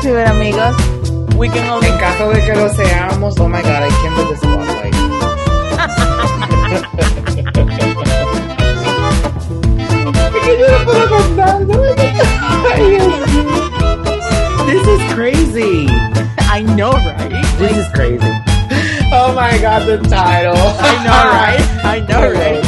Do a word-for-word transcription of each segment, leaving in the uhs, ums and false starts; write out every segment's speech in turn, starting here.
ciberamigos. We can only... En caso de que lo seamos, oh my god, I can't do this spotlight. This is crazy. I know, right? This is crazy. Oh my god, the title. I know, right? I know, right?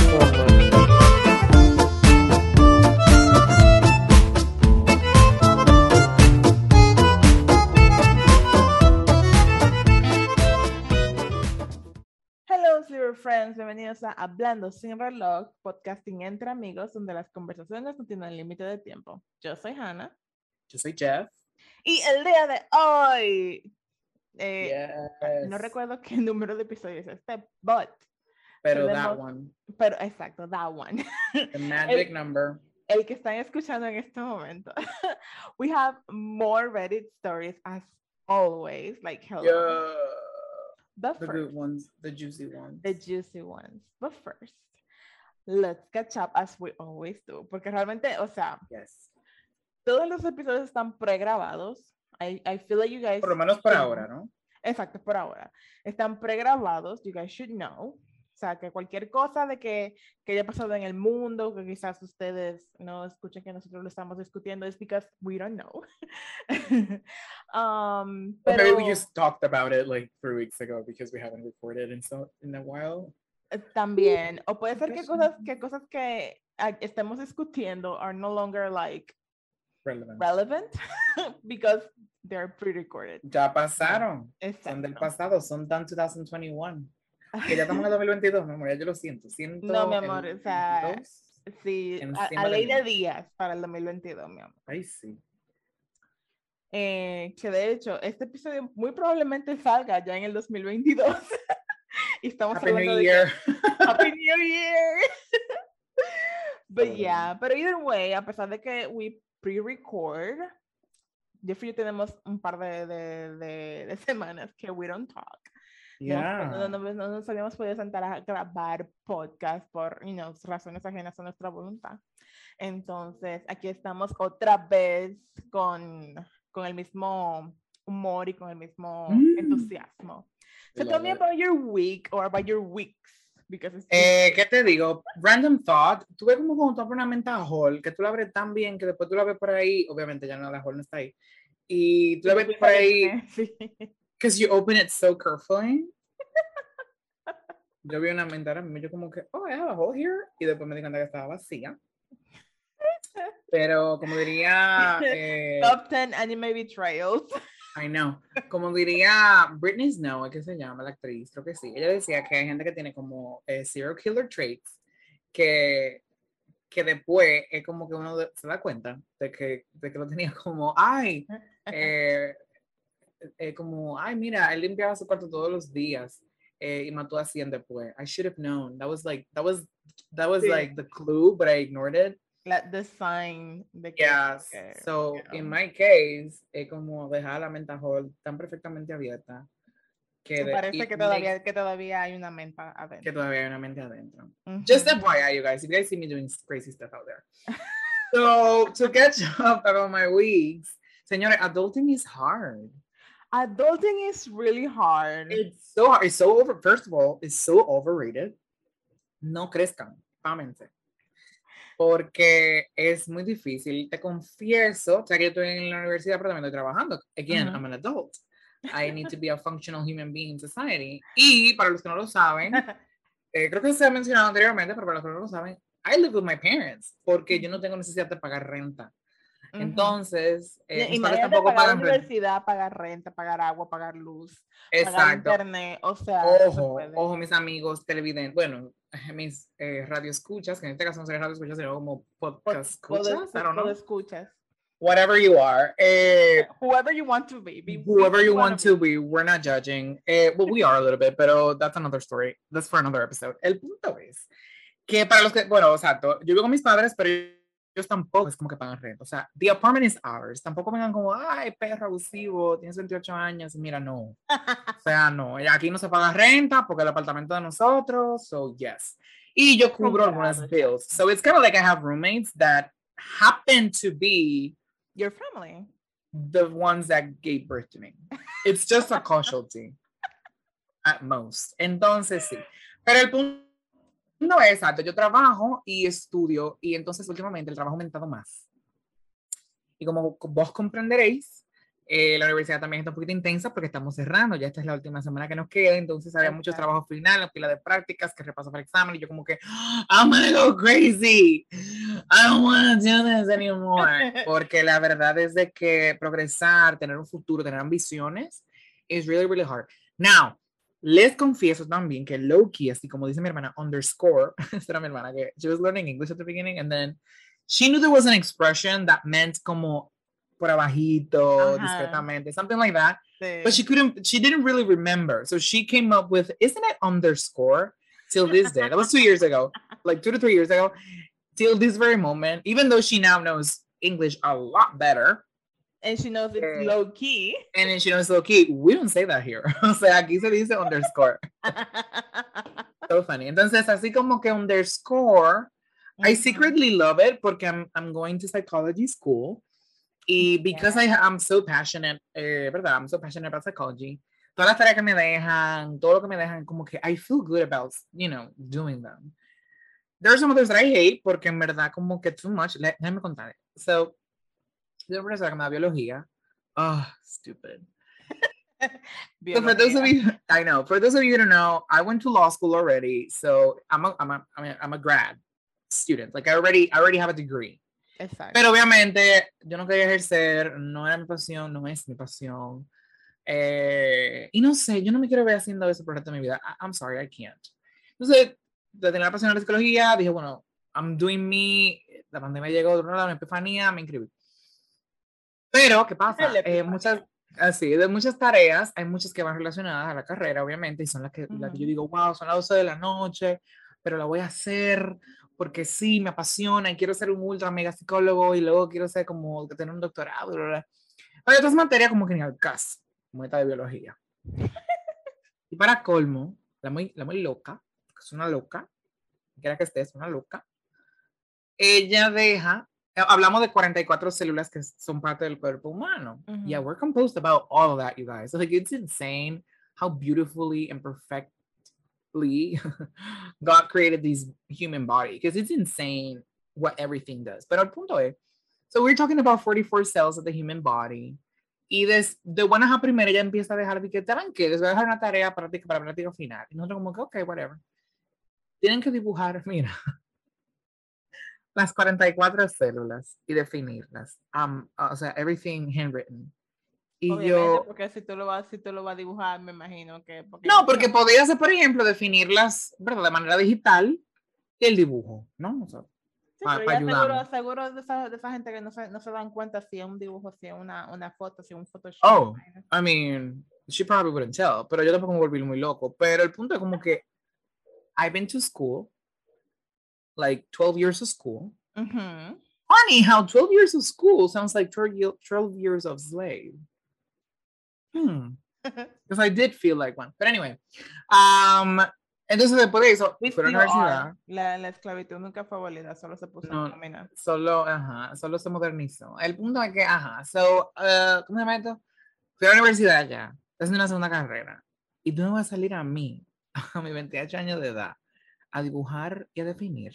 Hello, Cyber Friends. Bienvenidos a Hablando Sin Reloj, podcasting entre amigos, donde las conversaciones no tienen límite de tiempo. Yo soy Hannah. Yo soy Jeff. Y el día de hoy, eh, Yes. no recuerdo qué número de episodio es este, but Pero tenemos- that one. pero exacto, that one. The magic El- number. El que están escuchando en este momento. We have more Reddit stories as always, like hello. Yeah. But The first, good ones, the juicy ones. the juicy ones. But first, let's catch up as we always do, porque realmente, o sea, Yes. todos los episodios están pregrabados. I, I feel like you guys... Por lo menos por should- ahora, ¿no? Exacto, por ahora. Están pregrabados, you guys should know. O sea, que cualquier cosa de que, que haya pasado en el mundo, que quizás ustedes no escuchen que nosotros lo estamos discutiendo, es because we don't know. um, Or maybe we pero just talked about it like three weeks ago because we haven't recorded in so in a while. eh, también, o puede ser que Yes. cosas que, cosas que ah, estemos discutiendo are no longer like Relevant. relevant because they're pre-recorded. Ya pasaron. Son del Exacto. pasado, son tan dos mil veintiuno. Que ya estamos en el dos mil veintidós, mi amor, ya yo lo siento. siento No, mi amor, o sea, veintidós. Sí, a, Encima a de ley mí. de días para el dos mil veintidós, mi amor. Ay, sí. Eh, que de hecho, este episodio muy probablemente salga ya en el dos mil veintidós. Y estamos Happy hablando New de que- Year. Happy New Year. But Oh. yeah, pero either way, a pesar de que we pre-record, Jeff y yo tenemos un par de, de, de, de semanas que we don't talk. No, Yeah. no, no, no nos habíamos podido sentar a grabar podcast por, you know, razones ajenas a nuestra voluntad. Entonces, aquí estamos otra vez con, con el mismo humor y con el mismo Mm. entusiasmo. So I tell love me it. about your week or about your weeks, because it's Eh, ¿Qué te digo? Random thought. Tú ves como cuando tú abres una menta hall, que tú la abres tan bien que después tú la ves por ahí, obviamente ya no, la hall no está ahí, y tú la ves por ahí, Sí. because you open it so carefully. Yo vi una menta ahora mismo, yo como que, oh, I have a hole here, y después me di cuenta que estaba vacía. Pero como diría, eh, Top ten anime betrayals. I know, como diría Britney Snow, ¿qué se llama la actriz? Creo que sí. Ella decía que hay gente que tiene como eh, serial killer traits que, que después es como que uno de- se da cuenta de que, de que lo tenía como, ay, eh, eh, como, ay, mira, él limpiaba su cuarto todos los días eh, y mató a cien después. I should have known. That was like, that was, that was Sí. like the clue, but I ignored it. La, the sign de que, Yes. que, So you in know. my case, es como dejar la menta hall tan perfectamente abierta que, de- Parece it que makes- todavía, que todavía hay una menta que adentro. todavía hay una mente adentro. Ujú. Just F Y I, you guys, if you guys see me doing crazy stuff out there. So to catch up about my weeks, señores, adulting is hard. Adulting is really hard. It's so hard. It's so over. First of all, it's so overrated. No crezcan, pámense. Porque es muy difícil. Te confieso, o sea que yo estoy en la universidad, pero también estoy trabajando. Again, Ujú. I'm an adult. I need to be a functional human being in society. Y para los que no lo saben, eh, creo que se ha mencionado anteriormente, pero para los que no lo saben, I live with my parents porque yo no tengo necesidad de pagar renta. Ujú. Entonces, eh, Y- mis padres Imagínate tampoco pagar pagan renta. universidad, pagar renta, pagar agua, pagar luz, pagar Exacto. internet, o sea, no se Ojo, puede. ojo, mis amigos televidentes, bueno, mis eh, radioescuchas, que en este caso no sería radioescuchas, sino como Pod- podcast pod- escuchas, I don't know. escuchas. Whatever you are, eh, Whoever you want to be. be- be whoever who you wanna want to be, we're not judging. Eh, well, we are a little bit, pero that's another story. That's for another episode. El punto es que para los que, bueno, exacto, yo vivo con mis padres, pero ellos tampoco es como que pagan renta. O sea, the apartment is ours. Tampoco vengan como, ay, perro abusivo, tienes veintiocho años. Mira, no. O sea, no. Aquí no se paga renta porque el apartamento de nosotros. So, yes. Y yo cubro algunas Comprado, bills. So, it's kind of like I have roommates that happen to be Your family. the ones that gave birth to me. It's just a casualty at most. Entonces sí. Pero el punto no es exacto. Yo trabajo y estudio y entonces últimamente el trabajo ha aumentado más. Y como vos comprenderéis, eh, la universidad también está un poquito intensa porque estamos cerrando, ya esta es la última semana que nos queda, entonces había muchos trabajos finales, pila de prácticas, que repaso para examen, y yo como que, I'm gonna go crazy, I don't want to do this anymore, porque la verdad es de que progresar, tener un futuro, tener ambiciones, is really, really hard. Now, les confieso también que low key, así como dice mi hermana, underscore, esta era mi hermana, que she was learning English at the beginning, and then she knew there was an expression that meant como por abajito, uh-huh. discretamente, something like that. Sí. But she couldn't, she didn't really remember. So she came up with, isn't it underscore till this day? That was two years ago, like two to three years ago, till this very moment, even though she now knows English a lot better. And she knows it's uh, low key. And then she knows low key. We don't say that here. O sea, aquí se dice underscore. So funny. Entonces, así como que underscore, mm-hmm. I secretly love it porque I'm, I'm going to psychology school. Y because yeah. I, I'm so passionate, eh, ¿verdad? I'm so passionate about psychology. Todas las tareas que me dejan, todo lo que me dejan, como que I feel good about, you know, doing them. There are some others that I hate porque en verdad como que too much. Let, déjame contar. So, yo una profesora que me da biología. Oh, stupid. So for those of you, I know, for those of you who don't know, I went to law school already. So I'm a, I'm a, I'm a, I'm a grad student. Like I already, I already have a degree. Exacto. Pero obviamente yo no quería ejercer, no era mi pasión, no es mi pasión. Eh, y no sé, yo no me quiero ver haciendo eso por el resto de mi vida. I, I'm sorry, I can't. Entonces, de tener la pasión en la psicología, dije, bueno, I'm doing me. La pandemia llegó, de una epifanía, me inscribí. Pero, ¿qué pasa? Eh, muchas, así, de muchas tareas, hay muchas que van relacionadas a la carrera, obviamente, y son las que, uh-huh. las que yo digo, wow, son las doce de la noche, pero la voy a hacer porque sí, me apasiona y quiero ser un ultra mega psicólogo y luego quiero ser como tener un doctorado. Bla, bla, bla. Hay otras materias como que ni al caso, como esta de biología. Y para colmo, la muy, la muy loca, es una loca, quiera que esté, es una loca, ella deja, hablamos de cuarenta y cuatro células que son parte del cuerpo humano. Uh-huh. Yeah, we're composed about all of that, you guys. Like, it's insane how beautifully and perfect God created this human body because it's insane what everything does. Pero el punto es, so we're talking about forty-four cells of the human body. Y des, de buenas a primera ella empieza a dejar de que, ¿saben qué? Les voy a dejar una tarea práctica para práctica final. Y nosotros como que, ok, whatever. Tienen que dibujar, mira, las cuarenta y cuatro células y definirlas. Um, o sea, everything handwritten. Y obviamente, yo, porque si tú lo vas, si tú lo vas a dibujar, me imagino que... Porque no, porque no. Podría ser, por ejemplo, definirlas, ¿verdad? De manera digital y el dibujo, ¿no? O sea, sí, pa, pero ya seguro, seguro de, esa, de esa gente que no se, no se dan cuenta si es un dibujo, si es una, una foto, si es un Photoshop. Oh, I mean, she probably wouldn't tell, pero yo tampoco me volví muy loco. Pero el punto es como que I've been to school, like twelve years of school. Mm-hmm. Funny how twelve years of school sounds like twelve years of slave. Hmm. Because I did feel like one. But anyway. Um, entonces después de eso, fue a la universidad. La, la esclavitud nunca fue abolida, solo se puso no, en camino. Solo, ajá, solo se modernizó. El punto es que, ajá, so, uh, ¿cómo se llama esto? Fui a la universidad ya, estoy haciendo una segunda carrera. Y tú me vas a salir a mí, a mis veintiocho años de edad, a dibujar y a definir.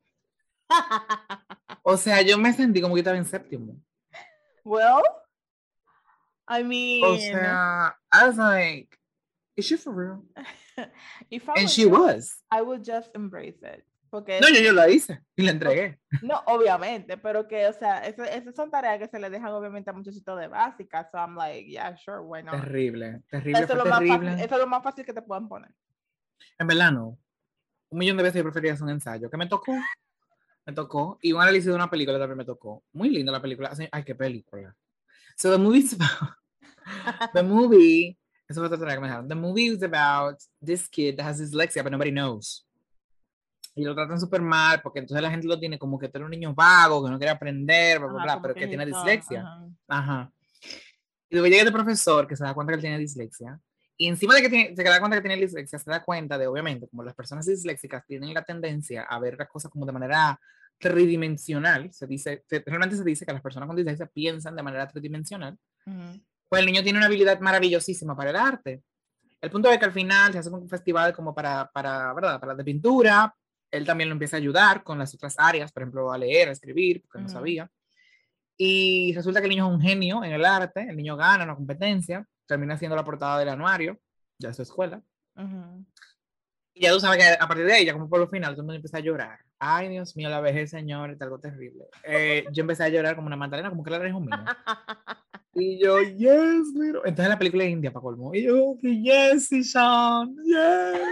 O sea, yo me sentí como que estaba en séptimo. Well, I mean, o sea, I was like, is she for real? If I And she you, was. I would just embrace it. Porque no, yo, yo la hice y la entregué. No, obviamente, pero que, o sea, esas eso son tareas que se le dejan obviamente a muchachitos de básica. So I'm like, yeah, sure, why not? Terrible, terrible, eso, fue es terrible. Fácil, eso es lo más fácil que te puedan poner. En verdad no. Un millón de veces yo prefería hacer un ensayo. ¿Qué me tocó? Me tocó. Y un análisis de una película también me tocó. Muy linda la película. Ay, qué película. So the movie's about... the movie... Eso fue otra tarea que me dejaron. The movie is about this kid that has dyslexia, but nobody knows. Y lo tratan súper mal, porque entonces la gente lo tiene como que tú eres un niño vago, que no quiere aprender, bla, bla, ajá, bla, pero que, que tiene dislexia. Ajá. Ajá. Y luego llega este profesor que se da cuenta que él tiene dislexia. Y encima de que tiene, se da cuenta que tiene dislexia, se da cuenta de, obviamente, como las personas disléxicas tienen la tendencia a ver las cosas como de manera tridimensional, se dice, se, realmente se dice que las personas con dislexia piensan de manera tridimensional, uh-huh. Pues el niño tiene una habilidad maravillosísima para el arte. El punto es que al final se hace un festival como para, para, ¿verdad? Para de pintura, él también lo empieza a ayudar con las otras áreas, por ejemplo, a leer, a escribir, porque uh-huh. no sabía. Y resulta que el niño es un genio en el arte, el niño gana una competencia, termina siendo la portada del anuario de su escuela. Uh-huh. Y ya tú sabes que a partir de ahí, ya como por lo final, todo el mundo empieza a llorar. Ay, Dios mío, la vejez, señor, es algo terrible. Eh, yo empecé a llorar como una magdalena, como que la dejó mío. Y yo, yes, little. Entonces la película es india para colmo. Y yo, yes, Sean, yes.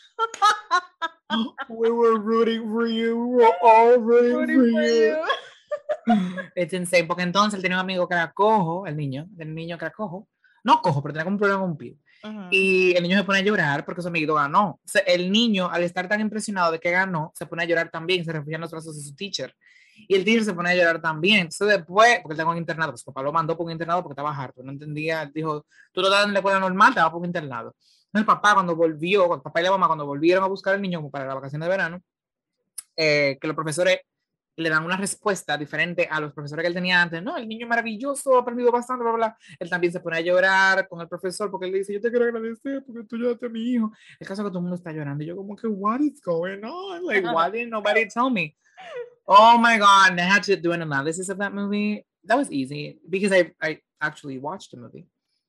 We were rooting for you. We were all rooting, rooting for, for you. you. It's insane, porque entonces él tenía un amigo que era cojo, el niño, el niño que era cojo. No cojo, pero tenía como un problema con un pie. Uh-huh. Y el niño se pone a llorar porque su amiguito ganó. O sea, el niño, al estar tan impresionado de que ganó, se pone a llorar también, se refugia en los brazos de su teacher. Y el teacher se pone a llorar también. Entonces después, porque él estaba en internado, pues papá lo mandó por un internado porque estaba harto, no entendía, dijo, tú no estás en la escuela normal, te vas por un internado. Entonces el papá cuando volvió, el papá y la mamá cuando volvieron a buscar al niño como para la vacación de verano, eh, que los profesores le dan una respuesta diferente a los profesores que él tenía antes. No, el niño es maravilloso, ha aprendido bastante, bla, bla, bla. Él también se pone a llorar con el profesor porque él le dice, yo te quiero agradecer porque tú ayudaste a mi hijo. El caso es que todo el mundo está llorando y yo como que, what is going on? Like, why didn't nobody tell me? Oh my God, I had to do an analysis of that movie. That was easy because I, I actually watched the movie.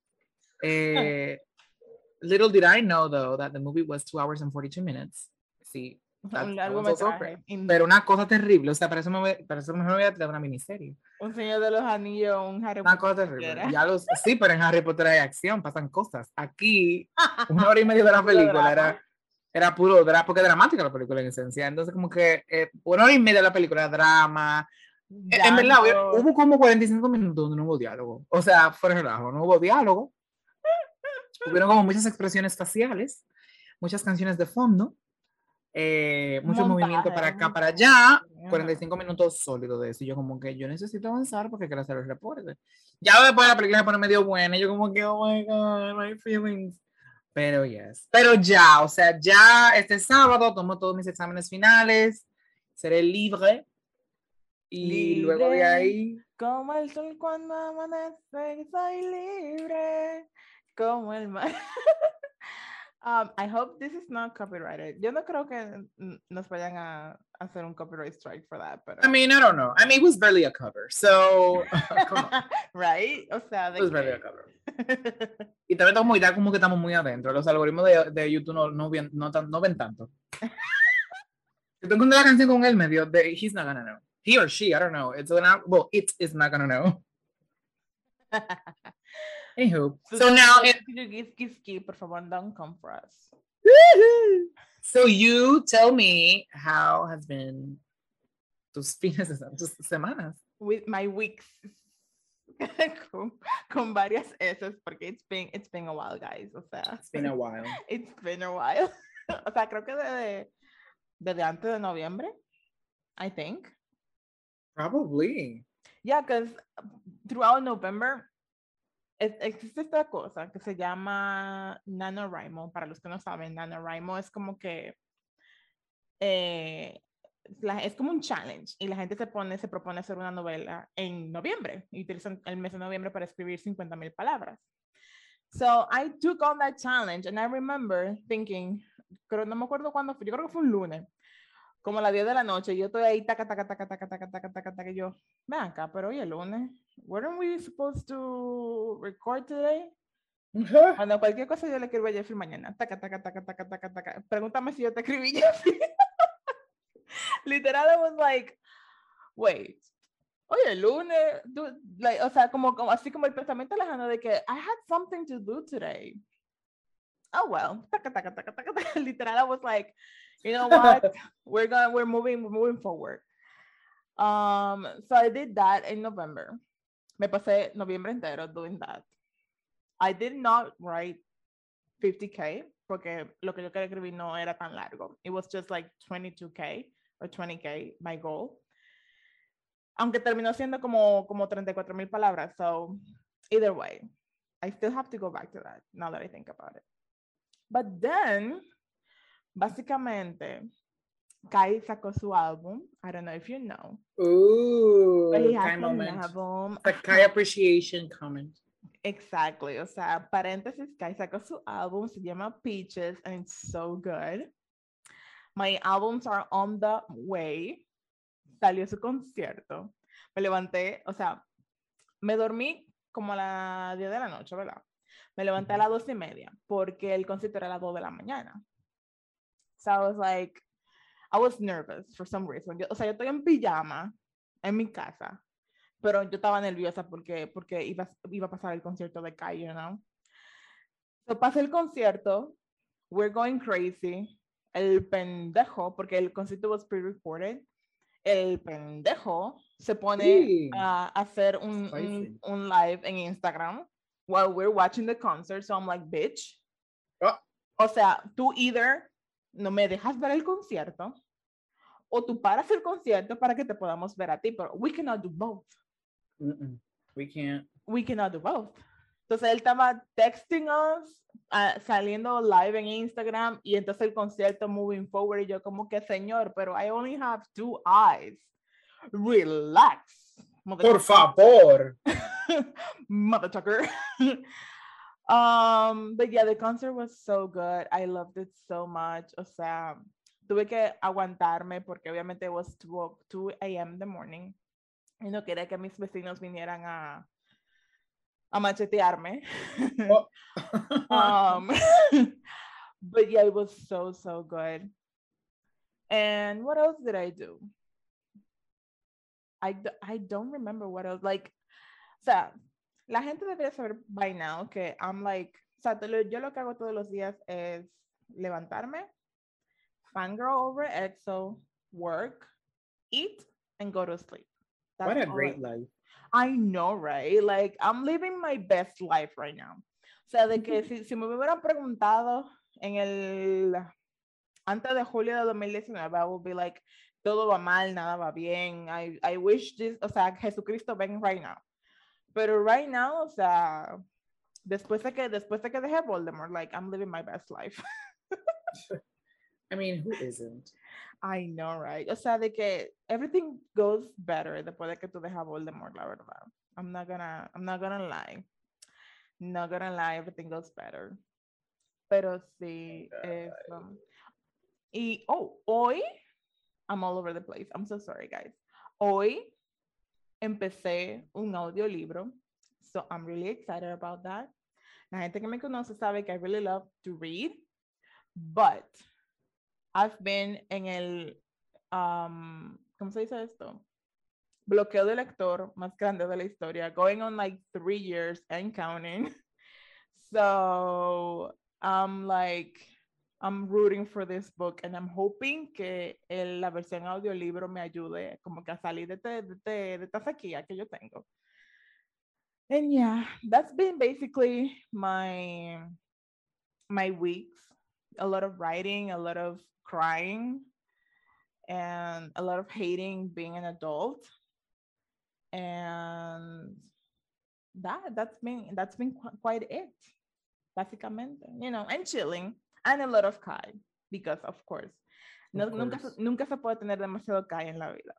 Uh, little did I know though that the movie was two hours and forty-two minutes. Sí. That, un largometraje. Pero una cosa terrible, o sea, para eso me voy, para eso me voy a traer una miniserie. Un Señor de los Anillos, un Harry una Potter. Una cosa terrible. Ya los, sí, pero en Harry Potter hay acción, pasan cosas. Aquí, una hora y media de la película era, era puro drama, porque es dramática la película en esencia. Entonces, como que eh, una hora y media de la película era drama. Ya, en verdad, no. Hubo como cuarenta y cinco minutos donde no hubo diálogo. O sea, fuera de relajo, no hubo diálogo. Hubieron como muchas expresiones faciales, muchas canciones de fondo. Eh, mucho montaje, movimiento para acá, para allá, cuarenta y cinco minutos sólidos de eso. Y yo como que yo necesito avanzar porque quiero hacer el reporte. Ya después la película se pone medio buena y yo como que, oh my God, my feelings. Pero yes. Pero ya, o sea, ya este sábado tomo todos mis exámenes finales, seré libre. Y libre, luego de ahí... Como el sol cuando amanece, soy libre. Como el mar... Um, I hope this is not copyrighted. Yo no creo que nos vayan a hacer un copyright strike for that, pero... I mean, I don't know. I mean, it was barely a cover, so... Come on. Right? O sea, de it was barely a cover. Y también estamos muy, ya como que estamos muy adentro. Los algoritmos de, de YouTube no, no, ven, no, no ven tanto. Si tú encuentras la canción con él medio, de, he's not gonna know. He or she, I don't know. It's gonna, well, it is not gonna know. Anywho, so, so now it, kiss, kiss, kiss, por favor, don't come for us. So you tell me how has been tus fines de tus semanas. With my weeks. con, con varias S, porque it's been, it's been a while, guys. O sea, it's been a while. It's been a while. O sea, creo que desde, desde antes de noviembre, I think. Probably. Yeah, because throughout November, existe esta cosa que se llama NaNoWriMo. Para los que no saben, NaNoWriMo es como que eh, la, es como un challenge y la gente se pone, se propone hacer una novela en noviembre y utilizan el mes de noviembre para escribir cincuenta mil palabras. So I took on that challenge and I remember thinking, pero no me acuerdo cuándo fue, yo creo que fue un lunes, como a las diez de la noche, y yo estoy ahí, taca, taca, taca, taca, taca, taca, taca, taca, y yo, ven acá, pero hoy es lunes, weren't we supposed to record today? Uh-huh. Cuando cualquier cosa yo le escribo a Jeffrey mañana, taca, taca, taca, taca, taca, taca, pregúntame si yo te escribí, Jeffrey. Literal, I was like, wait, hoy es lunes, dude, like, o sea, como, como, así como el pensamiento lejano de que I had something to do today. Oh, well, taca, taca, taca, taca, taca. Literal, I was like, you know what? we're going, we're moving, we're moving forward. Um, so I did that in November. Me pasé noviembre entero doing that. I did not write fifty K porque lo que yo quería escribir no era tan largo. It was just like twenty-two K or twenty K, my goal. Aunque terminó siendo como, como treinta y cuatro mil palabras. So either way, I still have to go back to that now that I think about it. But then, básicamente, Kai sacó su álbum. I don't know if you know. Ooh, But he has Kai an moment. album. The Kai appreciation comment. Exactly. O sea, paréntesis, Kai sacó su álbum. Se llama Peaches and it's so good. My albums are on the way. Salió su concierto. Me levanté, o sea, me dormí como a las diez de la noche, ¿verdad? Me levanté a las dos y media porque el concierto era a las dos de la mañana. So I was like, I was nervous for some reason. Yo, o sea, yo estoy en pijama en mi casa, pero yo estaba nerviosa porque, porque iba, iba a pasar el concierto de Kai, you know? So pasé el concierto, we're going crazy. El pendejo, porque el concierto was pre-recorded, el pendejo se pone Sí. a hacer un, un, un live en Instagram while we're watching the concert. So I'm like, bitch. Oh. O sea, tú either no me dejas ver el concierto o tú paras el concierto para que te podamos ver a ti, pero we cannot do both. Mm-mm. We can't. We cannot do both. Entonces él estaba texting us, uh, saliendo live en Instagram y entonces el concierto moving forward y yo como que señor, pero I only have two eyes. Relax. Por favor. Mother trucker. um, but yeah, the concert was so good. I loved it so much. O sea, tuve que aguantarme porque obviamente it was two a.m. in the morning y no quería que mis vecinos vinieran a a machetearme. Oh. um, but yeah, it was so, so good. And what else did I do? I, I don't remember what else. Like, o sea, la gente debería saber by now que I'm like, o sea, yo lo que hago todos los días es levantarme, fangirl over E X O, work, eat, and go to sleep. That's what a great I, life. I know, right? Like, I'm living my best life right now. O sea, de que si, si me hubieran preguntado en el, antes de julio de dos mil diecinueve, I would be like, todo va mal, nada va bien. I, I wish this, o sea, Jesucristo ven right now. Pero right now, o sea, después de que, después de que dejé Voldemort, like, I'm living my best life. I mean, who isn't? I know, right? O sea, de que everything goes better después de que tú dejas Voldemort, la verdad. I'm not gonna, I'm not gonna lie. Not gonna lie, everything goes better. Pero sí, es, um, y, oh, hoy, I'm all over the place. I'm so sorry, guys. Hoy empecé un audiolibro. So I'm really excited about that. La gente que me conoce sabe que I really love to read. But I've been en el, um, ¿cómo se dice esto? Bloqueo de lector más grande de la historia, going on like three years and counting. So I'm like, I'm rooting for this book and I'm hoping que el, la versión audiolibro me ayude como que a salir de, te, de, te, de esta sequía que yo tengo. And yeah, that's been basically my, my weeks. A lot of writing, a lot of crying, and a lot of hating being an adult. And that that's been that's been qu- quite it, básicamente, you know, and chilling, and a lot of Kai, because of course, no, of nunca, course. nunca se puede tener demasiado Kai en la vida.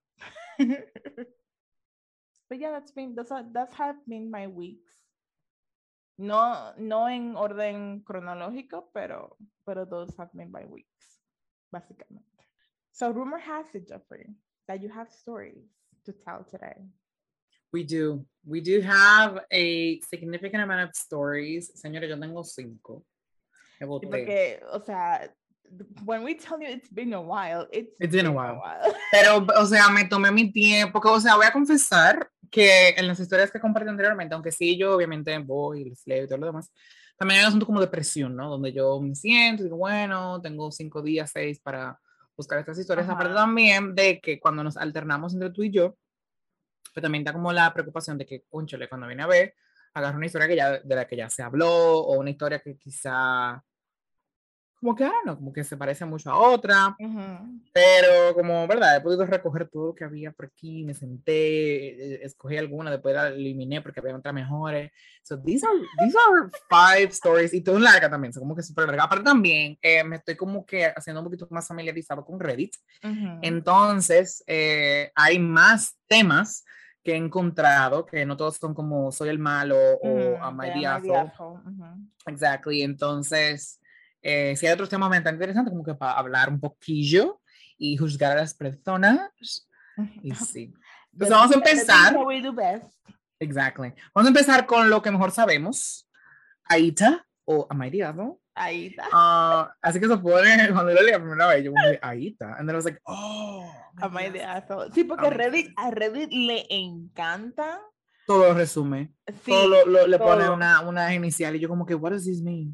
But yeah, that's been that's that's have been my weeks. No, no en orden cronológico, pero, pero those have been my weeks, básicamente. So rumor has it, Jeffrey, that you have stories to tell today. We do. We do have a significant amount of stories. Señora, yo tengo cinco. Porque, o sea, when we tell you it's been a while, it's, it's been, been a while. a while. Pero, o sea, me tomé mi tiempo, porque, o sea, voy a confesar que en las historias que compartí anteriormente, aunque sí, yo obviamente voy y les leo y todo lo demás, también hay un asunto como de presión, ¿no? Donde yo me siento y digo, bueno, tengo cinco días, seis para buscar estas historias. Ajá. Aparte también de que cuando nos alternamos entre tú y yo, pero también da como la preocupación de que, cónchale, cuando viene a ver, agarro una historia que ya, de la que ya se habló, o una historia que quizá como que, ah, no, como que se parece mucho a otra, Uh-huh. pero como, ¿verdad? He podido recoger todo lo que había por aquí, me senté, escogí alguna, después la eliminé porque había otras mejores. So these are, these are five stories, y todo larga también, son como que súper larga. Aparte también, eh, me estoy como que haciendo un poquito más familiarizado con Reddit, Uh-huh. entonces eh, hay más temas que he encontrado, que no todos son como soy el malo o Uh-huh. am I Te the llama asshole. uh-huh. Exactly, entonces, eh, si hay otros temas bastante interesantes, como que para hablar un poquillo y juzgar a las personas, y sí. Entonces vamos a empezar. We do best. Exactly. Vamos a empezar con lo que mejor sabemos. Aita, o am I the asshole? Aita. Uh, así que se pone, cuando lo leí la primera vez, yo me dije, Aita. And then I was like, oh. Am I the asshole? Sí, porque Reddit, a Reddit le encanta. Todo lo resume. Sí, todo lo, lo, le todo. pone una, una inicial y yo como que, what does this mean?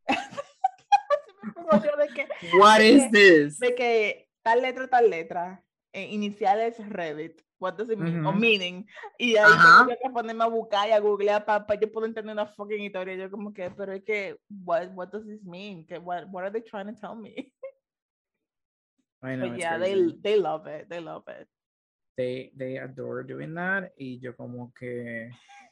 de que, What de is que, this? De que tal letra, tal letra, eh, iniciales Reddit. What does it mean? Uh-huh. O meaning. Y ahí Ajá. tengo que ponerme a buscar y a googlear para pa yo poder entender una fucking historia. Yo como que, pero es que, what, what does this mean? Que, what, what are they trying to tell me? I know, But it's yeah, they, crazy. they love it. They love it. They, they adore doing that. Y yo como que...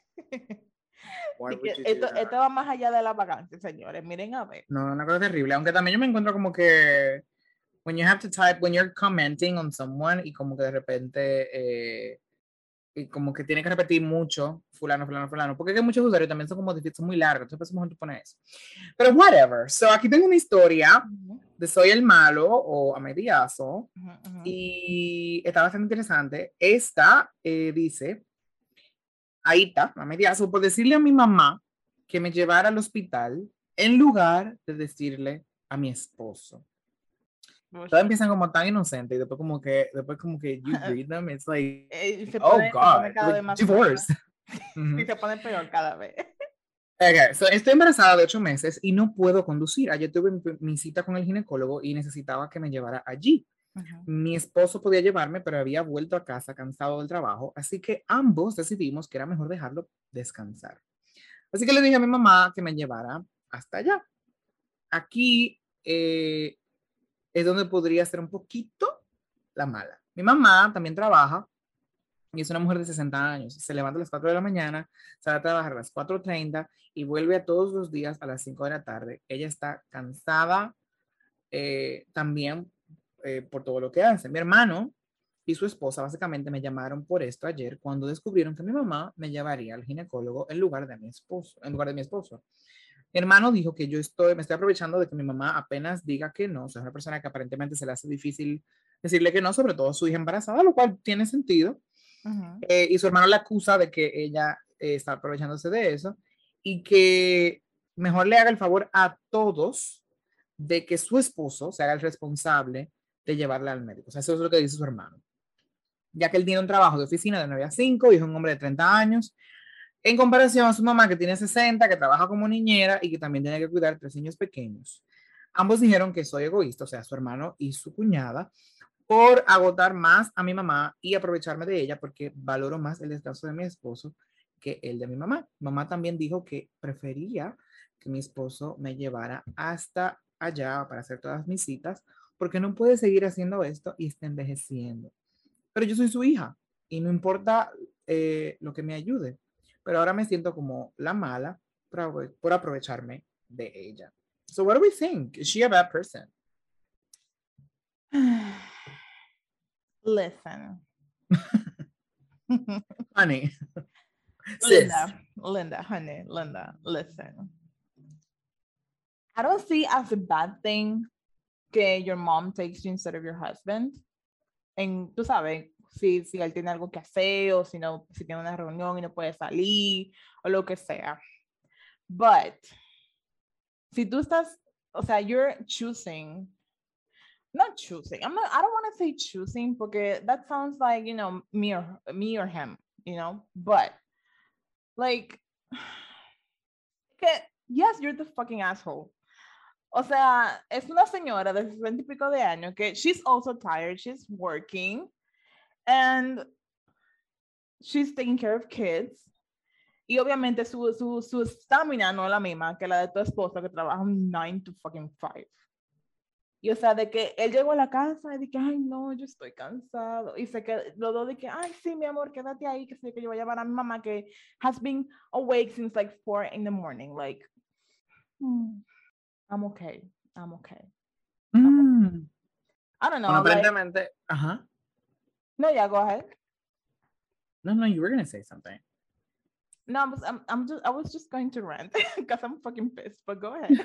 Why would you esto, do that? esto va más allá de la vacancia, señores. Miren a ver. No, una cosa terrible. Aunque también yo me encuentro como que... When you have to type, when you're commenting on someone y como que de repente... Eh, y como que tiene que repetir mucho, fulano, fulano, fulano, porque hay muchos usuarios también son como difíciles, son muy largos, entonces mejor tú pones eso. Pero whatever. So aquí tengo una historia uh-huh. de Soy el Malo o Amediazo, uh-huh, uh-huh. y está bastante interesante. Esta eh, dice, Aita, Amediazo, por decirle a mi mamá que me llevara al hospital en lugar de decirle a mi esposo. Todos empiezan como tan inocentes y después como que, después como que you read them, it's like, se oh pone, God, se cada like, vez más divorce. Uh-huh. Y se pone peor cada vez. Okay, so estoy embarazada de ocho meses y no puedo conducir. Ayer tuve mi, mi cita con el ginecólogo y necesitaba que me llevara allí. Uh-huh. Mi esposo podía llevarme, pero había vuelto a casa cansado del trabajo, así que ambos decidimos que era mejor dejarlo descansar. Así que le dije a mi mamá que me llevara hasta allá. Aquí eh, es donde podría ser un poquito la mala. Mi mamá también trabaja y es una mujer de sesenta años. Se levanta a las cuatro de la mañana, sale a trabajar a las cuatro treinta y vuelve a todos los días a las cinco de la tarde. Ella está cansada eh, también eh, por todo lo que hace. Mi hermano y su esposa básicamente me llamaron por esto ayer cuando descubrieron que mi mamá me llevaría al ginecólogo en lugar de mi esposo, en lugar de mi esposo. Mi hermano dijo que yo estoy, me estoy aprovechando de que mi mamá apenas diga que no, o sea, es una persona que aparentemente se le hace difícil decirle que no, sobre todo a su hija embarazada, lo cual tiene sentido. Uh-huh. eh, y su hermano la acusa de que ella eh, está aprovechándose de eso y que mejor le haga el favor a todos de que su esposo se haga el responsable de llevarla al médico. O sea, eso es lo que dice su hermano. Ya que él tiene un trabajo de oficina de nueve a cinco y es un hombre de treinta años, en comparación a su mamá que tiene sesenta, que trabaja como niñera y que también tiene que cuidar tres niños pequeños. Ambos dijeron que soy egoísta, o sea, su hermano y su cuñada, por agotar más a mi mamá y aprovecharme de ella porque valoro más el descanso de mi esposo que el de mi mamá. Mamá también dijo que prefería que mi esposo me llevara hasta allá para hacer todas mis citas porque no puede seguir haciendo esto y está envejeciendo. Pero yo soy su hija y no importa eh, lo que me ayude. Pero ahora me siento como la mala por, por aprovecharme de ella. So what do we think? Is she a bad person? Listen. Honey. Linda, Linda, honey, Linda, listen. I don't see as a bad thing que your mom takes you instead of your husband. En, tú sabes, si, si él tiene algo que hacer o si, no, si tiene una reunión y no puede salir o lo que sea. But, si tú estás, o sea, you're choosing, not choosing, I'm not, I don't want to say choosing porque that sounds like, you know, me or, me or him, you know, but, like, que, yes, you're the fucking asshole. O sea, es una señora de sesenta y pico de años que she's also tired, she's working, and she's taking care of kids. Y obviamente su, su, su estamina no es la misma que la de tu esposa que trabaja un nine to fucking five. Y o sea, de que él llegó a la casa y de que, ay, no, yo estoy cansado. Y se quedó, los dos de que, ay, sí, mi amor, quédate ahí, que sé que yo voy a llamar a mi mamá que has been awake since like four in the morning. Like, hmm, I'm okay. I'm okay. I'm Mm. okay. I don't know. Bueno, like, aparentemente, ajá. no, yeah, go ahead. No, no, you were going to say something. No, I was, I'm, I'm just, I was just going to rant because I'm fucking pissed, but go ahead.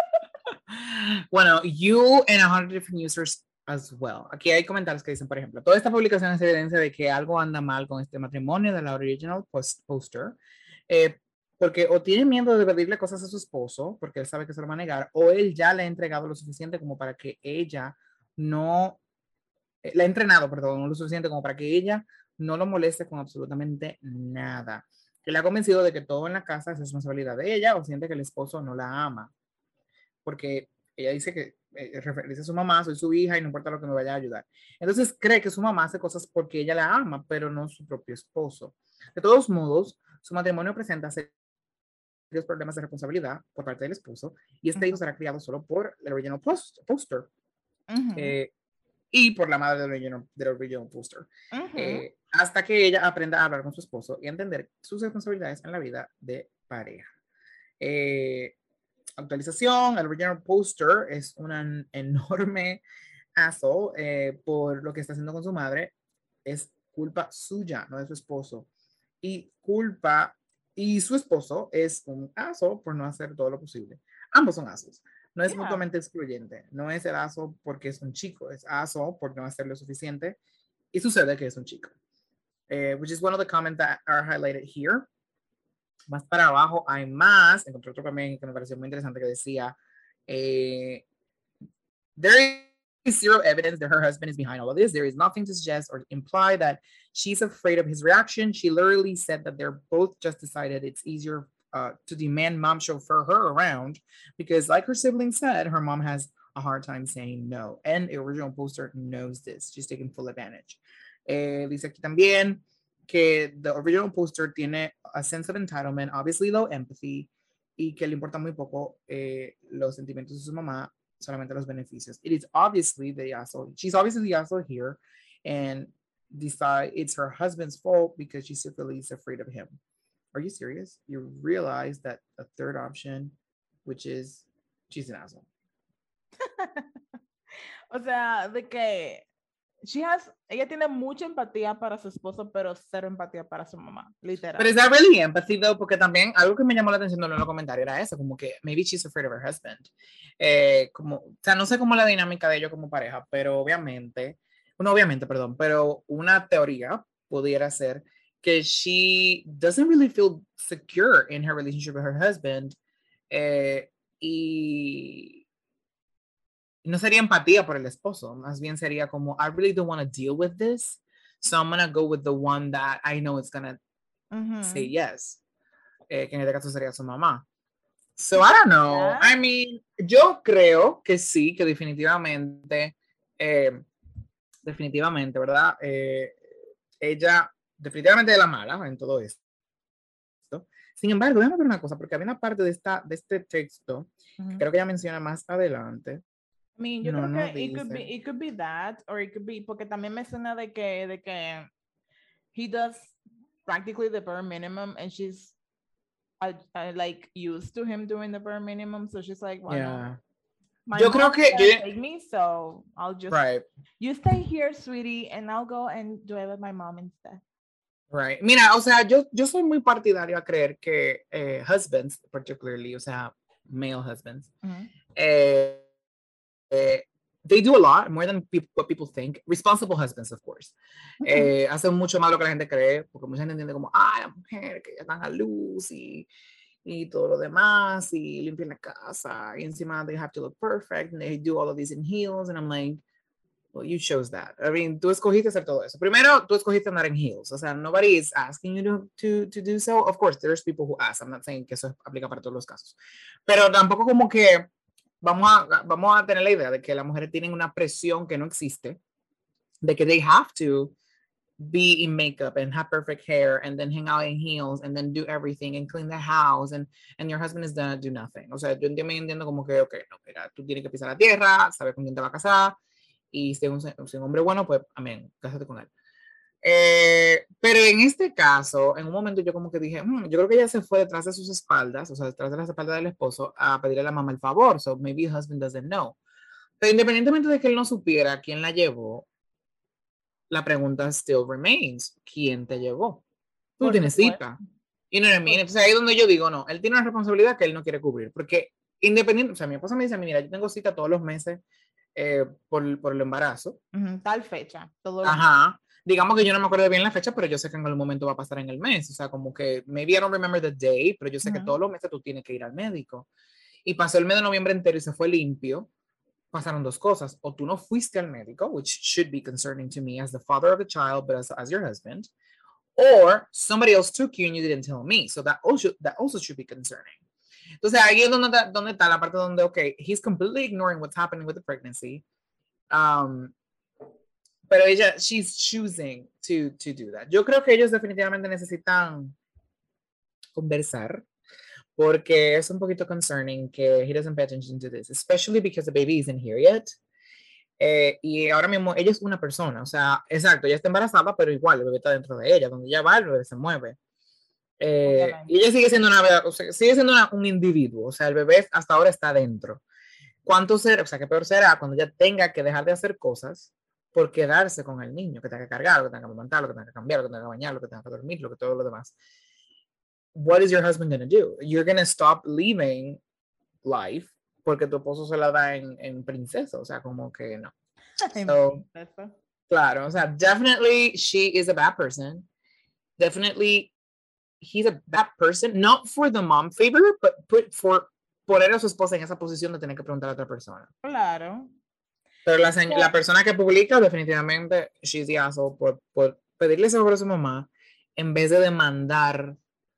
Bueno, you and a hundred different users as well. Aquí hay comentarios que dicen, por ejemplo, toda esta publicación es evidencia de que algo anda mal con este matrimonio de la original post poster, eh, porque o tiene miedo de pedirle cosas a su esposo, porque él sabe que se lo va a negar, o él ya le ha entregado lo suficiente como para que ella no, eh, le ha entrenado, perdón, lo suficiente como para que ella no lo moleste con absolutamente nada. Que le ha convencido de que todo en la casa es responsabilidad de ella o siente que el esposo no la ama. Porque ella dice que eh, dice a su mamá, soy su hija y no importa lo que me vaya a ayudar. Entonces cree que su mamá hace cosas porque ella la ama, pero no su propio esposo. De todos modos, su matrimonio presenta serios problemas de responsabilidad por parte del esposo y este uh-huh. hijo será criado solo por el original post, poster uh-huh. eh, y por la madre del original, del original poster. Uh-huh. Eh, hasta que ella aprenda a hablar con su esposo y a entender sus responsabilidades en la vida de pareja. Eh, actualización, el original poster es un enorme asshole eh, por lo que está haciendo con su madre. Es culpa suya, no de su esposo. Y culpa, y su esposo es un asshole por no hacer todo lo posible. Ambos son assholes. No es yeah. mutuamente excluyente. No es el asshole porque es un chico, es asshole por no hacer lo suficiente. Y sucede que es un chico. Eh, which is one of the comments that are highlighted here. Más para abajo hay más, encontré otro también que me pareció muy interesante que decía, eh, there is zero evidence that her husband is behind all of this. There is nothing to suggest or imply that she's afraid of his reaction. She literally said that they're both just decided it's easier uh, to demand mom chauffeur her around because like her sibling said, her mom has a hard time saying no. And the original poster knows this. She's taking full advantage. Eh, dice aquí también que the original poster tiene a sense of entitlement, obviously low empathy, y que le importa muy poco eh, los sentimientos de su mamá, solamente los beneficios. It is obviously the asshole. She's obviously the asshole here, and decide it's her husband's fault because she secretly is afraid of him. Are you serious? You realize that a third option, which is she's an asshole. O sea, de que she has, ella tiene mucha empatía para su esposo, pero cero empatía para su mamá, literal. But is that really empathy though? Porque también algo que me llamó la atención en los comentarios era eso, como que maybe she's afraid of her husband. Eh, como, o sea, no sé cómo la dinámica de ellos como pareja, pero obviamente, no obviamente, perdón, pero una teoría pudiera ser que she doesn't really feel secure in her relationship with her husband eh, y no sería empatía por el esposo, más bien sería como, I really don't want to deal with this, so I'm going to go with the one that I know is going to mm-hmm. say yes, eh, que en este caso sería su mamá. So, I don't know, yeah. I mean, yo creo que sí, que definitivamente, eh, definitivamente, ¿verdad? Eh, ella, definitivamente es la mala en todo esto. Sin embargo, déjame ver una cosa, porque había una parte de, esta, de este texto, mm-hmm. que creo que ella menciona más adelante. I mean, yo no, creo no que it could, be, it could be that, or it could be, porque también me suena de que, de que he does practically the bare minimum, and she's uh, uh, like used to him doing the bare minimum, so she's like, well, yeah. My yo creo que yo, take me, so I'll just, right. You stay here, sweetie, and I'll go and do it with my mom instead. Right. Mira, o sea, yo, yo soy muy partidario a creer que eh, husbands, particularly, o sea, male husbands, mm-hmm. eh, Uh, they do a lot more than pe- what people think. Responsible husbands, of course. Okay. Eh, hacen mucho más lo que la gente cree, porque mucha gente entiende como, ah, la mujer que ya están a luz y, y todo lo demás, y limpian la casa, y encima they have to look perfect, and they do all of these in heels, and I'm like, well, you chose that. I mean, tú escogiste hacer todo eso. Primero, tú escogiste andar en heels. O sea, nobody is asking you to, to, to do so. Of course, there's people who ask. I'm not saying que eso aplica para todos los casos. Pero tampoco como que Vamos a, vamos a tener la idea de que las mujeres tienen una presión que no existe, de que they have to be in makeup and have perfect hair and then hang out in heels and then do everything and clean the house and, and your husband is gonna do nothing. O sea, yo entiendo, entiendo como que, ok, no, mira, tú tienes que pisar la tierra, saber con quién te va a casar y si es un, si es un hombre bueno, pues, amén, cásate con él. Eh, pero en este caso, en un momento yo como que dije, hmm, yo creo que ella se fue detrás de sus espaldas, o sea, detrás de las espaldas del esposo, a pedirle a la mamá el favor, so maybe the husband doesn't know. Pero independientemente de que él no supiera quién la llevó, la pregunta still remains, ¿quién te llevó? Tú Por tienes supuesto. cita. You know what I mean? Entonces ahí es donde yo digo, no, él tiene una responsabilidad que él no quiere cubrir, porque independiente, o sea, mi esposa me dice, mira, yo tengo cita todos los meses eh, por, por el embarazo. Uh-huh, tal fecha. Todo Ajá. Digamos que yo no me acuerdo bien la fecha, pero yo sé que en algún momento va a pasar en el mes. O sea, como que, maybe I don't remember the day, pero yo sé uh-huh. que todos los meses tú tienes que ir al médico. Y pasó el mes de noviembre entero y se fue limpio. Pasaron dos cosas. O tú no fuiste al médico, which should be concerning to me as the father of the child, but as, as your husband. Or somebody else took you and you didn't tell me. So that also, that also should be concerning. Entonces ahí es donde está, donde está la parte donde, okay, he's completely ignoring what's happening with the pregnancy. Um, pero ella, she's choosing to, to do that. Yo creo que ellos definitivamente necesitan conversar porque es un poquito concerning que he doesn't pay attention to this, especially because the baby isn't here yet. Eh, y ahora mismo ella es una persona, o sea, exacto, ella está embarazada, pero igual el bebé está dentro de ella, donde ella va, el bebé se mueve. Eh, y ella sigue siendo, una, o sea, sigue siendo una, un individuo, o sea, el bebé hasta ahora está dentro. ¿Cuánto será? O sea, qué peor será cuando ella tenga que dejar de hacer cosas por quedarse con el niño, que tenga que cargar, que tenga que amamantar, que tenga que cambiar, que tenga que bañar, que tenga que dormir, lo que todo lo demás. What is your husband going to do? You're going to stop living life porque tu esposo se la da en, en princesa, o sea, como que no. So, claro, o sea, definitely she is a bad person. Definitely he's a bad person, not for the mom favor, but put for poner a su esposa en esa posición de tener que preguntar a otra persona. Claro. Pero la, yeah. la persona que publica, definitivamente, she's the asshole por, por pedirle sobre a su mamá en vez de demandar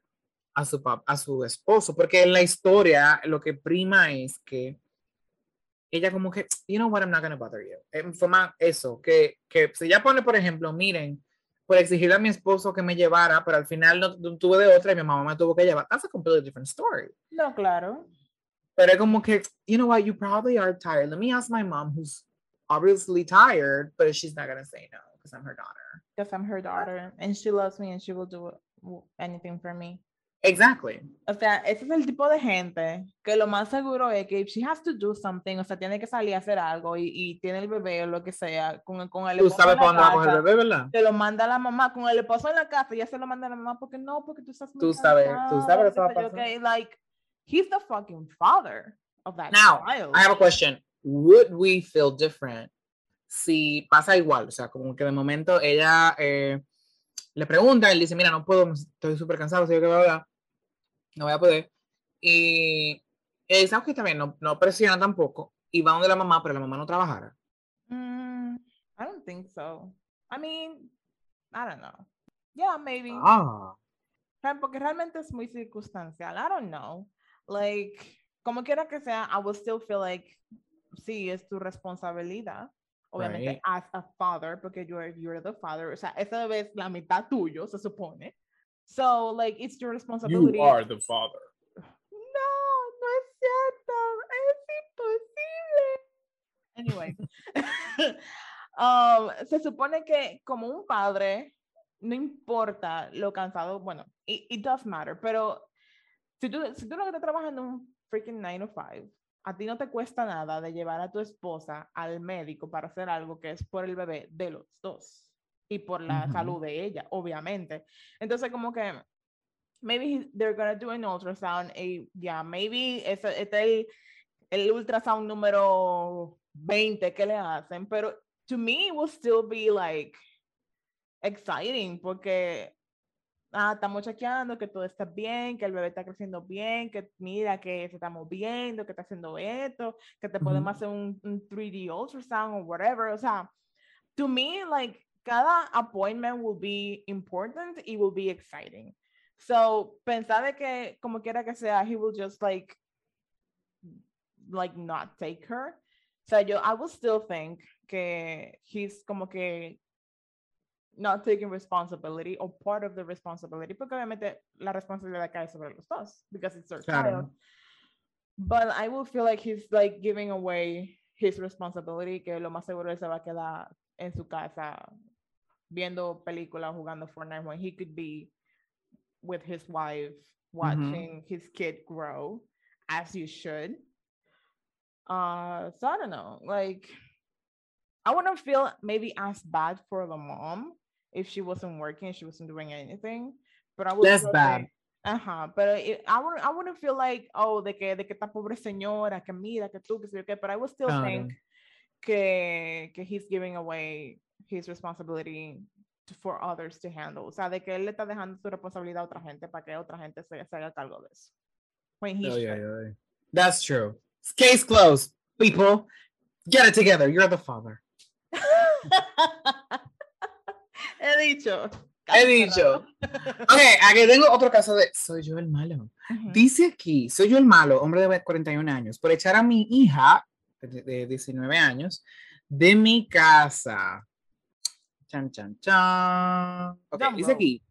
a su, a su esposo. Porque en la historia lo que prima es que ella como que, you know what, I'm not going to bother you. Fue más eso, que, que si ella pone, por ejemplo, miren, por exigirle a mi esposo que me llevara, pero al final no, no tuve de otra y mi mamá me tuvo que llevar. That's a completely different story. No, claro. Pero es como que, you know what, you probably are tired. Let me ask my mom, who's obviously tired, but she's not going to say no because I'm her daughter. Because I'm her daughter and she loves me and she will do anything for me. Exactly. O sea, ese es el tipo de gente que lo más seguro es que if she has to do something, o sea, tiene que salir a hacer algo y, y tiene el bebé o lo que sea, con, con el esposo. Tú sabes en la para dónde va a coger casa, el bebé, ¿verdad? te lo manda la mamá con el esposo en la casa y ya se lo manda a la mamá porque no, porque tú estás muy Tú sabes, tú sabes lo que va a pasar. Okay, like, he's the fucking father of that Now, child. I have a question. Would we feel different si pasa igual? O sea, como que de momento ella eh, le pregunta, él dice, mira, no puedo, estoy súper cansado, sé que va a hablar. No voy a poder. Y esa que también no, no presiona tampoco. Y va donde la mamá, pero la mamá no trabajara. Mm, I don't think so. I mean, I don't know. Yeah, maybe. Ah. Porque realmente es muy circunstancial. I don't know. Like, como quiera que sea, I will still feel like, sí, es tu responsabilidad. Obviamente, right. As a father, porque you're, you're the father. O sea, esa vez la mitad tuyo, se supone. So, like, it's your responsibility. You are the father. No, no es cierto. Es imposible. Anyway. um, se supone que como un padre, no importa lo cansado, bueno, it, it does matter, pero si tú, si tú no estás trabajando un freaking nine to five, a ti no te cuesta nada de llevar a tu esposa al médico para hacer algo que es por el bebé de los dos. Y por la uh-huh. salud de ella, obviamente. Entonces, como que, maybe they're gonna do an ultrasound, y yeah, maybe este es el, el ultrasound número veinte que le hacen, pero to me, it will still be like exciting, porque ah, estamos chequeando que todo está bien, que el bebé está creciendo bien, que mira que se está moviendo, que está haciendo esto, que te uh-huh. podemos hacer un, un three D ultrasound o whatever. O sea, to me, like, cada appointment will be important, it will be exciting. So, pensar de que como quiera que sea, he will just like, like not take her. So, yo, I will still think que he's como que not taking responsibility or part of the responsibility, porque obviamente la responsabilidad cae sobre los dos, because it's their Claro. child. But I will feel like he's like giving away his responsibility, que lo más seguro él se va a quedar en su casa viendo películas, jugando Fortnite, when he could be with his wife watching mm-hmm. his kid grow, as you should. Uh, so I don't know, like, I wouldn't feel maybe as bad for the mom if she wasn't working, she wasn't doing anything, but I would That's bad. Say, ajá, pero it, I wouldn't, I wouldn't feel like, oh, de que, de que esta pobre señora, que mira, que tú, que sé yo qué, but I would still claro. think que, que he's giving away his responsibility to, for others to handle. O sea, de que él le está dejando su responsabilidad a otra gente para que otra gente se, se haga cargo de eso. When he oh, should. yeah, yeah, yeah. That's true. Case closed, people. Get it together. You're the father. He dicho. He dicho. Ok, aquí tengo otro caso de soy yo el malo. Uh-huh. Dice aquí, soy yo el malo, hombre de cuarenta y un años, por echar a mi hija de, de diecinueve años de mi casa. Chan, chan, chan. Ok, Dumbo. Dice aquí,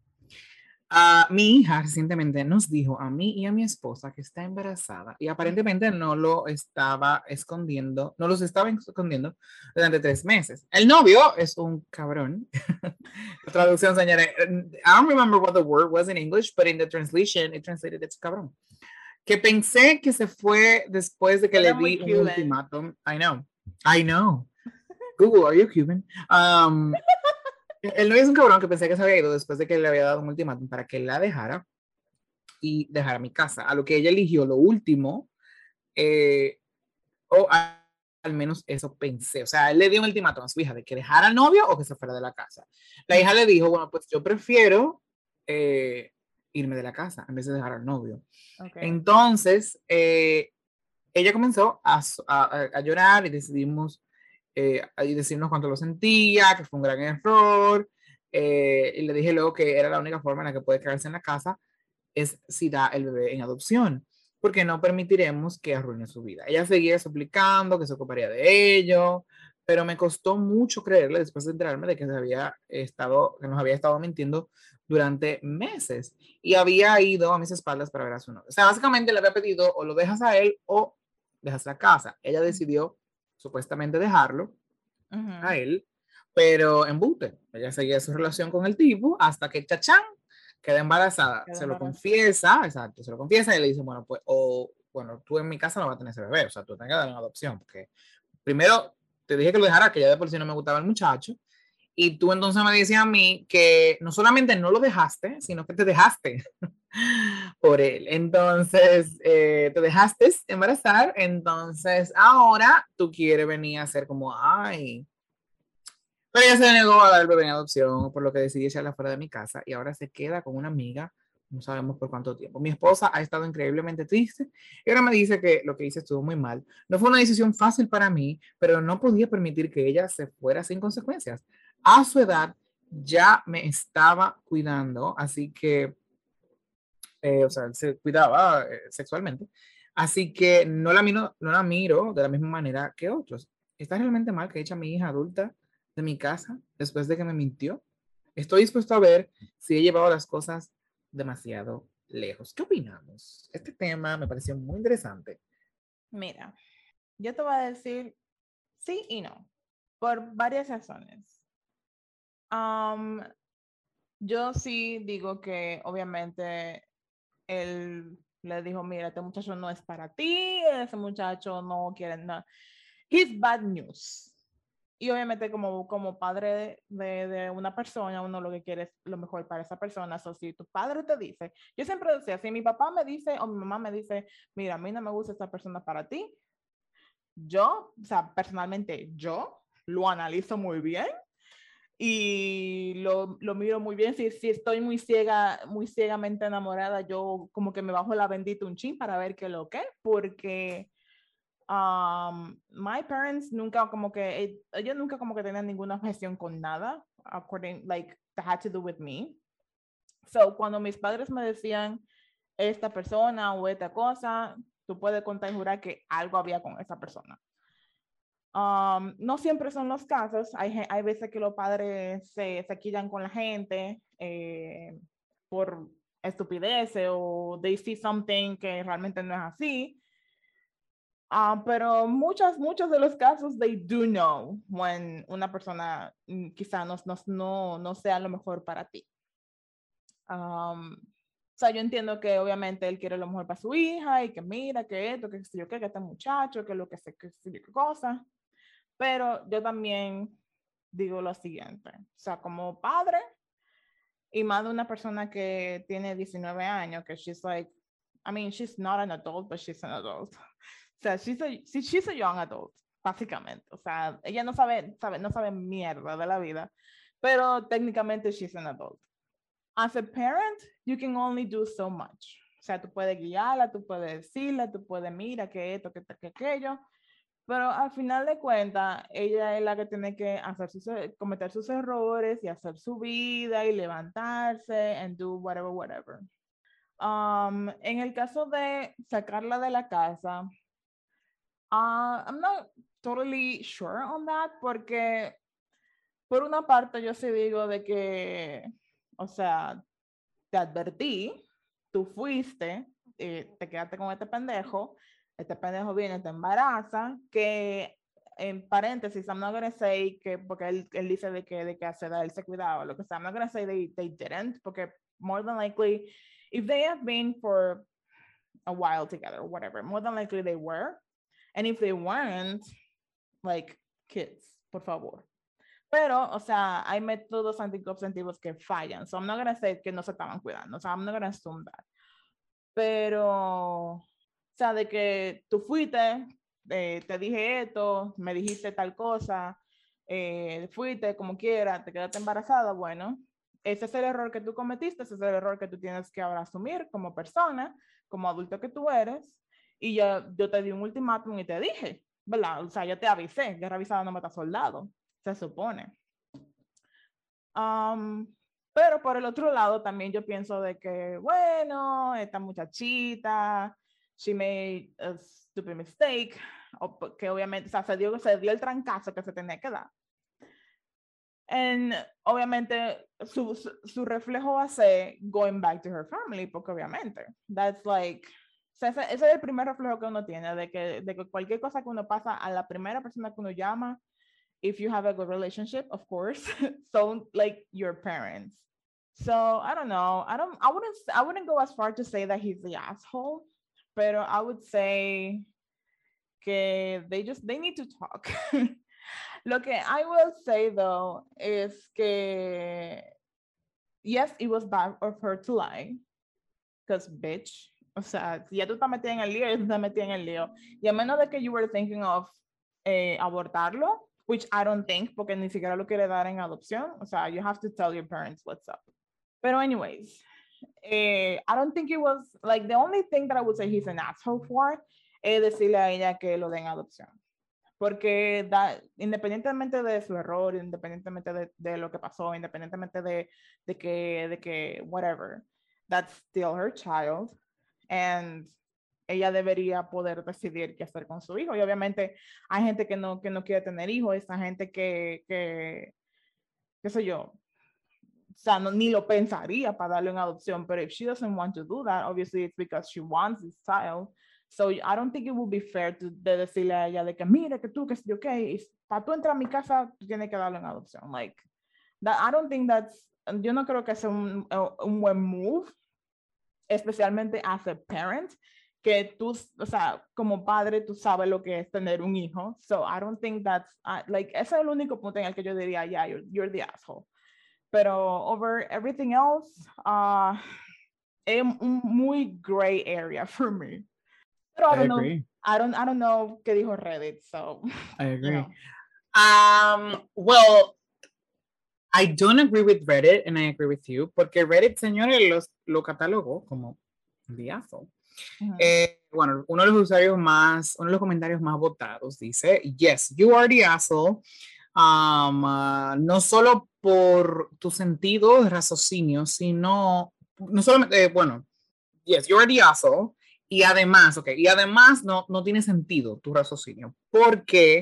uh, mi hija recientemente nos dijo a mí y a mi esposa que está embarazada y aparentemente no lo estaba escondiendo, no los estaba escondiendo durante tres meses. El novio es un cabrón. La traducción, señores, I don't remember what the word was in English, but in the translation, it translated it's cabrón. Que pensé que se fue después de que Pero le di un ultimátum. I know, I know. Google, are you Cuban? Um, el novio es un cabrón que pensé que se había ido después de que le había dado un ultimátum para que la dejara y dejara mi casa. A lo que ella eligió lo último, eh, o a, al menos eso pensé. O sea, él le dio un ultimátum a su hija de que dejara al novio o que se fuera de la casa. La hija le dijo, bueno, pues yo prefiero eh, irme de la casa en vez de dejar al novio. Okay. Entonces, eh, ella comenzó a, a, a llorar y decidimos eh, y decirnos cuánto lo sentía, que fue un gran error. Eh, y le dije luego que era la única forma en la que puede quedarse en la casa es si da el bebé en adopción, porque no permitiremos que arruine su vida. Ella seguía suplicando que se ocuparía de ello, pero me costó mucho creerle después de enterarme de que, se había estado, que nos había estado mintiendo durante meses y había ido a mis espaldas para ver a su novio. O sea, básicamente le había pedido o lo dejas a él o dejas la casa. Ella decidió supuestamente dejarlo uh-huh. a él, pero embute. Ella seguía su relación con el tipo hasta que chachán queda embarazada. Queda se lo embarazada. confiesa, exacto, se lo confiesa y le dice, bueno, pues, o, bueno, tú en mi casa no vas a tener ese bebé, o sea, tú tengas que dar en adopción, porque primero te dije que lo dejara, que ya de por sí no me gustaba el muchacho, y tú entonces me decías a mí que no solamente no lo dejaste, sino que te dejaste por él. Entonces, eh, te dejaste embarazar, entonces ahora tú quieres venir a hacer como, ay, pero ella se negó a dar el bebé en adopción, por lo que decidí echarla fuera de mi casa y ahora se queda con una amiga, no sabemos por cuánto tiempo. Mi esposa ha estado increíblemente triste y ahora me dice que lo que hice estuvo muy mal. No fue una decisión fácil para mí, pero no podía permitir que ella se fuera sin consecuencias. A su edad ya me estaba cuidando, así que, eh, o sea, se cuidaba eh, sexualmente, así que no la, miro, no la miro de la misma manera que otros. ¿Está realmente mal que eche a mi hija adulta de mi casa después de que me mintió? Estoy dispuesto a ver si he llevado las cosas demasiado lejos. ¿Qué opinamos? Este tema me pareció muy interesante. Mira, yo te voy a decir sí y no, por varias razones. Um, yo sí digo que obviamente él le dijo, mira, este muchacho no es para ti, ese muchacho no quiere nada. He's bad news. Y obviamente como, como padre de, de una persona, uno lo que quiere es lo mejor para esa persona. So, si tu padre te dice, yo siempre decía, si mi papá me dice o mi mamá me dice, mira, a mí no me gusta esta persona para ti, yo, o sea, personalmente yo lo analizo muy bien y lo, lo miro muy bien. Si, si estoy muy ciega, muy ciegamente enamorada, yo como que me bajo la bendita un chin para ver qué es lo que, porque Um, my parents nunca como que, ellos nunca como que tenían ninguna objeción con nada, according, like, that had to do with me. So, cuando mis padres me decían esta persona o esta cosa, tú puedes contar y jurar que algo había con esa persona. Um, no siempre son los casos. Hay, hay veces que los padres se, se quillan con la gente eh, por estupideces o they see something que realmente no es así. Uh, pero muchos, muchos de los casos, they do know when una persona mm, quizá no, no, no, no sea lo mejor para ti. Um, o sea, yo entiendo que obviamente él quiere lo mejor para su hija y que mira, que esto, que sé yo qué, que este muchacho, que lo que sé, que sé yo qué cosa. Pero yo también digo lo siguiente, o sea, como padre y más de una persona que tiene diecinueve años, que she's like, I mean, she's not an adult, but she's an adult. O sea, she's a, she's a young adult, básicamente. O sea, ella no sabe, sabe, no sabe mierda de la vida, pero técnicamente she's an adult. As a parent, you can only do so much. O sea, tú puedes guiarla, tú puedes decirle, tú puedes mira que esto, que, que aquello, pero al final de cuentas, ella es la que tiene que hacer sus, cometer sus errores y hacer su vida y levantarse and do whatever, whatever. Um, en el caso de sacarla de la casa, uh, I'm not totally sure on that, porque por una parte yo sí digo de que, o sea, te advertí, tú fuiste, eh, te quedaste con este pendejo, este pendejo viene, te embaraza, que en paréntesis, I'm not gonna say que, porque él, él dice de que, de que hace él se cuidaba, lo que sea, I'm not gonna say they, they didn't, porque more than likely, if they have been for a while together, whatever, more than likely they were, and if they weren't, like, kids, por favor. Pero, o sea, hay métodos anticonceptivos que fallan. So I'm not going to say que no se estaban cuidando. O sea, I'm not going to assume that. Pero, o sea, de que tú fuiste, eh, te dije esto, me dijiste tal cosa, eh, fuiste como quiera, te quedaste embarazada, bueno, ese es el error que tú cometiste, ese es el error que tú tienes que ahora asumir como persona, como adulto que tú eres, y yo, yo te di un ultimátum y te dije, ¿verdad? O sea, yo te avisé, guerra avisada no mata soldado, se supone. Um, pero por el otro lado también yo pienso de que, bueno, esta muchachita, she made a stupid mistake, o que obviamente, o sea, se dio, se dio el trancazo que se tenía que dar. And obviamente su, su, su reflejo va a ser going back to her family, porque obviamente, that's like, o sea, ese, ese es el primer reflejo que uno tiene, de que, de que cualquier cosa que uno pasa a la primera persona que uno llama, if you have a good relationship, of course, so like your parents. So I don't know. I don't. I wouldn't. I wouldn't go as far to say that he's the asshole, but I would say que they just they need to talk. Lo que I will say though is que yes, it was bad of her to lie, because bitch. O sea, si ya tú estás metida en el lío, ya tú estás metida en el lío. Y a menos de que you were thinking of eh, abortarlo, which I don't think, porque ni siquiera lo quiere dar en adopción. O sea, you have to tell your parents what's up. Pero anyways, eh, I don't think it was, like, the only thing that I would say he's an asshole for es decirle a ella que lo den adopción. Porque da, independientemente de su error, independientemente de, de lo que pasó, independientemente de, de, que, de que, whatever, that's still her child. And ella debería poder decidir qué hacer con su hijo. Y obviamente hay gente que no, que no quiere tener hijos, esa gente que, que, qué sé yo, o sea, no, ni lo pensaría para darle una adopción, pero if she doesn't want to do that, obviously it's because she wants this child. So I don't think it would be fair to de decirle a ella de que mira que tú, que sí, ok, para tú entrar a mi casa, tú tienes que darle una adopción. Like, that, I don't think that's, yo no creo que sea un, un buen move, especialmente as a parent, que tú, o sea, como padre, tú sabes lo que es tener un hijo. So I don't think that's, uh, like, ese es el único punto en el que yo diría, yeah, you're, you're the asshole. Pero over everything else, uh, es un muy gray area for me. Pero I don't I know, agree. I don't, I don't know qué dijo Reddit, so. I agree. You know. Um, well, I don't agree with Reddit and I agree with you, porque Reddit, señores, los, lo catalogó como the asshole. Uh-huh. Eh, bueno, uno de los usuarios más, uno de los comentarios más votados dice, yes, you are the asshole, um, uh, no solo por tu sentido de raciocinio, sino, no solamente, eh, bueno, yes, you are the asshole, y además, ok, y además no, no tiene sentido tu raciocinio, porque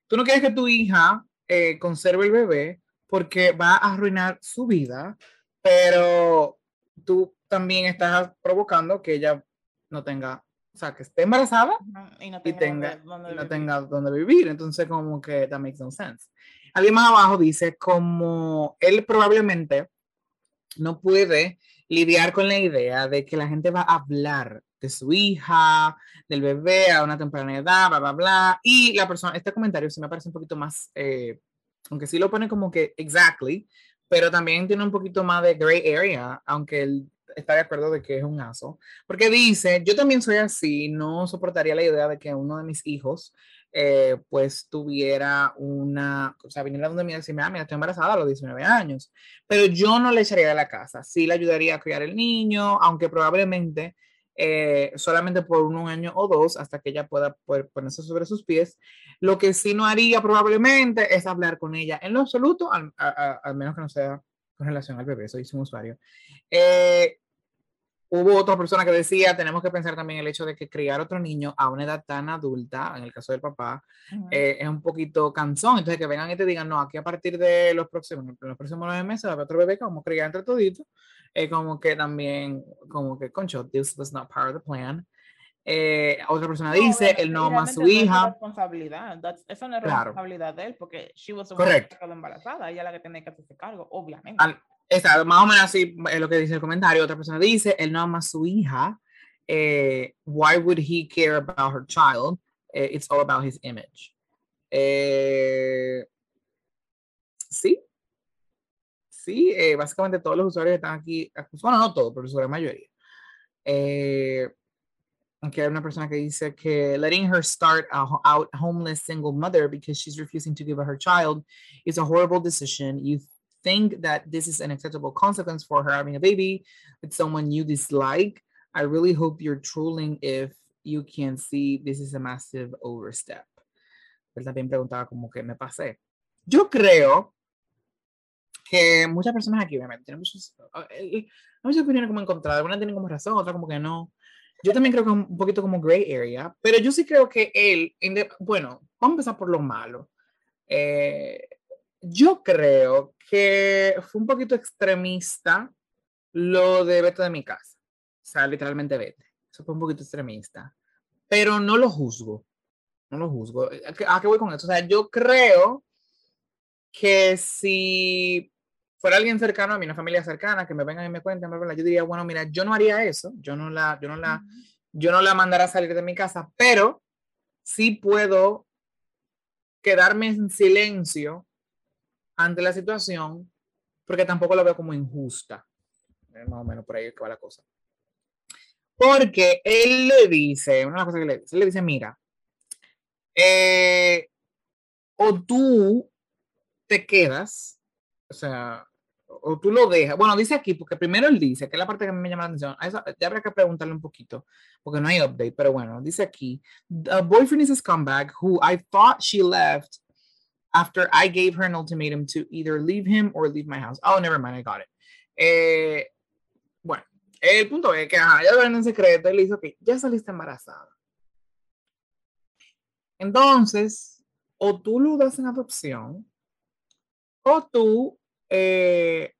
tú no quieres que tu hija eh, conserve el bebé porque va a arruinar su vida, pero tú también estás provocando que ella no tenga, o sea, que esté embarazada uh-huh. y no y tenga, tenga, dónde, dónde y no vivir. tenga dónde vivir. Entonces, como que that makes no sense. Alguien más abajo dice como él probablemente no puede lidiar con la idea de que la gente va a hablar de su hija, del bebé a una temprana edad, bla, bla, bla. Y la persona, este comentario sí me parece un poquito más, eh, aunque sí lo pone como que exactly, pero también tiene un poquito más de gray area, aunque él está de acuerdo de que es un aso. Porque dice, yo también soy así, no soportaría la idea de que uno de mis hijos eh, pues tuviera una, o sea, viniera donde me decirme, ah, mira, estoy embarazada a los diecinueve años, pero yo no le echaría de la casa, sí le ayudaría a criar el niño, aunque probablemente eh, solamente por un año o dos hasta que ella pueda poder ponerse sobre sus pies. Lo que sí no haría probablemente es hablar con ella en lo absoluto, al, a, a, al menos que no sea con relación al bebé, soy un usuario. Eh, Hubo otra persona que decía, tenemos que pensar también el hecho de que criar otro niño a una edad tan adulta, en el caso del papá, uh-huh. eh, es un poquito cansón. Entonces que vengan y te digan, no, aquí a partir de los próximos, los próximos nueve meses va a haber otro bebé que vamos a criar entre toditos. Eh, como que también, como que, concho, this was not part of the plan. Eh, otra persona no, dice, él no ama a su hija. No es responsabilidad. That's, eso no es claro. responsabilidad de él, porque she was correcto. embarazada, ella es la que tiene que hacerse cargo, obviamente. Al, Exacto, más o menos así es lo que dice el comentario. Otra persona dice, él no ama a su hija. Eh, why would he care about her child? Eh, it's all about his image. Eh, sí. Sí, eh, básicamente todos los usuarios están aquí, bueno, no todos, pero su gran mayoría. Eh, aunque hay una persona que dice que letting her start a out homeless single mother because she's refusing to give up her child is a horrible decision. You think that this is an acceptable consequence for her having a baby with someone you dislike? I really hope you're trolling if you can see this is a massive overstep. Él también preguntaba como que me pasé. Yo creo que muchas personas aquí, obviamente, tienen muchas, muchas opiniones como encontradas. Algunas tienen como razón, otras como que no. Yo también creo que es un poquito como gray area, pero yo sí creo que él, bueno, vamos a empezar por lo malo. Eh, yo creo que fue un poquito extremista lo de vete de mi casa. O sea, literalmente vete. Eso fue un poquito extremista. Pero no lo juzgo. No lo juzgo. ¿A qué voy con esto? O sea, yo creo que si fuera alguien cercano a mí, una familia cercana, que me vengan y me cuenten, yo diría, bueno, mira, yo no haría eso. Yo no la, yo no la, uh-huh. yo no la mandaré a salir de mi casa, pero sí puedo quedarme en silencio ante la situación, porque tampoco la veo como injusta. Más o menos por ahí que va la cosa. Porque él le dice, una de las cosas que le dice, él le dice, mira, eh, o tú te quedas, o sea, o tú lo dejas. Bueno, dice aquí, porque primero él dice, que es la parte que a mí me llama la atención, a eso, ya habría que preguntarle un poquito, porque no hay update, pero bueno, dice aquí, the boyfriend is a scumbag who I thought she left after I gave her an ultimatum to either leave him or leave my house. Oh, never mind, I got it. Eh, bueno, el punto es que ajá, ya lo ven en secreto, él le dice, ok, ya saliste embarazada. Entonces, o tú lo das en adopción, o tú eh,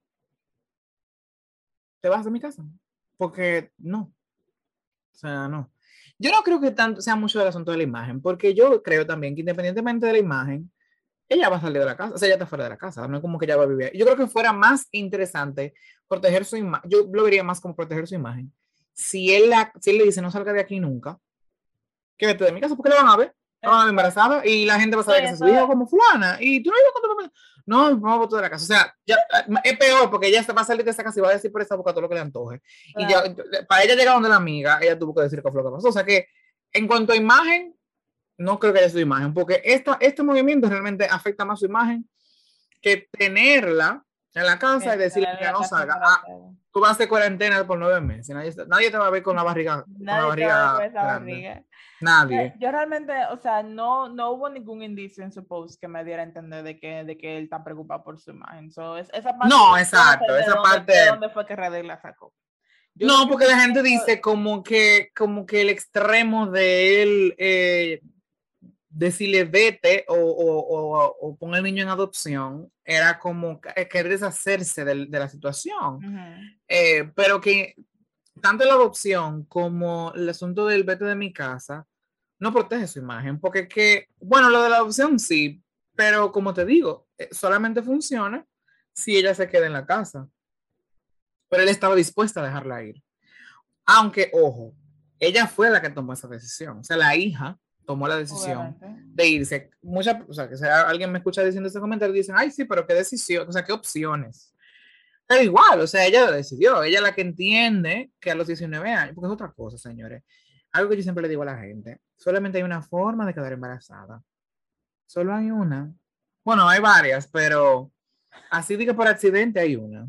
te vas de mi casa, porque no, o sea, no. Yo no creo que tanto sea mucho del asunto de la imagen, porque yo creo también que independientemente de la imagen, ella va a salir de la casa, o sea, ella está fuera de la casa, no es como que ella va a vivir. Yo creo que fuera más interesante proteger su imagen, yo lo vería más como proteger su imagen. Si él, la, si él le dice no salga de aquí nunca, que vete de mi casa, porque le van a ver, la van a ver embarazada y la gente va a saber que es su hija como fulana, y tú no ibas con tu papá. No, vamos a botar de la casa. O sea, ya, es peor porque ella se va a salir de esa casa y va a decir por esa boca todo lo que le antoje. Claro. Y ya, para ella llegar donde la amiga, ella tuvo que decir qué fue lo que pasó. O sea que, en cuanto a imagen, no creo que haya su imagen, porque esta, este movimiento realmente afecta más su imagen que tenerla en la casa y decirle que no salga. Ah, tú vas de cuarentena por nueve meses. Nadie, nadie te va a ver con la barriga, con la barriga grande. Barriga. Nadie. Yo realmente, o sea, no, no hubo ningún indicio en su post que me diera a entender de que, de que él está preocupado por su imagen. So, es, esa parte no, exacto. De esa dónde, parte. ¿De dónde fue que Reddit la sacó? Yo no, porque la gente dice como que, como que el extremo de él, eh, decirle vete o, o, o, o pon el niño en adopción, era como querer deshacerse de, de la situación. Uh-huh. Eh, pero que tanto la adopción como el asunto del vete de mi casa no protege su imagen, porque que, bueno, lo de la adopción sí, pero como te digo, solamente funciona si ella se queda en la casa. Pero él estaba dispuesta a dejarla ir. Aunque, ojo, ella fue la que tomó esa decisión. O sea, la hija tomó la decisión Obviamente. de irse. Mucha, o sea, que sea, alguien me escucha diciendo ese comentario y dicen, ay, sí, pero qué decisión, o sea, qué opciones. Pero igual, o sea, ella lo decidió. Ella es la que entiende que a los diecinueve años, porque es otra cosa, señores. Algo que yo siempre le digo a la gente, solamente hay una forma de quedar embarazada. Solo hay una. Bueno, hay varias, pero así de que por accidente hay una.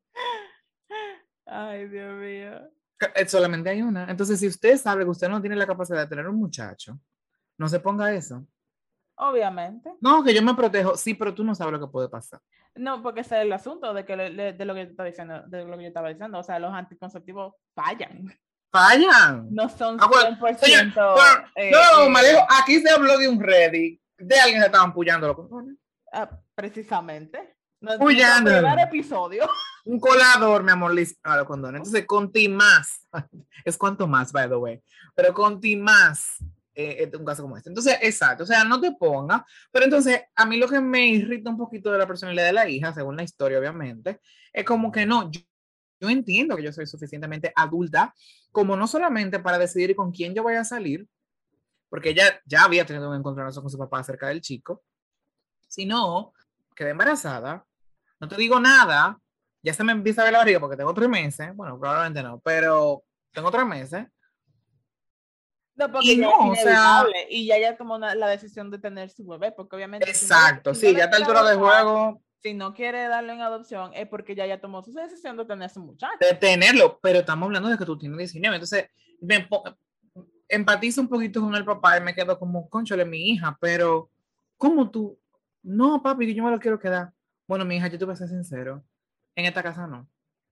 Ay, Dios mío. Solamente hay una. Entonces, si usted sabe que usted no tiene la capacidad de tener un muchacho, no se ponga eso. Obviamente. No, que yo me protejo. Sí, pero tú no sabes lo que puede pasar. No, porque ese es el asunto de, que le, de lo que yo estaba diciendo, de lo que yo estaba diciendo. O sea, los anticonceptivos fallan. Fallan. No son Ah, bueno, cien por ciento. señor, eh, no, eh, Malejo, aquí se habló de un Reddit. De alguien que estaban puyando los condones. ah, precisamente. No, Puyando. nuestro primer episodio. Un colador, mi amor, a los condones. Entonces, conti más. Es cuanto más, by the way. Pero conti más. Eh, un caso como este. Entonces, exacto, o sea, no te pongas, pero entonces a mí lo que me irrita un poquito de la personalidad de la hija, según la historia, obviamente, es como que no, yo, yo entiendo que yo soy suficientemente adulta, como no solamente para decidir con quién yo voy a salir, porque ella ya había tenido un encontronazo con su papá acerca del chico, sino quedé embarazada, no te digo nada, ya se me empieza a ver la barriga porque tengo tres meses, bueno, probablemente no, pero tengo tres meses. No, porque y ya no, es inevitable, o sea, y ya ya tomó una, la decisión de tener su bebé, porque obviamente... Exacto, si no, si sí, no ya está altura de juego... Si no quiere darlo en adopción, es porque ya ya tomó su decisión de tener su muchacho. De tenerlo, pero estamos hablando de que tú tienes diecinueve, entonces me empatizo un poquito con el papá y me quedo como, conchole, mi hija, pero ¿cómo tú? No, papi, que yo me lo quiero quedar. Bueno, mi hija, yo te voy a ser sincero, en esta casa no.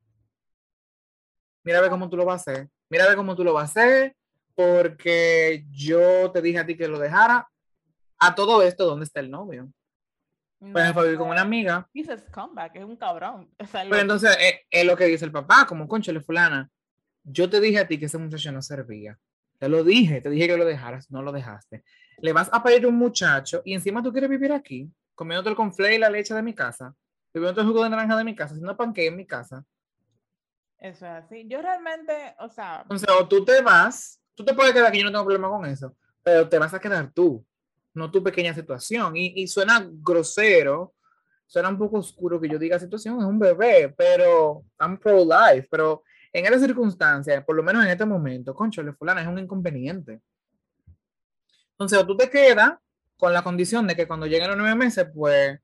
Mira a ver cómo tú lo vas a hacer, mira a ver cómo tú lo vas a hacer, porque yo te dije a ti que lo dejara. A todo esto, ¿dónde está el novio? No, pues fue vivir con una amiga. Dices comeback, es un cabrón. O sea, pero lo... entonces es, es lo que dice el papá, como conchole fulana. Yo te dije a ti que ese muchacho no servía. Te lo dije, te dije que lo dejaras, no lo dejaste. Le vas a pedir un muchacho y encima tú quieres vivir aquí, comiendo el conflé y la leche de mi casa, bebiendo el jugo de naranja de mi casa, haciendo panqueque en mi casa. Eso es así. Yo realmente, o sea... Entonces, o tú te vas, tú te puedes quedar aquí, yo no tengo problema con eso, pero te vas a quedar tú, no tu pequeña situación. Y, y suena grosero, suena un poco oscuro que yo diga situación, es un bebé, pero I'm pro-life, pero en esa circunstancia, por lo menos en este momento, conchole, fulana, es un inconveniente. Entonces, o tú te quedas con la condición de que cuando lleguen los nueve meses, pues,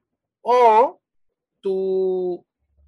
o tú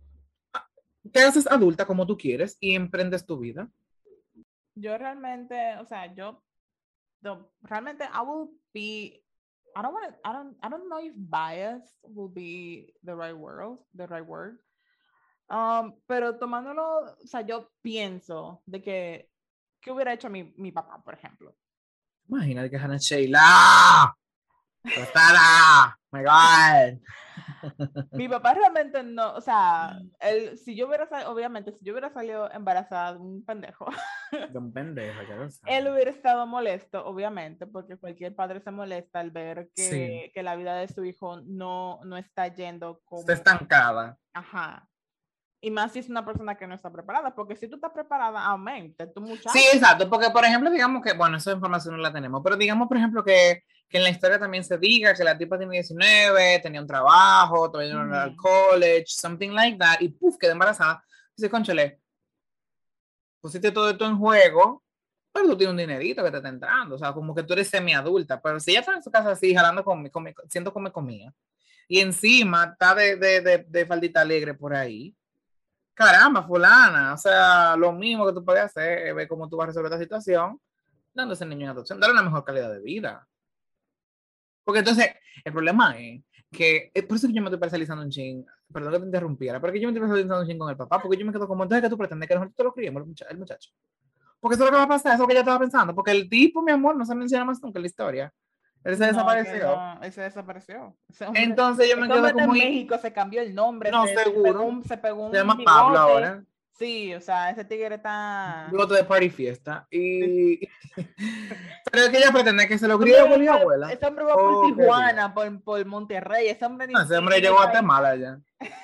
te haces adulta como tú quieres y emprendes tu vida. Yo realmente, o sea, yo, no, realmente, I will be, I don't want to, I don't, I don't know if bias will be the right word, the right word. Um, pero tomándolo, o sea, yo pienso de que, ¿qué hubiera hecho mi, mi papá, por ejemplo? Imagínate que Hannah Sheila. ¡Estará! ¡My God! Mi papá realmente no, o sea, él, si yo hubiera salido, obviamente, si yo hubiera salido embarazada de un pendejo, de un pendejo, ya lo sabes. Él hubiera estado molesto, obviamente, porque cualquier padre se molesta al ver que, sí. que la vida de su hijo no, no está yendo como... Está estancada. Ajá. Y más si es una persona que no está preparada, porque si tú estás preparada, amén, tu muchacho. Sí, exacto, porque por ejemplo, digamos que, bueno, esa información no la tenemos, pero digamos, por ejemplo, que, que en la historia también se diga que la tipa tiene diecinueve, tenía un trabajo, todavía no iba al college, something like that, y puf, quedó embarazada. Dice, conchale, pusiste todo esto en juego, pero tú tienes un dinerito que te está entrando, o sea, como que tú eres semiadulta, pero si ella está en su casa así, jalando, con, con, siendo come comida, y encima está de, de, de, de faldita alegre por ahí, caramba, fulana, o sea, lo mismo que tú puedes hacer es ver cómo tú vas a resolver esta situación, dando a ese niño en adopción, darle una mejor calidad de vida. Porque entonces, el problema es que, es por eso que yo me estoy parcializando un ching, perdón que te interrumpiera, pero que yo me estoy parcializando un ching con el papá, porque yo me quedo como, entonces que tú pretendes que nosotros te lo criemos, el, muchacho, el muchacho. Porque eso es lo que va a pasar, eso es lo que ella estaba pensando, porque el tipo, mi amor, no se menciona más nunca en la historia. Él se No, desapareció. no, él se desapareció. Hombre, Entonces yo me quedo como... en México se cambió el nombre. No, se, seguro. Se pegó un, se pegó un se llama bigote. Pablo ahora. Sí, o sea, ese tigre está... Bigote de party fiesta. Y... Pero es que ella pretende que se lo críe con la abuela. Ese hombre va por oh, Tijuana, por, por Monterrey. Ese hombre, no, ese hombre llegó a Guatemala ya.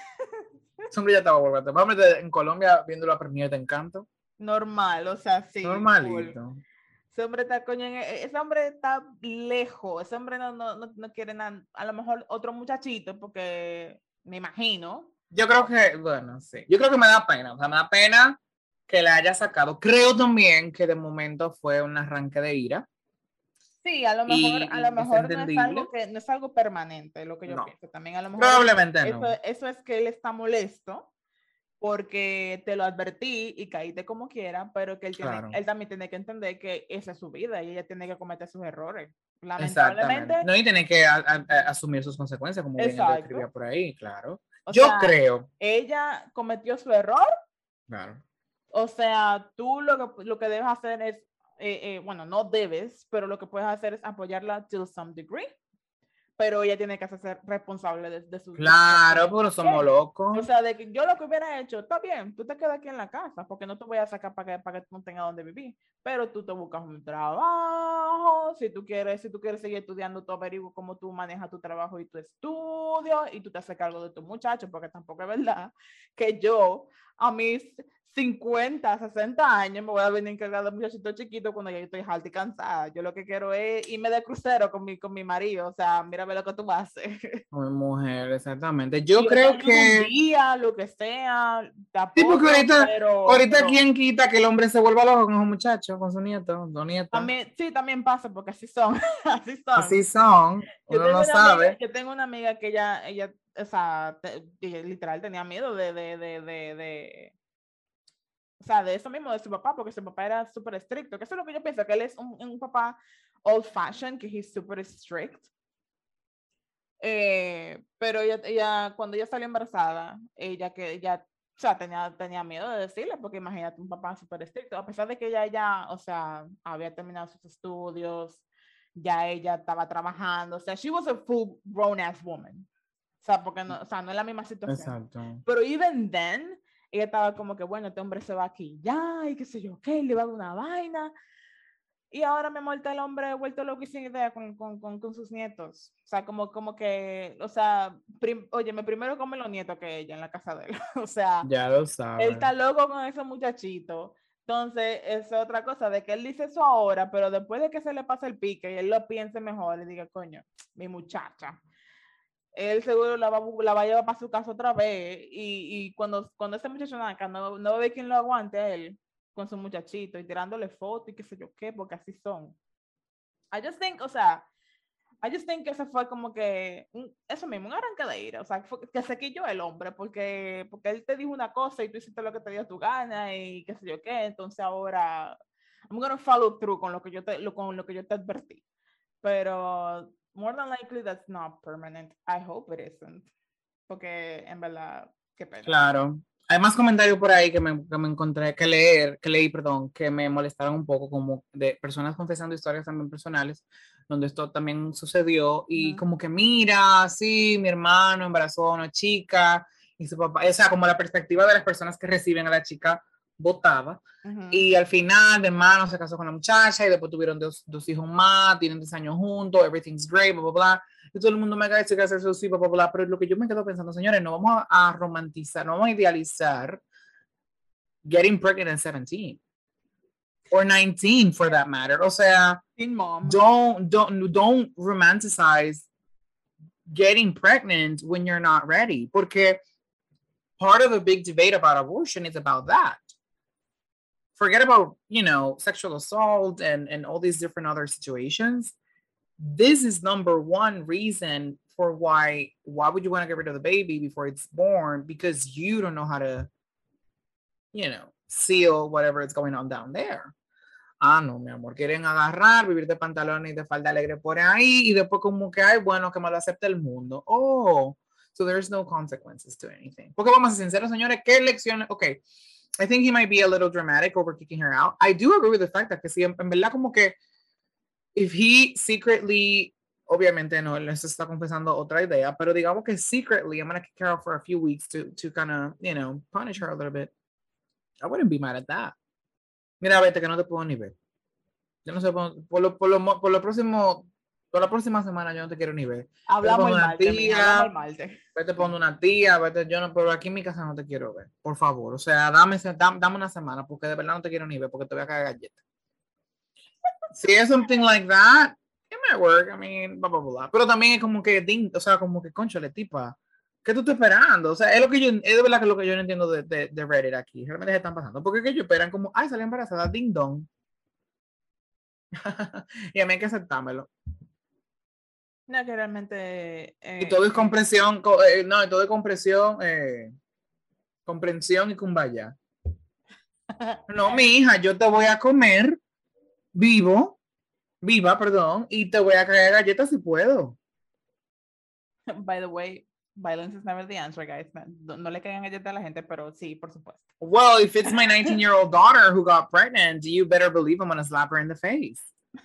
Ese hombre ya estaba por Guatemala. En Colombia viendo la premiere de Encanto. Normal, o sea, sí. Normalito. Cool. Ese hombre está, coño, ese hombre está lejos. Ese hombre no, no, no, no quiere nada. A lo mejor otro muchachito, porque me imagino. Yo creo que, bueno, sí. Yo creo que me da pena. O sea, me da pena que la haya sacado. Creo también que de momento fue un arranque de ira. Sí, a lo mejor, y, a lo mejor no es algo que no es algo permanente, lo que yo no. pienso. También a lo mejor probablemente eso, no. Eso, eso es que él está molesto porque te lo advertí y caíste como quiera, pero que él, tiene, claro. él también tiene que entender que esa es su vida y ella tiene que cometer sus errores. Lamentablemente. No, y tiene que a, a, a asumir sus consecuencias, como bien él escribía por ahí, claro. O yo sea, creo. Ella cometió su error. Claro. O sea, tú lo que, lo que debes hacer es, eh, eh, bueno, no debes, pero lo que puedes hacer es apoyarla to some degree. Pero ella tiene que hacerse responsable de, de sus... Claro, pero somos locos. O sea, de que yo lo que hubiera hecho, está bien, tú te quedas aquí en la casa, porque no te voy a sacar para que, para que tú no tengas donde vivir, pero tú te buscas un trabajo, si tú quieres, si tú quieres seguir estudiando, tú averiguas cómo tú manejas tu trabajo y tu estudio, y tú te haces cargo de tu muchacho, porque tampoco es verdad que yo, a mis cincuenta, sesenta años, me voy a venir encargada de muchachito chiquito cuando ya estoy alta y cansada. Yo lo que quiero es irme de crucero con mi, con mi marido, o sea, mírame lo que tú haces. Mi mujer, exactamente. Yo y creo que... Un día, lo que sea, te apoyo, sí, porque ahorita, pero, ahorita pero... ¿quién quita que el hombre se vuelva loco con un muchacho, con su nieto, dos nietos? También, sí, también pasa, porque así son, así son. Así son, uno no sabe. Amiga, yo tengo una amiga que ella, ella o sea, te, literal tenía miedo de, de, de, de, de o sea, de eso mismo, de su papá, porque su papá era súper estricto, que eso es lo que yo pienso, que él es un, un papá old fashioned, que he's súper strict. Eh, pero ella, ella, cuando ella salió embarazada, ella que ella, o sea, tenía, tenía miedo de decirle, porque imagínate un papá súper estricto, a pesar de que ella, ya, o sea, había terminado sus estudios, ya ella estaba trabajando, o sea, she was a full grown ass woman. O sea, porque no, o sea, no es la misma situación. Exacto. Pero even then, ella estaba como que, bueno, este hombre se va aquí ya, y qué sé yo, qué, le va a dar una vaina. Y ahora me muerta el hombre vuelto loco y sin idea con, con, con, con sus nietos. O sea, como, como que, o sea, prim, oye, me primero come los nietos que ella en la casa de él. O sea, ya lo sabe. Él está loco con ese muchachito. Entonces, es otra cosa, de que él dice eso ahora, pero después de que se le pase el pique y él lo piense mejor, le diga, coño, mi muchacha. Él seguro la va, la va a llevar para su casa otra vez y, y cuando, cuando ese muchacho naca, no, no ve quién lo aguante a él con su muchachito y tirándole fotos y qué sé yo qué, porque así son. I just think, o sea, I just think que eso fue como que, eso mismo, un arranque de ira, o sea, fue, que se quilló el hombre porque, porque él te dijo una cosa y tú hiciste lo que te dio tu gana y qué sé yo qué, entonces ahora I'm gonna follow through con lo que yo te, lo, con lo que yo te advertí. Pero more than likely that's not permanent. I hope it isn't. Porque en verdad, qué pena. Claro. Hay más comentarios por ahí que me, que me encontré, que leer, que leí, perdón, que me molestaron un poco, como de personas confesando historias también personales, donde esto también sucedió, y uh-huh. como que mira, sí, mi hermano embarazó a una chica, y su papá, o sea, como la perspectiva de las personas que reciben a la chica votada, uh-huh. y al final mi hermano se casó con la muchacha, y después tuvieron dos, dos hijos más, tienen diez años juntos, everything's great, bla, bla, bla. Y todo el mundo me cae, que hacer sí, bla, bla, bla, pero lo que yo me quedo pensando, señores, no vamos a, a romantizar, no vamos a idealizar getting pregnant at seventeen or nineteen for that matter. O sea, don't, don't, don't romanticize getting pregnant when you're not ready, porque part of the big debate about abortion is about that. Forget about, you know, sexual assault and, and all these different other situations. This is number one reason for why why would you want to get rid of the baby before it's born, because you don't know how to, you know, seal whatever is going on down there. Ah, no, mi amor, quieren agarrar, vivir de pantalones y de falda alegre por ahí, y después como que, ay, bueno, que me lo acepte el mundo. Oh, so there's no consequences to anything. Porque vamos a ser sinceros, señores, ¿qué lecciones? Okay, I think he might be a little dramatic over kicking her out. I do agree with the fact that que si en, en verdad como que if he secretly obviamente no, él se está confesando otra idea, pero digamos que secretly I'm gonna kick her out for a few weeks to, to kind of, you know, punish her a little bit. I wouldn't be mad at that. Mira, vete que no te puedo ni ver. Yo no sé, por, por, lo, por, lo, por lo próximo, por la próxima semana yo no te quiero ni ver. Hablamos el una martes, tía, mija, hablamos el martes. Vete poniendo una tía, vete, yo no, pero aquí en mi casa no te quiero ver, por favor. O sea, dame, dame, dame una semana, porque de verdad no te quiero ni ver, porque te voy a caer galleta. Si es something like that, it might work, I mean, blah, blah, blah. Pero también es como que, o sea, como que, conchale, tipa, ¿qué tú estás esperando? O sea, es lo que yo, es de verdad que lo que yo no entiendo de, de, de Reddit aquí. Realmente se están pasando. Porque es que ellos esperan como, ay, salió embarazada, ding dong. Y a mí hay que aceptármelo. No, que realmente... Eh, y todo es comprensión, eh, no, y todo es compresión, eh, comprensión y kumbaya. No, mi hija, yo te voy a comer vivo, viva, perdón, y te voy a caer galletas si puedo. By the way, violence is never the answer, guys. No, no le caigan galletas a la gente, pero sí, por supuesto. Well, if it's my nineteen-year-old daughter who got pregnant, you better believe I'm gonna slap her in the face.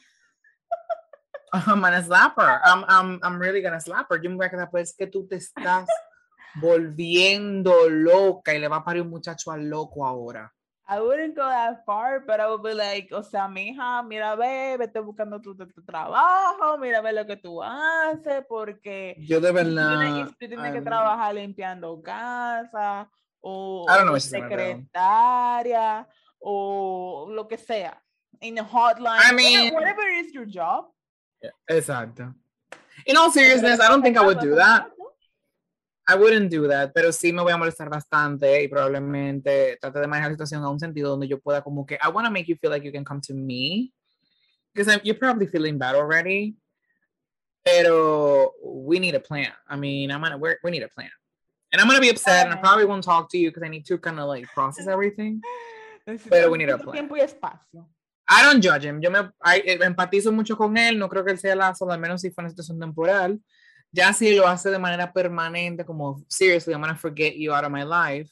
I'm gonna slap her. I'm, I'm, I'm really gonna slap her. Yo me voy a quedar, pues, que tú te estás volviendo loca y le va a parir un muchacho al loco ahora. I wouldn't go that far, but I would be like, o sea, mija, mira, ve, vete buscando tu, tu, tu trabajo, mira, ve lo que tú haces, porque yo de verdad, tú tienes, tú tienes que trabajar limpiando casa, o, o secretaria, o lo que sea, in a hotline, I mean, whatever, whatever is your job. Yeah, exacto. In all seriousness, I don't think I would do that. I wouldn't do that, pero sí me voy a molestar bastante y probablemente trate de manejar la situación a un sentido donde yo pueda como que I want to make you feel like you can come to me because you're probably feeling bad already, pero we need a plan. I mean, I'm gonna we're, we need a plan, and I'm gonna be upset, and I probably won't talk to you because I need to kind of like process everything. Pero we need a plan. Tiempo y espacio. I don't judge him. Yo me I, empatizo mucho con él. No creo que él sea la sola, al menos si fue una situación temporal. Ya si lo hace de manera permanente, como seriously, I'm gonna forget you out of my life,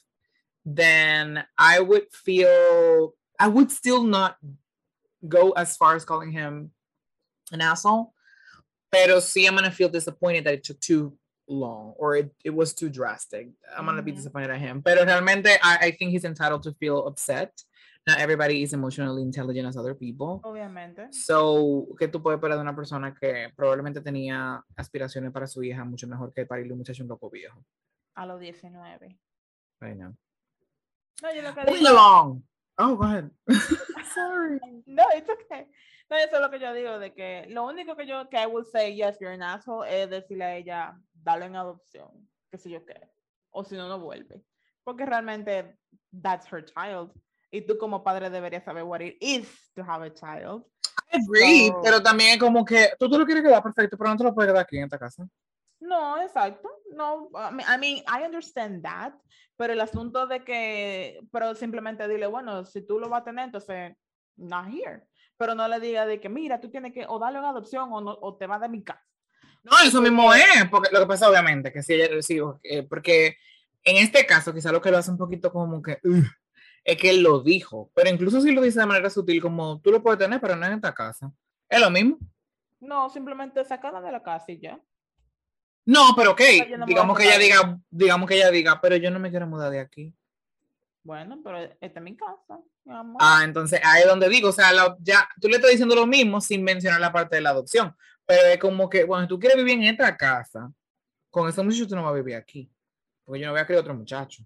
then I would feel, I would still not go as far as calling him an asshole, pero sí I'm gonna feel disappointed that it took too long or it, it was too drastic. I'm gonna mm-hmm. be disappointed at him. Pero realmente, I, I think he's entitled to feel upset. Not everybody is emotionally intelligent as other people. Obviamente. So, ¿qué tú puedes esperar de una persona que probablemente tenía aspiraciones para su hija mucho mejor que parirle un muchacho un poco viejo? A los diecinueve. I know. No, yo lo que digo... along. Oh, go ahead. Sorry. No, it's okay. No, eso es lo que yo digo, de que lo único que yo, que I would say, yes, you're an asshole, es decirle a ella, dalo en adopción, que si yo qué. O si no, no vuelve. Porque realmente, that's her child. Y tú como padre deberías saber what it is to have a child. I agree, so, pero también es como que tú te lo quieres quedar perfecto, pero no te lo puedes quedar aquí en esta casa. No, exacto. No, I mean, I understand that, pero el asunto de que, pero simplemente dile, bueno, si tú lo vas a tener, entonces, not here. Pero no le diga de que, mira, tú tienes que o darle una adopción o, no, o te vas de mi casa. No, eso mismo es, porque lo que pasa obviamente, que si ella recibe, eh, porque en este caso quizá lo que lo hace un poquito como que, uh, es que él lo dijo, pero incluso si lo dice de manera sutil, como tú lo puedes tener, pero no en esta casa. ¿Es lo mismo? No, simplemente sacarla de la casa y ya. No, pero ok, no digamos que ella diga, digamos que ella diga, pero yo no me quiero mudar de aquí. Bueno, pero esta es mi casa, mi amor. Ah, entonces ahí es donde digo, o sea, la, ya tú le estás diciendo lo mismo sin mencionar la parte de la adopción, pero es como que, bueno, si tú quieres vivir en esta casa, con ese muchacho tú no vas a vivir aquí, porque yo no voy a criar otro muchacho.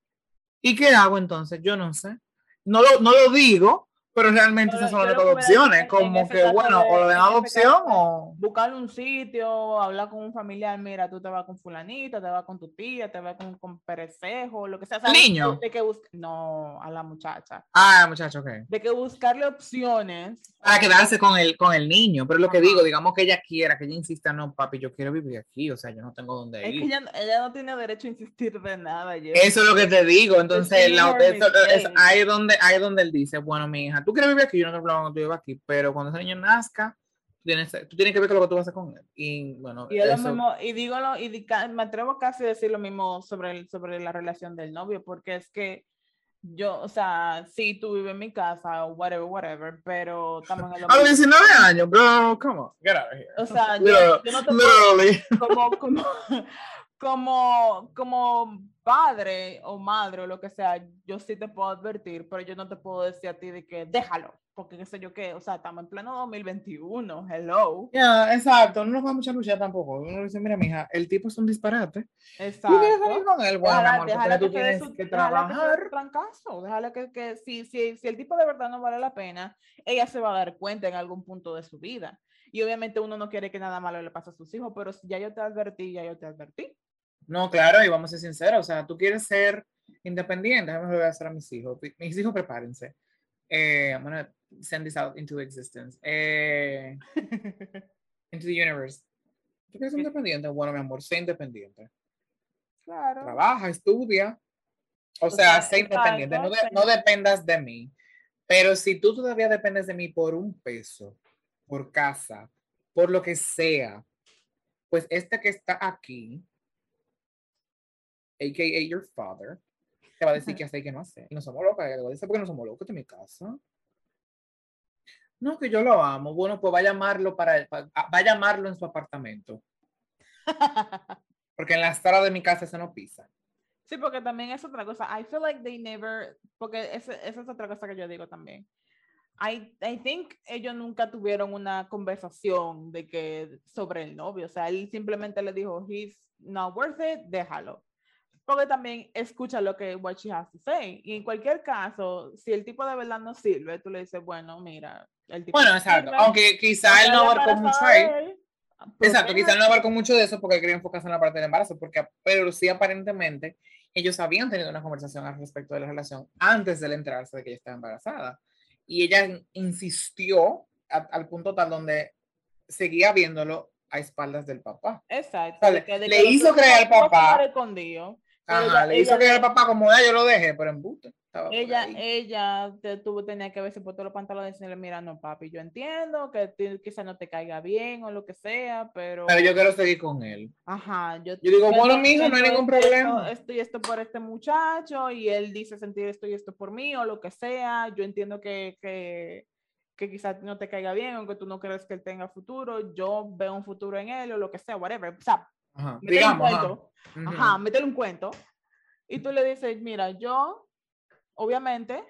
¿Y qué hago entonces? Yo no sé. No lo, no lo digo, pero realmente esas son las otras opciones. Como que, bueno, o lo den adopción o... Buscarle un sitio, hablar con un familiar. Mira, tú te vas con fulanita, te vas con tu tía, te vas con, con Perecejo, lo que sea. ¿El niño? De que busca... No, a la muchacha. Ah, muchacho, ok. De que buscarle opciones. Para quedarse con el, con el niño. Pero lo que Ajá. digo, digamos que ella quiera, que ella insista, no, papi, yo quiero vivir aquí. O sea, yo no tengo dónde es ir. Es que ella, ella no tiene derecho a insistir de nada. Yo. Eso es lo que te digo. Entonces, la, eso, es, ahí, es donde, ahí es donde él dice, bueno, mi hija, tú quieres vivir aquí, yo no tengo problema con que tú vivas aquí, pero cuando ese niño nazca, tú tienes, tú tienes que ver lo que tú vas a hacer con él. Y bueno, y, eso... lo mismo, y digo, y me atrevo casi a decir lo mismo sobre, el, sobre la relación del novio, porque es que yo, o sea, sí, tú vives en mi casa o whatever, whatever, pero también es lo A los mismo. diecinueve años, bro, come on, get out of here. O sea, yo, Literally. yo no te puedo, literally. como, como, como, como padre o madre o lo que sea, yo sí te puedo advertir, pero yo no te puedo decir a ti de que déjalo, porque qué sé yo qué, o sea, estamos en pleno dos mil veintiuno, hello. Ya, yeah, exacto, no nos vamos a luchar tampoco. Uno dice, mira, mija, el tipo es un disparate. ¿Tú quieres salir Exacto. con él? Bueno, mi Déjala, amor, porque déjala que tú se dé tienes su, que déjala que se dé su trabajar. trancazo, déjala que, que si, si, si el tipo de verdad no vale la pena, ella se va a dar cuenta en algún punto de su vida. Y obviamente uno no quiere que nada malo le pase a sus hijos, pero si ya yo te advertí, ya yo te advertí. No, claro, y vamos a ser sinceros, o sea, tú quieres ser independiente, déjame lo voy a hacer a mis hijos. Mis hijos, prepárense. Eh, I'm gonna send this out into existence. Eh, into the universe. ¿Tú quieres ser independiente? Bueno, mi amor, sé independiente. Claro. Trabaja, estudia. O, o sea, sea, sé independiente. No, de, no dependas de mí. Pero si tú todavía dependes de mí por un peso, por casa, por lo que sea, pues este que está aquí, a k a your father, te va a decir que hace y que no hace. Y no somos locos. Le voy a decir, ¿por qué no somos locos? Esta es mi casa. No, que yo lo amo. Bueno, pues va a llamarlo para, para va a llamarlo en su apartamento. Porque en la sala de mi casa se no pisa. Sí, porque también es otra cosa. I feel like they never, porque esa, esa es otra cosa que yo digo también. I, I think ellos nunca tuvieron una conversación de que sobre el novio. O sea, él simplemente le dijo, he's not worth it, déjalo. Porque también escucha lo que what she has to say. Y en cualquier caso, si el tipo de verdad no sirve, tú le dices, bueno, mira, el tipo bueno, no exacto. sirve, Aunque quizá él no abarcó mucho ahí. Exacto, quizá él no abarcó mucho de eso porque él quería enfocarse en la parte del embarazo, porque, pero sí aparentemente ellos habían tenido una conversación al respecto de la relación antes de él enterarse de que ella estaba embarazada. Y ella insistió a, al punto tal donde seguía viéndolo a espaldas del papá. Exacto. O sea, de que, de le que hizo creer al papá. Escondido, Ajá, ella, le ella hizo creer le, al papá como ya yo lo dejé, pero en buste. Ella, ella te, tuvo, tenía que verse por todos los pantalones y decirle, mira, no, papi, yo entiendo que quizás no te caiga bien o lo que sea, pero... Pero yo quiero seguir con él. Ajá, yo, yo digo, yo bueno, mi hijo, no hay ningún problema. Esto, esto y esto por este muchacho y él dice sentir esto y esto por mí o lo que sea. Yo entiendo que, que, que quizás no te caiga bien, aunque tú no crees que él tenga futuro. Yo veo un futuro en él o lo que sea, whatever. O sea, ajá, métele digamos, un cuento. Ajá, ajá uh-huh. métele un cuento. Y tú le dices, mira, yo obviamente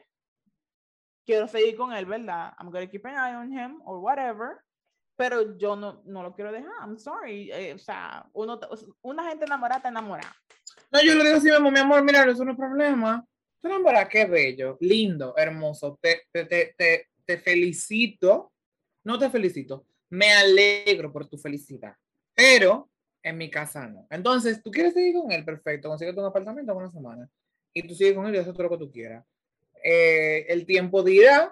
quiero seguir con él, ¿verdad? I'm gonna keep an eye on him or whatever, pero yo no, no lo quiero dejar. I'm sorry. Eh, o sea, uno, una gente enamorada está enamorada. No, yo le digo así, mi amor, mira, eso no es problema. Tú enamorada, qué bello, lindo, hermoso. Te, te, te, te, te felicito. No te felicito. Me alegro por tu felicidad. Pero en mi casa no. Entonces, tú quieres seguir con él, perfecto. Consíguete un apartamento en una semana. Y tú sigues con él y haces todo lo que tú quieras. Eh, el tiempo dirá.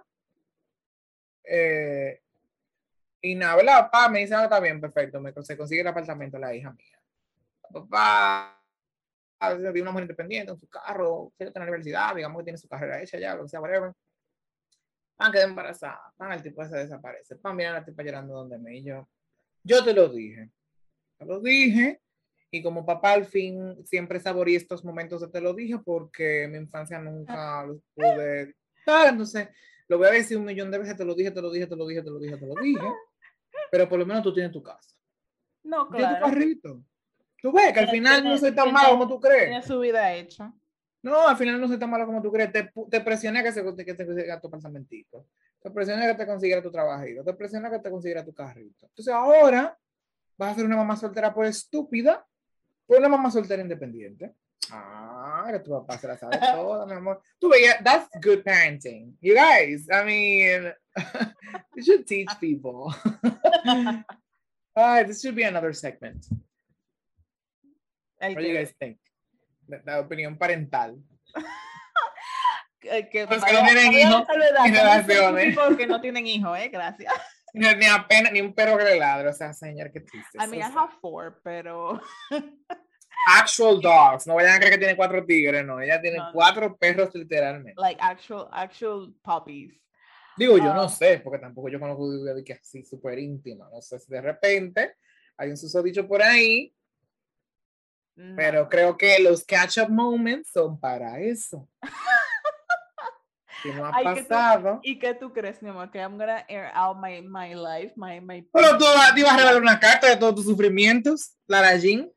Eh, y nada, ¿verdad? Papá me dice, ah, está bien, perfecto. Me, se consigue el apartamento la hija mía. Papá, a veces vive una mujer independiente en su carro, quiere tener universidad, digamos que tiene su carrera hecha ya, lo que sea, whatever. Pan, quedé embarazada. Pan, el tipo se desaparece. Pan, mira a la tipa llorando donde me. Y yo, yo te lo dije. Te lo dije. Y como papá al fin siempre saboreé estos momentos de te lo dije porque en mi infancia nunca los pude dar. Entonces, lo voy a decir un millón de veces, te lo dije, te lo dije, te lo dije, te lo dije, te lo dije. Pero por lo menos tú tienes tu casa. No, claro. Tienes tu carrito. Tú ves que al final tiene, no soy tan tiene, malo como tú crees. Tiene su vida hecha. No, al final no soy tan malo como tú crees. Te, te presiona que, se, que te consiga tu apartamentito. Te presiona que te consiguiera tu trabajito. Te presiona que te consiguiera tu carrito. Entonces ahora vas a ser una mamá soltera por estúpida, por una mamá soltera independiente. Ah, que tu papá se la sabe toda, mi amor. Tú veías, that's good parenting. You guys, I mean, you should teach people. All right, this should be another segment. What do you guys think? La opinión parental. que, que los que no tienen hijos y relaciones. Porque no tienen hijos, eh, gracias. Ni, ni apenas, ni un perro que le ladre, o sea, señor, qué triste. I mean, I have four, pero... Actual dogs, no vayan a creer que tiene cuatro tigres, no, ella tiene no, cuatro no. perros literalmente. Like actual, actual puppies. Digo, yo um, no sé, porque tampoco yo conozco de que así súper íntima, no sé si de repente hay un susodicho por ahí, no. Pero creo que los catch-up moments son para eso. Si no ha Ay, pasado. ¿Y qué tú crees, mi amor? Que I'm gonna air out my, my life, my, my... Pero tú te ibas a regalar una carta de todos tus sufrimientos, Lara Jean.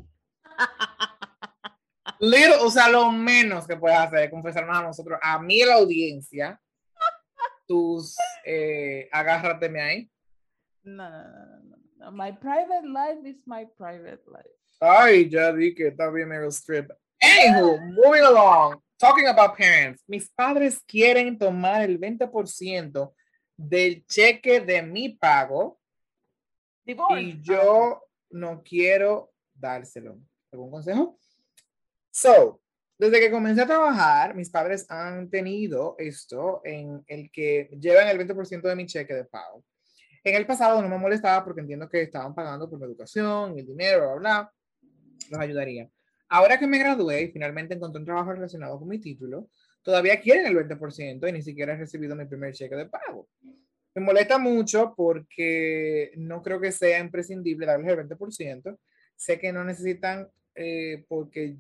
Little, o sea, lo menos que puedes hacer es confesarnos a nosotros, a mí la audiencia, tus, eh, agárrateme ahí. No, no, no, no, no. My private life is my private life. Ay, ya di que está bien Meryl Streep. Anywho, moving along. Talking about parents. Mis padres quieren tomar el veinte por ciento del cheque de mi pago. Divorce. Y yo no quiero dárselo. ¿Algún consejo? So, desde que comencé a trabajar, mis padres han tenido esto en el que llevan el veinte por ciento de mi cheque de pago. En el pasado no me molestaba porque entiendo que estaban pagando por mi educación, el dinero, bla, bla, los ayudaría. Ahora que me gradué y finalmente encontré un trabajo relacionado con mi título, todavía quieren el veinte por ciento y ni siquiera he recibido mi primer cheque de pago. Me molesta mucho porque no creo que sea imprescindible darles el veinte por ciento. Sé que no necesitan, eh, porque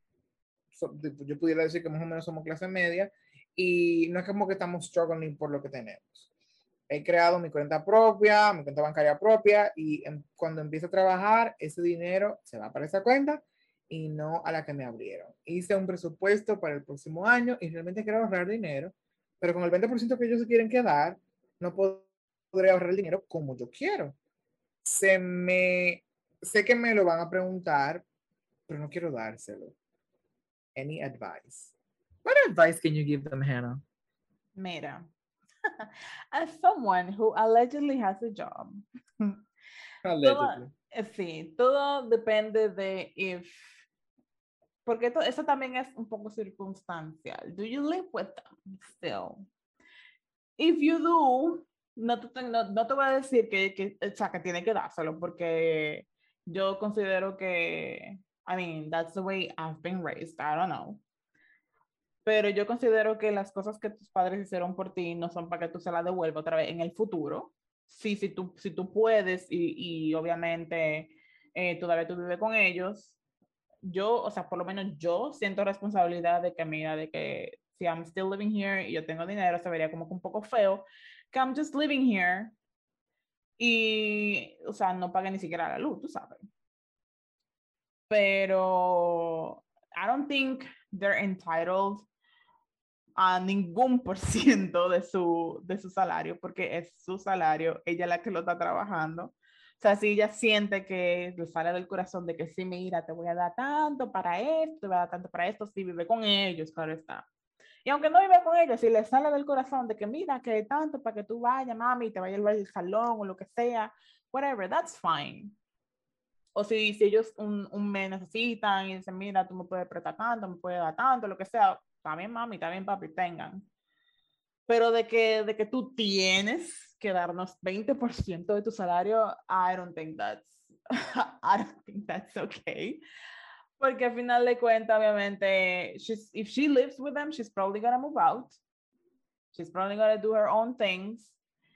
yo pudiera decir que más o menos somos clase media y no es como que estamos struggling por lo que tenemos. He creado mi cuenta propia, mi cuenta bancaria propia y en, cuando empiece a trabajar, ese dinero se va para esa cuenta y no a la que me abrieron. Hice un presupuesto para el próximo año y realmente quiero ahorrar dinero, pero con el veinte por ciento que ellos se quieren quedar, no podré ahorrar el dinero como yo quiero. Se me, sé que me lo van a preguntar, pero no quiero dárselo. Any advice? What advice can you give them, Hannah? Mira, as someone who allegedly has a job, allegedly. Todo, sí, todo depende de if, porque to, eso también es un poco circunstancial. Do you live with them still? If you do, no te, no, no te voy a decir que, que, o sea, que tiene que dárselo, porque yo considero que, I mean, that's the way I've been raised, I don't know. Pero yo considero que las cosas que tus padres hicieron por ti no son para que tú se las devuelvas otra vez en el futuro. Sí, si tú, si tú puedes y, y obviamente eh, todavía tú vives con ellos, yo, o sea, por lo menos yo siento responsabilidad de que, mira, de que si I'm still living here y yo tengo dinero, se vería como que un poco feo, que I'm just living here y, o sea, no pague ni siquiera la luz, tú sabes. Pero I don't think they're entitled a ningún por ciento de su, de su salario, porque es su salario, ella es la que lo está trabajando. O sea, si ella siente que le sale del corazón de que sí, mira, te voy a dar tanto para esto, te voy a dar tanto para esto, sí, vive con ellos, claro está. Y aunque no vive con ellos, si le sale del corazón de que mira, que tanto para que tú vayas, mami, y te vayas al salón o lo que sea, whatever, that's fine. O si, si ellos un, un mes necesitan y dicen, mira, tú me puedes prestar tanto, me puedes dar tanto, lo que sea, está bien, mami, está bien, papi, tengan. Pero de que, de que tú tienes que darnos veinte por ciento de tu salario, I don't think that's, I don't think that's okay. Porque al final de cuentas, obviamente, she's, if she lives with them, she's probably gonna move out. She's probably gonna do her own things.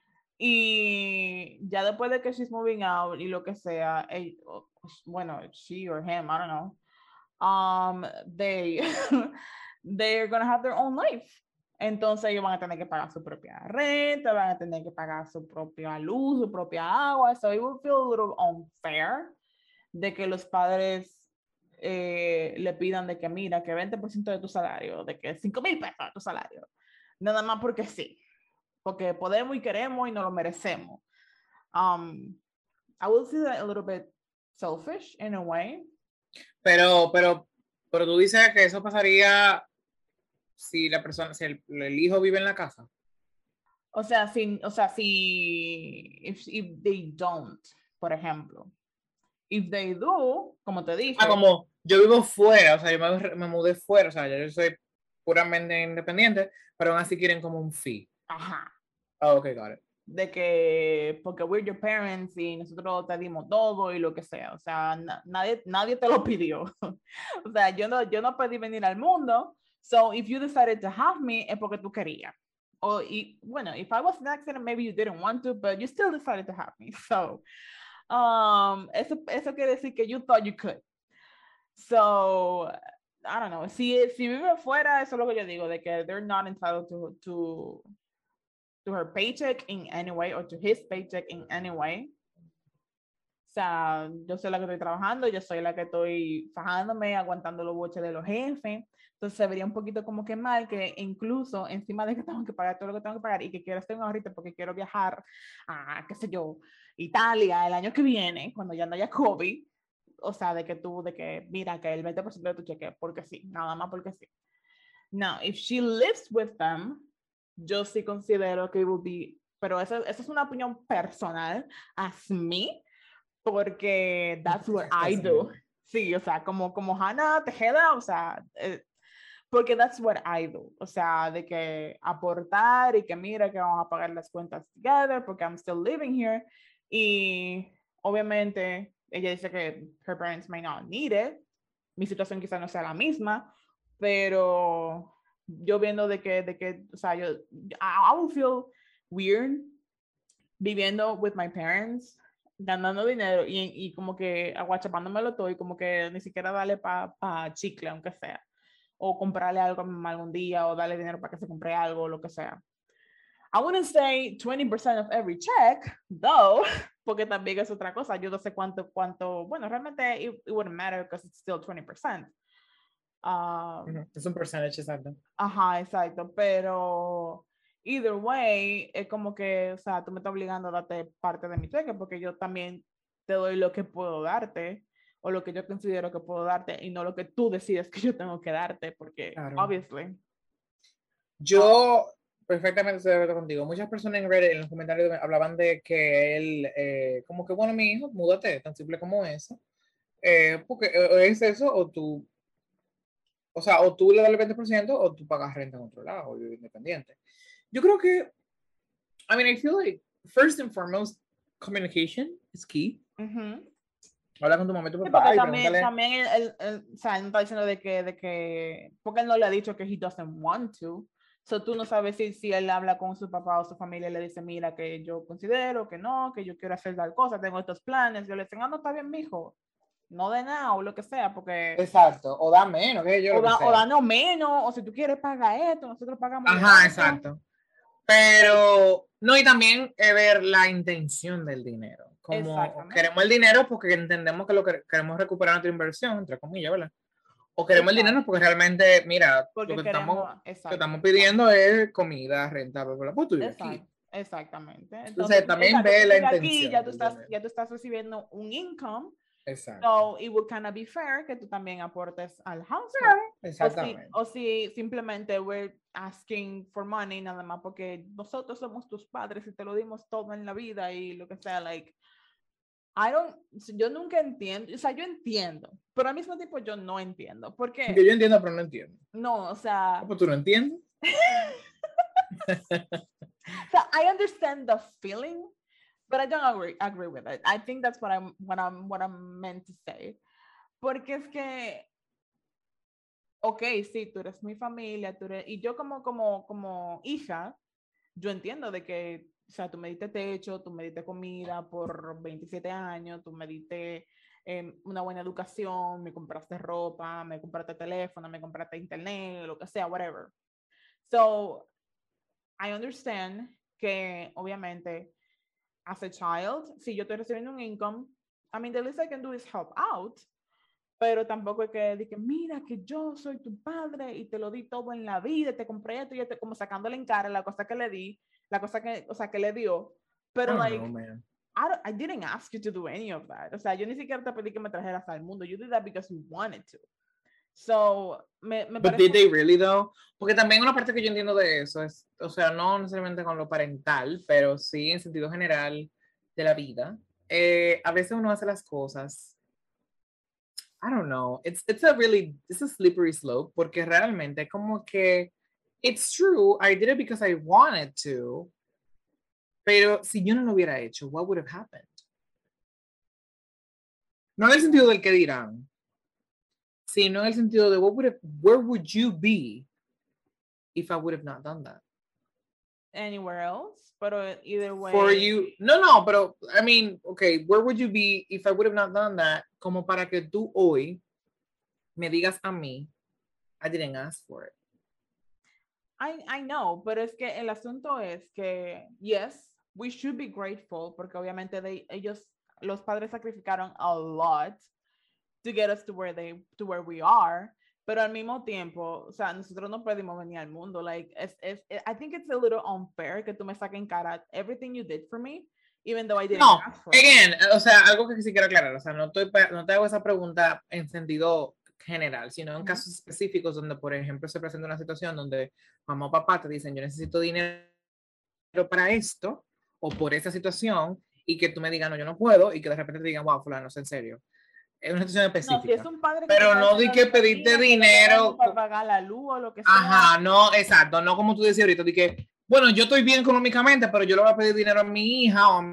Y ya después de que she's moving out y lo que sea, ella, bueno, she or him, I don't know, um, they, they're gonna have their own life. Entonces ellos van a tener que pagar su propia renta, van a tener que pagar su propia luz, su propia agua. So it will feel a little unfair de que los padres eh, le pidan de que mira, que veinte por ciento de tu salario, de que cinco mil pesos de tu salario. Nada más porque sí. Porque podemos y queremos y nos lo merecemos. Um, I will see that a little bit selfish in a way. Pero, pero, pero tú dices que eso pasaría si la persona, si el, el hijo vive en la casa. O sea, si, o sea, si, if, if they don't, por ejemplo. If they do, como te dije. Ah, como yo vivo fuera, o sea, yo me, me mudé fuera, o sea, yo soy puramente independiente, pero aún así quieren como un fee. Ajá. Oh, ok, got it. De que, porque we're your parents y nosotros te dimos todo y lo que sea. O sea, na, nadie, nadie te lo pidió. O sea, yo no, yo no pedí venir al mundo. So, if you decided to have me, es porque tú querías. O, y, bueno, if I was an accident, maybe you didn't want to, but you still decided to have me. So, um, eso, eso quiere decir que you thought you could. So, I don't know, si, si vive fuera, eso es lo que yo digo, de que they're not entitled to, to, to her paycheck in any way, or to his paycheck in any way. O sea, yo soy la que estoy trabajando, yo soy la que estoy fajándome, aguantando los boches de los jefes. Entonces se vería un poquito como que mal que incluso encima de que tengo que pagar todo lo que tengo que pagar y que quiero hacer un ahorrito porque quiero viajar a, qué sé yo, Italia el año que viene, cuando ya no haya COVID. O sea, de que tú, de que mira que el veinte por ciento de tu cheque, porque sí, nada más porque sí. Now, if she lives with them, yo sí considero que it would be, pero eso, eso es una opinión personal, as me, porque that's what I do. Sí, o sea, como, como Hannah Tejeda, o sea, eh, porque that's what I do. O sea, de que aportar y que mira que vamos a pagar las cuentas together porque I'm still living here. Y obviamente ella dice que her parents may not need it. Mi situación quizá no sea la misma, pero yo viendo de que, de que, o sea, yo, I would feel weird viviendo with my parents, ganando dinero y, y como que aguachapándomelo todo y como que ni siquiera darle para pa chicle, aunque sea. O comprarle algo a mi mamá algún día, o darle dinero para que se compre algo, lo que sea. I wouldn't say twenty percent of every check, though, porque también es otra cosa. Yo no sé cuánto, cuánto, bueno, realmente it, it wouldn't matter because it's still twenty percent. Um, es un percentage, exacto. Ajá, exacto, pero either way, es como que, o sea, tú me estás obligando a darte parte de mi cheque porque yo también te doy lo que puedo darte o lo que yo considero que puedo darte y no lo que tú decides que yo tengo que darte porque, claro. Obviously. Yo perfectamente estoy de acuerdo contigo. Muchas personas en Reddit, en los comentarios, hablaban de que él, eh, como que, bueno, mi hijo, múdate, tan simple como eso. Eh, porque es eso, o tú, o sea, o tú le das el veinte por ciento o tú pagas renta en otro lado, o vives independiente. Yo creo que, I mean, I feel like, first and foremost, communication is key. Uh-huh. Habla con tu mamá y tu papá. Sí, porque y también, también él, él, él, o sea, él no está diciendo de que, de que, porque él no le ha dicho que he doesn't want to. So tú no sabes si, si él habla con su papá o su familia y le dice, mira, que yo considero que no, que yo quiero hacer tal cosa, tengo estos planes. Yo le digo, ah, no, está bien, mijo. No de nada o lo que sea, porque... Exacto, o da menos, que yo o, da, o danos menos, o si tú quieres pagar esto, nosotros pagamos. Ajá, exacto. Pero, no, y también es ver la intención del dinero. Como queremos el dinero porque entendemos que lo que queremos recuperar nuestra inversión, entre comillas, ¿verdad? O queremos exacto. El dinero porque realmente, mira, porque lo que, queremos, estamos, que estamos pidiendo es comida, renta, bla, bla, pues tú vives aquí. Exactamente. Entonces, Entonces también exacto, ve la intención. Aquí ya tú, estás, ya tú estás recibiendo un income. Exacto. So it would kind of be fair que tú también aportes al household. Yeah, exactamente. O si, o si simplemente we're asking for money nada más porque nosotros somos tus padres y te lo dimos todo en la vida y lo que sea, like, I don't, yo nunca entiendo, o sea, yo entiendo, pero al mismo tiempo yo no entiendo. ¿Por qué? Que yo entiendo, pero no entiendo. No, o sea... ¿Pues tú no entiendes? So I understand the feeling, but I don't agree, agree with it. I think that's what I'm, what I'm, what I'm meant to say. Porque es que, ok, sí, tú eres mi familia, tú eres, y yo como, como, como hija, yo entiendo de que, o sea, tú me diste techo, tú me diste comida por veintisiete años, tú me diste eh, una buena educación, me compraste ropa, me compraste teléfono, me compraste internet, lo que sea, whatever. So, I understand que, obviamente, as a child, si yo estoy recibiendo un income, I mean, the least I can do is help out, pero tampoco es que diga, mira que yo soy tu padre y te lo di todo en la vida, te compré esto y esto, como sacándole en cara la cosa que le di, la cosa que, o sea, que le dio, pero, oh, like, no, man. I, don't, I didn't ask you to do any of that. O sea, yo ni siquiera te pedí que me trajeras al mundo. You did that because you wanted to. So, me, me But did they really though? Porque también una parte que yo entiendo de eso es, o sea, no necesariamente con lo parental, pero sí en sentido general de la vida. Eh, a veces uno hace las cosas, I don't know, it's, it's a really, it's a slippery slope, porque realmente como que, it's true, I did it because I wanted to, pero si yo no lo hubiera hecho, what would have happened? No en el sentido del que dirán, sino en el sentido de what would have, where would you be if I would have not done that? Anywhere else, but either way. For you, no, no, pero I mean, okay, where would you be if I would have not done that? Como para que tú hoy me digas a mí I didn't ask for it. I, I know, pero es que el asunto es que, yes, we should be grateful, porque obviamente they, ellos, los padres sacrificaron a lot to get us to where they, to where we are, pero al mismo tiempo, o sea, nosotros no pudimos venir al mundo, like, es, es, I think it's a little unfair que tú me saques en cara everything you did for me, even though I didn't no, ask for it. Again, o sea, algo que sí quiero aclarar, o sea, no, estoy, no te hago esa pregunta en sentido general, sino en uh-huh. casos específicos donde, por ejemplo, se presenta una situación donde mamá o papá te dicen, yo necesito dinero para esto, o por esa situación, y que tú me digas, no, yo no puedo, y que de repente te digan, wow, fulano, es en serio. Es una situación específica. No, si es un padre que pero no di que pediste dinero para pagar la luz o lo que sea. Ajá, no, exacto, no como tú decías ahorita, di que, bueno, yo estoy bien económicamente, pero yo le voy a pedir dinero a mi hija o a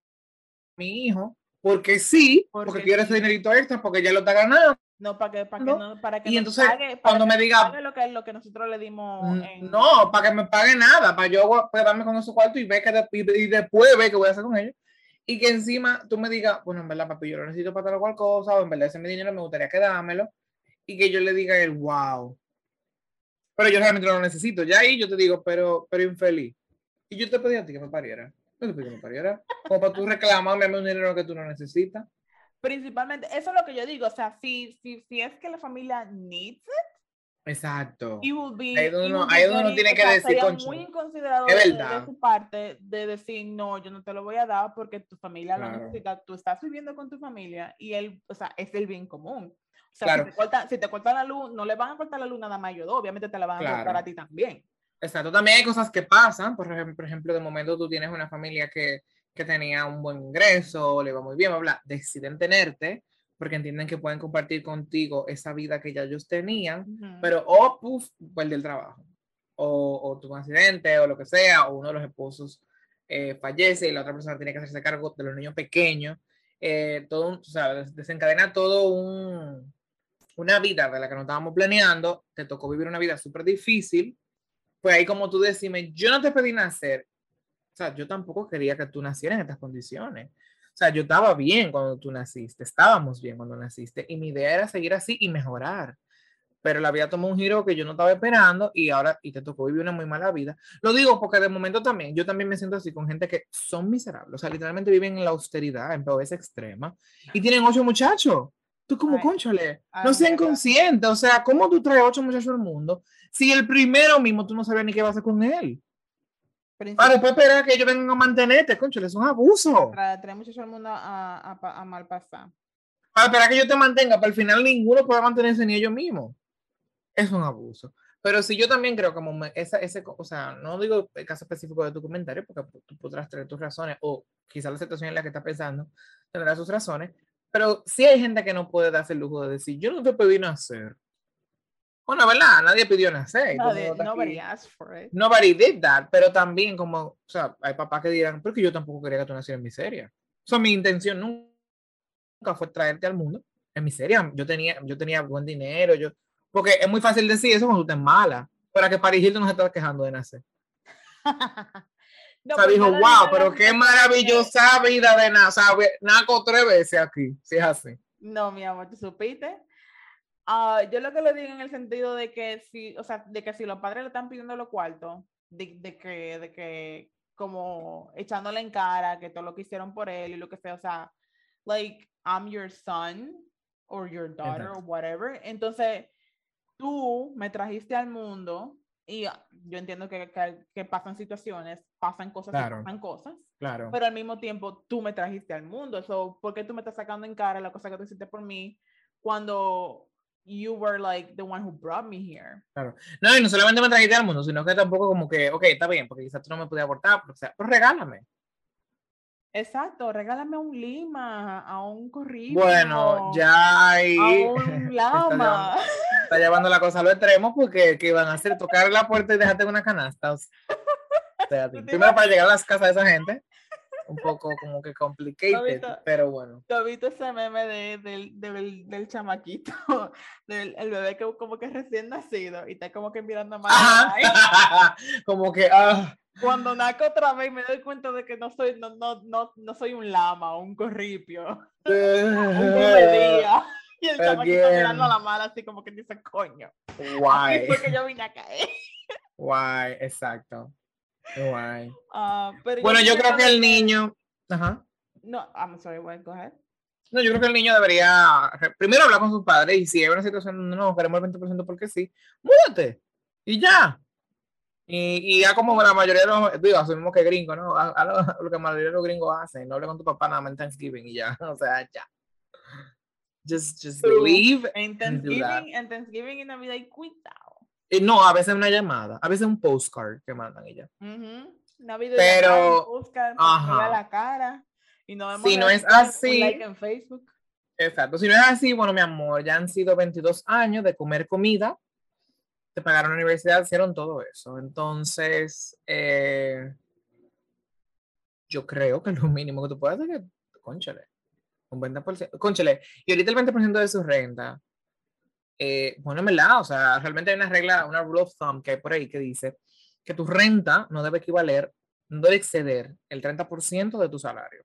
mi hijo, porque sí, porque, porque quiero ese dinerito extra, porque ya lo está ganando. No, para que, para que, no, para que y nos entonces, pague, para cuando que me diga, pague lo que, lo que nosotros le dimos. En... No, para que me pague nada, para yo quedarme con esos cuartos y ver que de, y, y después ver qué voy a hacer con ellos. Y que encima tú me digas, bueno, en verdad, papi, yo lo necesito para tal o cual cosa, o en verdad ese mi dinero me gustaría quedármelo, y que yo le diga a él, wow, pero yo realmente no lo necesito. Ya ahí yo te digo, pero, pero infeliz. Y yo te pedí a ti que me pariera. Yo te pedí que me pariera. Como para tú reclamarme un dinero que tú no necesitas. Principalmente, eso es lo que yo digo, o sea, si, si, si es que la familia needs it, exacto. It will be, ahí donde uno, ahí donde uno tiene que decir, concho, muy inconsiderado es de, verdad. de su parte de decir, no, yo no te lo voy a dar porque tu familia claro. lo necesita, tú estás viviendo con tu familia y él, o sea, es el bien común. O sea, claro. si, te cortan, si te cortan la luz, no le van a cortar la luz nada más yo dos, obviamente te la van a claro. cortar a ti también. Exacto, también hay cosas que pasan, por ejemplo, por ejemplo de momento tú tienes una familia que, que tenía un buen ingreso, le va muy bien, bla, bla, deciden tenerte, porque entienden que pueden compartir contigo esa vida que ya ellos tenían, uh-huh. pero o oh, puff, pierde el trabajo, o, o tuvo un accidente, o lo que sea, o uno de los esposos eh, fallece y la otra persona tiene que hacerse cargo de los niños pequeños, eh, todo un, o sea, desencadena todo un, una vida de la que no estábamos planeando, te tocó vivir una vida súper difícil, pues ahí como tú decime, yo no te pedí nacer, o sea, yo tampoco quería que tú nacieras en estas condiciones. O sea, yo estaba bien cuando tú naciste, estábamos bien cuando naciste y mi idea era seguir así y mejorar. Pero la vida tomó un giro que yo no estaba esperando y ahora y te tocó vivir una muy mala vida. Lo digo porque de momento también, yo también me siento así con gente que son miserables, o sea, literalmente viven en la austeridad, en pobreza extrema y tienen ocho muchachos. Tú como, ay, cónchale, ay, no sean conscientes, o sea, ¿cómo tú traes ocho muchachos al mundo si el primero mismo tú no sabías ni qué vas a hacer con él? Para después esperar que ellos vengan a mantenerte, cónchale, es un abuso. Trae muchachos al mundo a, a, a, a mal pasar. Para esperar que yo te mantenga, para el final ninguno pueda mantenerse ni ellos mismos. Es un abuso. Pero sí, yo también creo como me, esa, ese, o sea, no digo el caso específico de tu comentario, porque tú podrás tener tus razones, o quizás la situación en la que estás pensando tendrá sus razones, pero sí hay gente que no puede darse el lujo de decir, yo no te pedí nacer. Bueno, ¿verdad? Nadie pidió nacer. Nadie, nobody asked for it. Nobody did that, pero también como, o sea, hay papás que dirán, pero que yo tampoco quería que tú nacieras en miseria. O sea, mi intención nunca fue traerte al mundo en miseria. Yo tenía, yo tenía buen dinero, yo, porque es muy fácil decir eso cuando tú estás mala, para que Paris Hilton no se esté quejando de nacer. No, o sea, dijo, wow, pero qué maravillosa que... vida de nacer. O sea, naco tres veces aquí, si es así. No, mi amor, ¿tú supiste? Uh, yo lo que le digo en el sentido de que si, o sea, de que si los padres le están pidiendo los cuartos, de, de que, de que como echándole en cara que todo lo que hicieron por él y lo que sea, o sea, like, I'm your son or your daughter or whatever. Entonces, tú me trajiste al mundo y yo entiendo que, que, que pasan situaciones, pasan cosas claro. y pasan cosas, claro. pero al mismo tiempo tú me trajiste al mundo. So, ¿por qué tú me estás sacando en cara la cosa que tú hiciste por mí cuando you were like the one who brought me here? Claro. No, y no solamente me trajiste al mundo, sino que tampoco como que, ok, está bien, porque quizás tú no me podías aportar, pero, o sea, pues regálame. Exacto, regálame a un lima, a un corrido. Bueno, ya hay... A un lama. Está llevando, está llevando la cosa a los extremos porque ¿qué iban a hacer? Tocar la puerta y dejarte en una canasta. O sea, primero para llegar a las casas de esa gente, un poco como que complicated, pero bueno. ¿Tú has visto ese meme de, de, de, del, del chamaquito? Del el bebé que como que recién nacido y está como que mirando mal. Como que... Uh, Cuando naco otra vez me doy cuenta de que no soy, no, no, no, no soy un lama o un corripio. un comedía. Y el Pero chamaquito again, mirando a la mala así como que dice, coño. Why? Así fue que yo vine a caer. Why, exacto. Why? Uh, pero Bueno, yo creo que el que... niño... Ajá. No, I'm sorry, what, go ahead. No, yo creo que el niño debería primero hablar con sus padres y si hay una situación donde no queremos el veinte por ciento porque sí, múdate y ya. Y, y ya como la mayoría de los, digo, asumimos que gringo, ¿no? A, a lo, a lo que la mayoría de los gringos hacen, no hable con tu papá nada más en Thanksgiving y ya, o sea, ya. Just, just leave en and do that. Thanksgiving, en Thanksgiving y Navidad hay cuidado. Y no, a veces una llamada, a veces un postcard que mandan y ya. Uh-huh. Navidad Pero, llamada, un postcard, ajá. la cara. Y no si no es así, un like en Facebook. Exacto, si no es así, bueno, mi amor, ya han sido veintidós años de comer comida, te pagaron la universidad, hicieron todo eso. Entonces, eh, yo creo que lo mínimo que tú puedes hacer es que, cónchale, un veinte por ciento, cónchale, y ahorita el veinte por ciento de su renta, eh, bueno, en verdad, o sea, realmente hay una regla, una rule of thumb que hay por ahí que dice que tu renta no debe equivaler, no debe exceder el treinta por ciento de tu salario.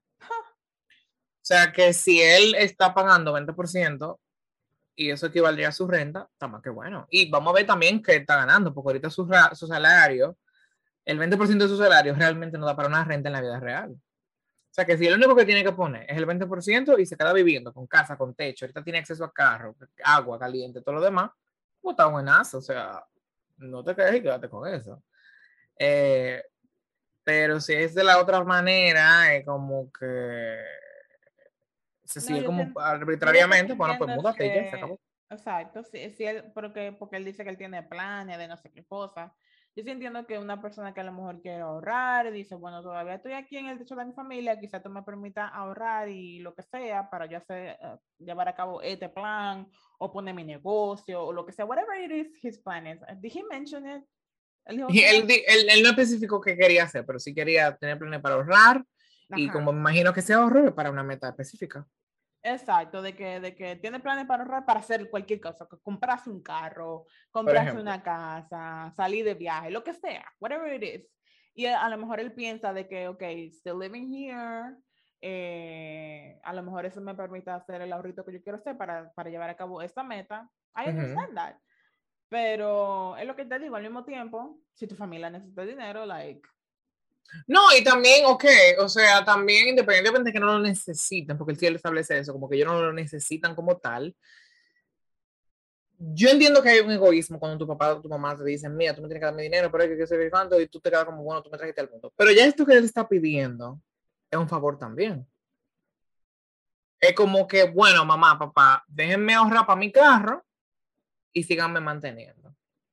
O sea, que si él está pagando veinte por ciento y eso equivaldría a su renta, está más que bueno. Y vamos a ver también qué está ganando, porque ahorita su, su salario, el veinte por ciento de su salario realmente no da para una renta en la vida real. O sea, que si el único que tiene que poner es el veinte por ciento y se queda viviendo con casa, con techo, ahorita tiene acceso a carro, agua caliente, todo lo demás, pues está buenazo. O sea, no te quedes y quédate con eso. Eh, pero si es de la otra manera, es como que se sigue no, como entiendo, arbitrariamente, bueno, pues múdate que, y ya se acabó. Exacto, sí, sí él, porque, porque él dice que él tiene planes de no sé qué cosa. Yo sí entiendo que una persona que a lo mejor quiere ahorrar, dice, bueno, todavía estoy aquí en el techo de mi familia, quizá tú me permitas ahorrar y lo que sea para yo hacer, uh, llevar a cabo este plan o poner mi negocio o lo que sea, whatever it is his plan is. Did he mention it? Él, dijo, y él, él, él no especificó qué quería hacer, pero sí quería tener planes para ahorrar. Ajá. Y como me imagino que se ahorró para una meta específica. Exacto, de que, de que tiene planes para ahorrar para hacer cualquier cosa, comprarse un carro, comprarse una casa, salir de viaje, lo que sea, whatever it is. Y a, a lo mejor él piensa de que, ok, still living here, eh, a lo mejor eso me permite hacer el ahorrito que yo quiero hacer para, para llevar a cabo esta meta. I understand uh-huh. that. Pero es lo que te digo, al mismo tiempo, si tu familia necesita dinero, like... No, y también, ok, o sea, también independientemente de que no lo necesiten, porque el cielo establece eso, como que ellos no lo necesitan como tal. Yo entiendo que hay un egoísmo cuando tu papá o tu mamá te dicen, mira, tú me tienes que darme dinero, pero hay que seguir tanto, y tú te quedas como, bueno, tú me trajiste al mundo. Pero ya esto que él está pidiendo es un favor también. Es como que, bueno, mamá, papá, déjenme ahorrar para mi carro y síganme manteniendo.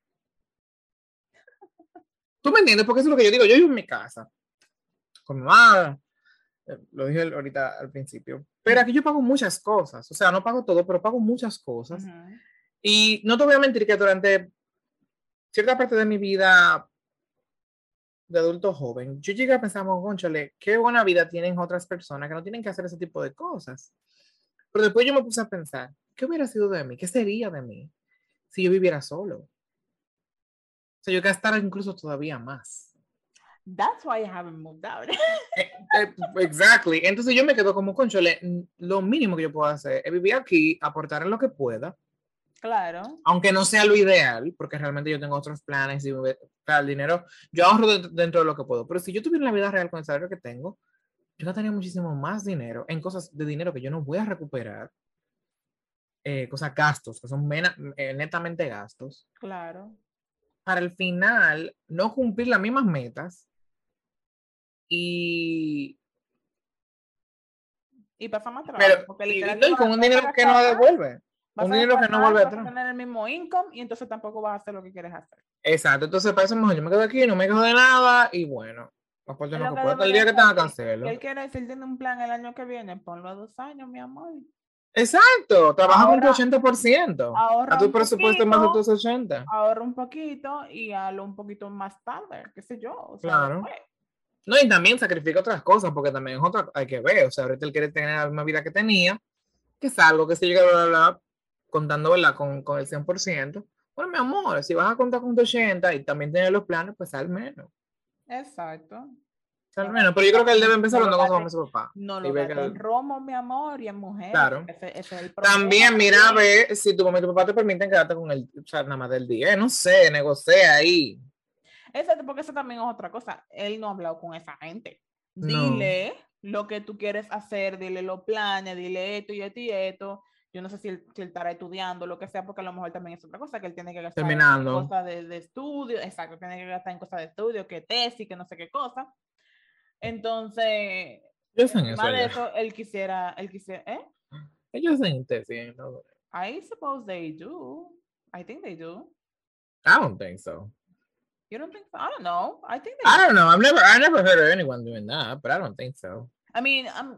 ¿Tú me entiendes? Porque eso es lo que yo digo. Yo vivo en mi casa con mi madre, lo dije ahorita al principio, pero aquí yo pago muchas cosas, o sea, no pago todo, pero pago muchas cosas. Uh-huh. Y no te voy a mentir que durante cierta parte de mi vida de adulto joven, yo llegué a pensar, cónchale, qué buena vida tienen otras personas que no tienen que hacer ese tipo de cosas. Pero después yo me puse a pensar, ¿qué hubiera sido de mí? ¿Qué sería de mí si yo viviera solo? O sea, yo gastara incluso todavía más. That's why I haven't moved out. Exactly. Entonces yo me quedo como, conchole, lo mínimo que yo puedo hacer es vivir aquí, aportar en lo que pueda. Claro. Aunque no sea lo ideal, porque realmente yo tengo otros planes y para el dinero, yo ahorro dentro, dentro de lo que puedo. Pero si yo tuviera la vida real con el salario que tengo, yo gastaría muchísimo más dinero en cosas de dinero que yo no voy a recuperar. Eh, cosas, gastos, que son mena, eh, netamente gastos. Claro. Para el final, no cumplir las mismas metas y... Y pasa más trabajo. Pero, porque y, no, y con un dinero que no devuelve. Un dinero que no vuelve atrás. Vas a tener el mismo income y entonces tampoco vas a hacer lo que quieres hacer. Exacto. Entonces, para eso mejor yo me quedo aquí, no me quedo de nada y bueno, aporto lo que puedo hasta el día que tenga que hacerlo. Si él quiere decir, tiene un plan el año que viene, ponlo a dos años, mi amor. Exacto. Trabaja con tu ochenta por ciento. A tu presupuesto más de tus ochenta. Ahorra un poquito y hazlo un poquito más tarde, qué sé yo. O sea, claro. Después. No, y también sacrifica otras cosas, porque también es otra, hay que ver, o sea, ahorita él quiere tener la misma vida que tenía, que es algo que se llega a hablar contando, ¿verdad? Con, con el cien por ciento. Bueno, mi amor, si vas a contar con tu ochenta y también tener los planes, pues al menos. Exacto. Al menos, pero yo creo que él debe empezar hablando con su mamá y su papá. No Y lo ve gaste que- en romo, mi amor, y en mujeres. Claro. Ese, ese es el problema. También, mira, a ver si tu mamá y tu papá te permiten quedarte con el, o sea, nada más del día. No sé, negocia ahí. Exacto, porque eso también es otra cosa. Él no ha hablado con esa gente. No. Dile lo que tú quieres hacer, dile los planes, dile esto y esto y esto. Yo no sé si él, si él estará estudiando, lo que sea, porque a lo mejor también es otra cosa, que él tiene que gastar Terminando. en cosas de, de estudio, exacto, tiene que gastar en cosas de estudio, que tesis, que no sé qué cosa. Entonces, Yo sé eso. encima de ya. eso, él quisiera, él quisiera, ¿eh? Ellos hacen tesis, ¿no? I suppose they do. I think they do. I don't think so. You don't think so? I don't know. I think they I do. don't know. I've never, I never heard of anyone doing that, but I don't think so. I mean, I'm,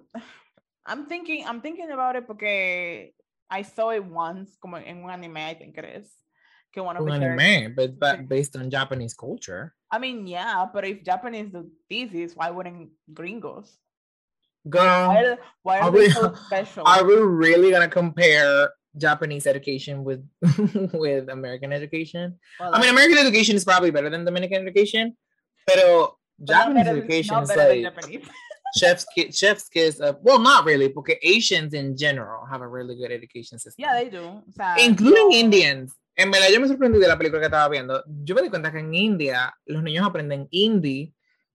I'm thinking, I'm thinking about it porque I saw it once, como en un anime, I think it is. Que one of Un the anime, but, but Sí. based on Japanese culture. I mean, yeah, but if Japanese do thesis, why wouldn't gringos? Girl, Why are, why are are they we- so special? are we really gonna compare Japanese education with with American education? Well, I mean, American education is probably better than Dominican education, pero but not Japanese better- education not is better than like Japanese. chef's kiss, chef's kiss. Of, well, not really, porque Asians in general have a really good education system. Yeah, they do. O sea, Including yo- Indians. En verdad, yo me sorprendí de la película que estaba viendo. Yo me di cuenta que en India los niños aprenden hindi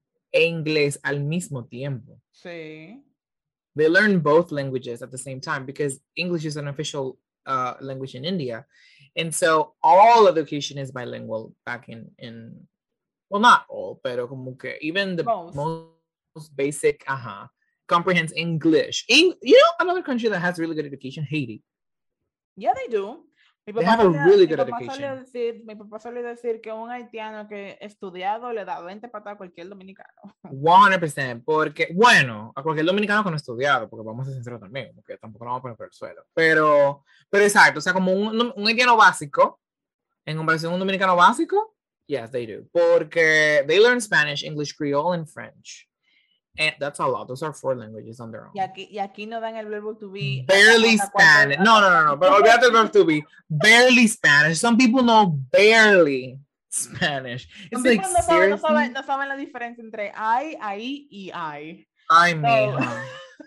e inglés al mismo tiempo. Sí. They learn both languages at the same time because English is an official uh, language in India. And so all education is bilingual back in, in well, not all, pero como que even the Most. most, basic, uh-huh, comprehends English. In, you know, another country that has really good education, Haiti. Yeah, they do. Mi They papá have a solía- really mi good papá education. solía decir, mi papá solía decir que un haitiano que estudiado le da veinte patadas a cualquier dominicano. one hundred percent, porque, bueno, a cualquier dominicano que no ha estudiado, porque vamos a ser sinceros también, porque tampoco nos vamos a poner por el suelo, pero, pero exacto, o sea, como un, un haitiano básico, en comparación a un dominicano básico, yes, they do, porque they learn Spanish, English, Creole, and French, and that's a lot, those are four languages on their own. Y aquí, y aquí no dan el verbo to be. Barely hasta cuatro- Spanish, no, no, no, no, pero olvídate el verbo to be, barely Spanish, some people know barely Spanish, it's Some like, people no saben, no, seriously? saben, no saben la diferencia entre I, ahí y I. Ay, So- mija.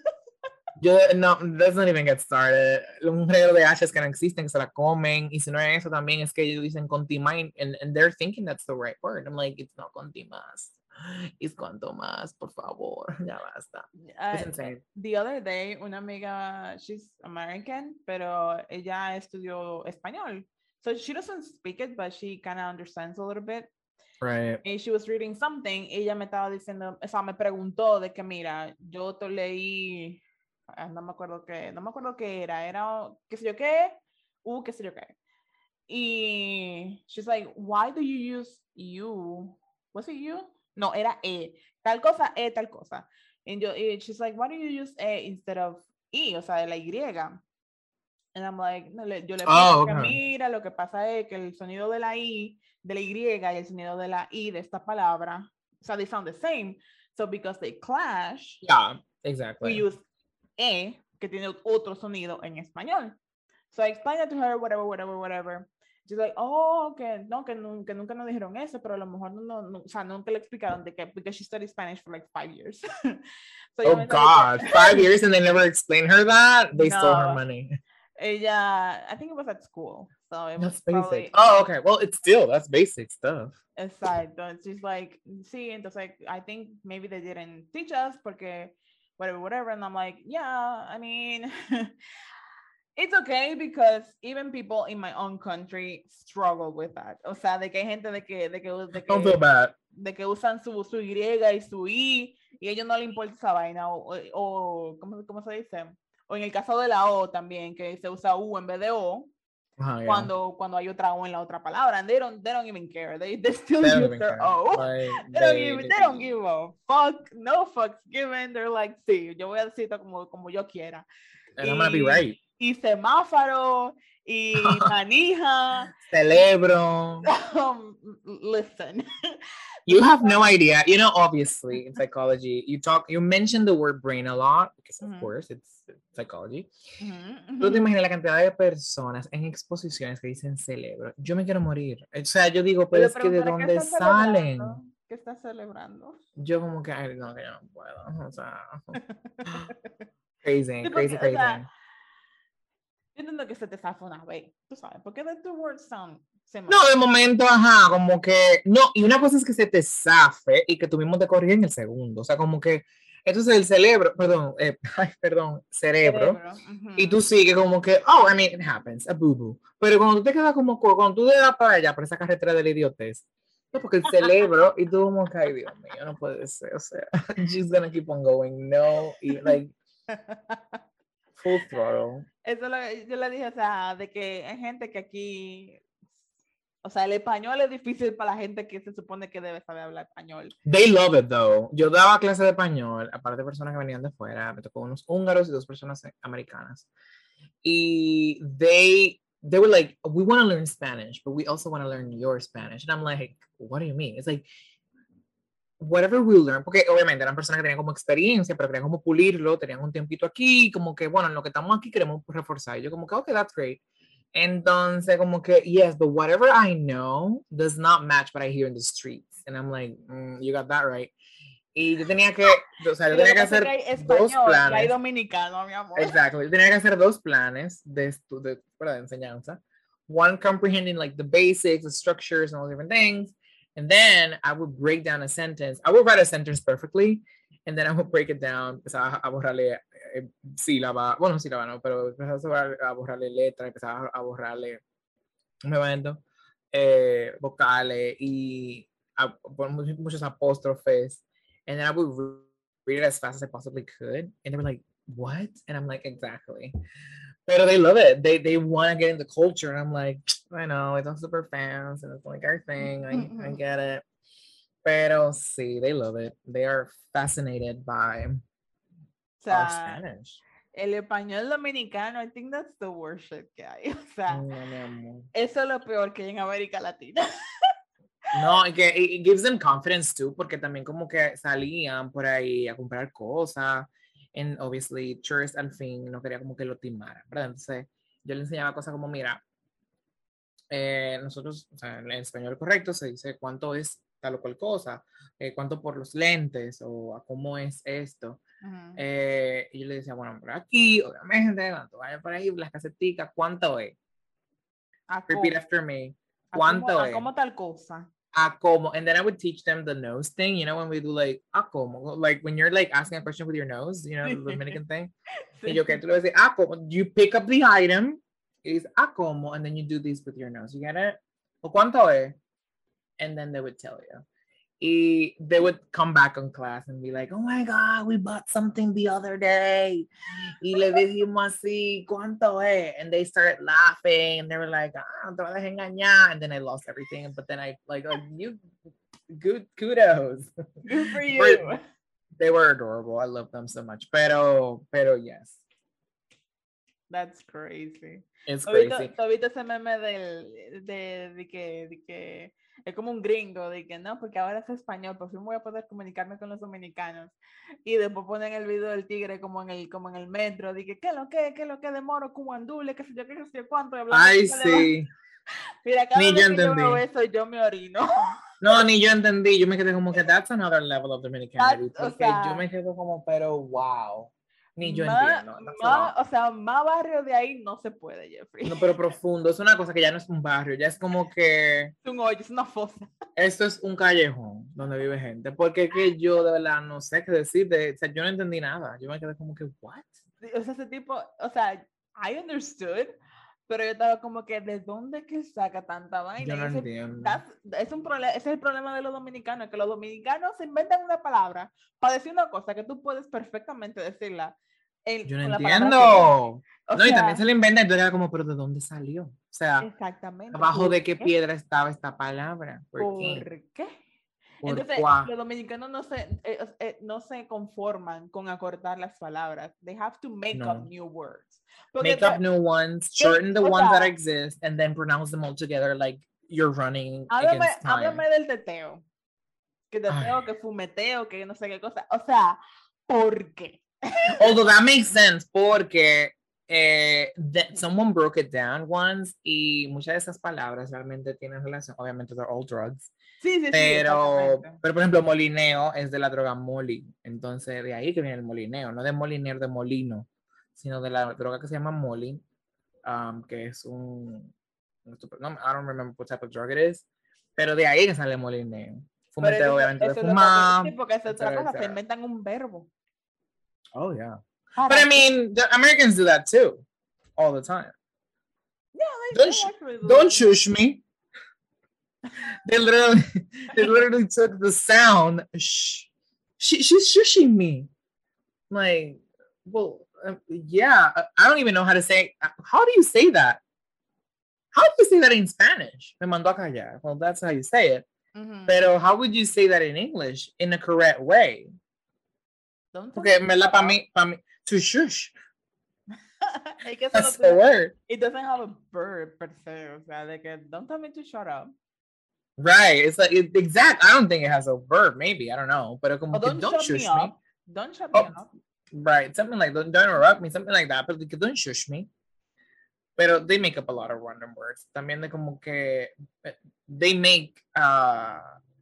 Yo, no, let's not even get started. Un regalo de H que no existen, que se la comen. Y si no es eso, también es que ellos dicen contimine, and, and they're thinking that's the right word. I'm like, it's not contimas. It's cuanto más, por favor. Ya basta. Uh, It's insane. the other day, una amiga, she's American, pero ella estudió español. So she doesn't speak it, but she kind of understands a little bit. Right. And she was reading something, ella me estaba diciendo, o sea, me preguntó de que, mira, yo te leí, ah, no me acuerdo qué, no me acuerdo qué era, era, qué sé yo qué, uh, qué sé yo qué. Y she's like, why do you use you? Was it you? No, era e, tal cosa, e, tal cosa. And yo, y she's like, why do you use e instead of i, o sea, de la y? And I'm like, no, le, yo le Oh, puse que okay. mira, lo que pasa es que el sonido de la i, de la y y el sonido de la i de esta palabra, o sea, they sound the same. So because they clash, Yeah, we exactly. use e, que tiene otro sonido en español. So I explained it to her, whatever, whatever, whatever. She's like, oh, que no, que, nu- que nunca nos dijeron eso, pero a lo mejor no, no, no, o sea, nunca le explicaron de que, because she studied Spanish for like five years. So ella Oh me está God, diciendo- five years and they never explained her that? They stole her No. money. Ella, I think it was at school. So it was That's probably, basic. Oh, okay. Well, it's still, that's basic stuff. exacto. And she's like, sí, entonces like, I think maybe they didn't teach us porque whatever, whatever. And I'm like, yeah, I mean, it's okay because even people in my own country struggle with that. O sea, de que hay gente de que, de que, de que, Don't feel bad. de que usan su, su Y y su I y a ellos no les importa esa vaina. O, o, o ¿cómo, ¿cómo se dice? O en el caso de la O también, que se usa U en vez de O. Uh-huh, yeah. Cuando, cuando hay otra O en la otra palabra, and they don't, they don't even care. They, they still They don't use even their care. O. Like, They don't, they- give, they don't give a fuck, no fucks given. They're like, sí, yo voy a decirlo como, como yo quiera. And I'm gonna be Y- right. Y semáforo, y manija. Celebro. Um, listen. You have no idea. You know, obviously in psychology, you talk, you mention the word brain a lot because of Mhm. course it's psychology. Ujú, Tú te ujú. imaginas la cantidad de personas en exposiciones que dicen cerebro. Yo me quiero morir. O sea, yo digo, pero Le es que de preguntaré, ¿qué dónde están salen. celebrando? ¿Qué estás celebrando? Yo como que, ay, no, que yo no puedo, o sea, crazy, Sí, porque, crazy, o crazy. sea, yo entiendo que se te zafa una vez, tú sabes, porque the two words sound similar. No, de momento, ajá, como que, no, y una cosa es que se te zafe y que tú mismo te corriges en el segundo, o sea, como que, entonces el cerebro, perdón, eh, ay, perdón, cerebro, Cerebro. Uh-huh. y tú sigues como que, oh, I mean, it happens, a boo boo, pero cuando tú te quedas como, cuando tú te das para allá, por esa carretera de la idiotez, no, porque el cerebro, y tú como que, ay, Dios mío, no puede ser, o sea, she's gonna keep on going, no, y like, full throttle. Eso lo, yo le dije, o sea, de que hay gente que aquí, o sea, el español es difícil para la gente que se supone que debe saber hablar español. They love it though. Yo daba clase de español, aparte de personas que venían de fuera, me tocó unos húngaros y dos personas americanas. Y they, they were like, we want to learn Spanish, but we also want to learn your Spanish. And I'm like, what do you mean? It's like, whatever we learn, porque obviamente eran personas que tenían como experiencia, pero querían como pulirlo, tenían un tiempito aquí, como que, bueno, en lo que estamos aquí queremos reforzar. Y yo como que, okay, that's great. Entonces, como que, yes, but whatever I know does not match what I hear in the streets. And I'm like, mm, you got that right. Y yo tenía que, o sea, yo tenía que hacer dos planes. Hay dominicano, mi amor. Exacto, yo tenía que hacer dos planes de, de, de enseñanza. One comprehending like the basics, the structures, and all different things. And then I would break down a sentence. I would write a sentence perfectly, and then I would break it down. Empezaba a borrarle eh, sílaba, bueno, sílaba no, pero empezaba a borrarle letra, empezaba a borrarle un momento, eh, vocales y a, muchos apóstrofes. And then I would read it as fast as I possibly could. And they were like, what? And I'm like, exactly. But they love it. They they want to get into culture. And I'm like, I know, it's all super fans and it's like our thing. I, I get it. Pero sí, they love it. They are fascinated by o sea, our Spanish. El español dominicano, I think that's the worst shit que hay. O sea, no, mi amor. Eso es lo peor que hay en América Latina. No, y que it gives them confidence too, porque también como que salían por ahí a comprar cosas. And obviously, Tourist al fin no quería como que lo timaran, ¿verdad? Entonces, yo le enseñaba cosas como, mira, eh, nosotros, o sea, en español correcto se dice cuánto es tal o cual cosa, eh, cuánto por los lentes o a cómo es esto. Uh-huh. Eh, y yo le decía, bueno, por aquí, obviamente, cuando vaya por ahí, las caseticas, ¿cuánto es? Repeat after me. ¿Cuánto ¿A cómo, es? ¿A cómo tal cosa? A como, and then I would teach them the nose thing, you know, when we do like, a como, like when you're like asking a question with your nose, you know, the Dominican thing. Sí. Y yo que tú le vas a decir, a como, you pick up the item, is a como, and then you do this with your nose, you get it? ¿O cuánto es? And then they would tell you. Y they would come back on class and be like, oh my God, we bought something the other day. Y le dijimos así, ¿cuánto es? And they started laughing and they were like, ah, no te vas a engañar. And then I lost everything. But then I like, like you, good, kudos. Good for you. But they were adorable. I love them so much. Pero, pero yes. That's crazy. It's crazy. ¿Tú viste ese meme del, de, de, que, de que es como un gringo, de que no, porque ahora es español, por fin voy a poder comunicarme con los dominicanos? Y después ponen el video del tigre como en el, como en el metro, de que qué lo que, qué lo que de moro, como andule, qué sé yo, qué sé yo cuánto. Ay, sí. Mira, cada ni vez yo que entendí. yo veo eso, yo me orino. No, ni yo entendí. Yo me quedé como que that's another level of Dominicanity. That, porque o sea, yo me quedo como, pero wow. Ni yo más, entiendo. Más, o sea, más barrio de ahí no se puede, Jeffrey. No, pero profundo. Es una cosa que ya no es un barrio, ya es como que... Es un hoyo, es una fosa. Esto es un callejón donde vive gente. Porque que yo de verdad no sé qué decir. De, o sea, yo no entendí nada. Yo me quedé como que, what? O sea, ese tipo, o sea, I understood, pero yo estaba como que, ¿de dónde que saca tanta vaina? Yo no ese, entiendo. Es un problema, ese es el problema de los dominicanos, que los dominicanos se inventan una palabra para decir una cosa que tú puedes perfectamente decirla. En, yo no la entiendo. O no, sea, y también se le inventa, entonces era como, ¿pero de dónde salió? O sea, exactamente. ¿abajo de qué, qué piedra estaba esta palabra? ¿Por, ¿Por qué? qué? ¿Por Entonces, cuá? los dominicanos no se, eh, eh, no se conforman con acortar las palabras. They have to make no. up new words. Porque make up new ones, shorten the o ones sea, that exist, and then pronounce them all together like you're running háblame, against time. Háblame del teteo. Que teteo, Ay. que fumeteo, que no sé qué cosa. O sea, ¿por qué? Although that makes sense, porque eh, that someone broke it down once y muchas de esas palabras realmente tienen relación, obviamente they're all drugs, Sí, sí, sí, pero, exactamente. pero por ejemplo molineo es de la droga moli, entonces de ahí que viene el molineo, no de molineo de molino, sino de la droga que se llama moli, um, que es un, no, I don't remember what type of drug it is, pero de ahí que sale molineo. Pero Fumete eso, obviamente de eso es lo que hace- fumar, sí, porque es otra etcétera, cosa, se etcétera. inventan un verbo. Oh yeah. Para But I qué. mean, the Americans do that too, all the time. Yeah, they, Don't they sh- actually do don't that. shush me. They literally, they literally took the sound. Shh. She, she's shushing me. Like, well, uh, yeah. I don't even know how to say. How do you say that? How do you say that in Spanish? Me mandó a callar. Well, that's how you say it. Mm-hmm. Pero how would you say that in English in a correct way? Don't Porque en verdad para mí, para mí, to shush. Es que eso That's no the word. It doesn't have a verb per se. O sea, de que don't tell me to shut up. Right. It's like it, exact. I don't think it has a verb. Maybe I don't know. But como Or que don't, don't shut shush me me. up. Don't shut Oh, me up. right. Something like don't, don't interrupt me. Something like that. But like, don't shush me. Pero they make up a lot of random words. También de como que they make uh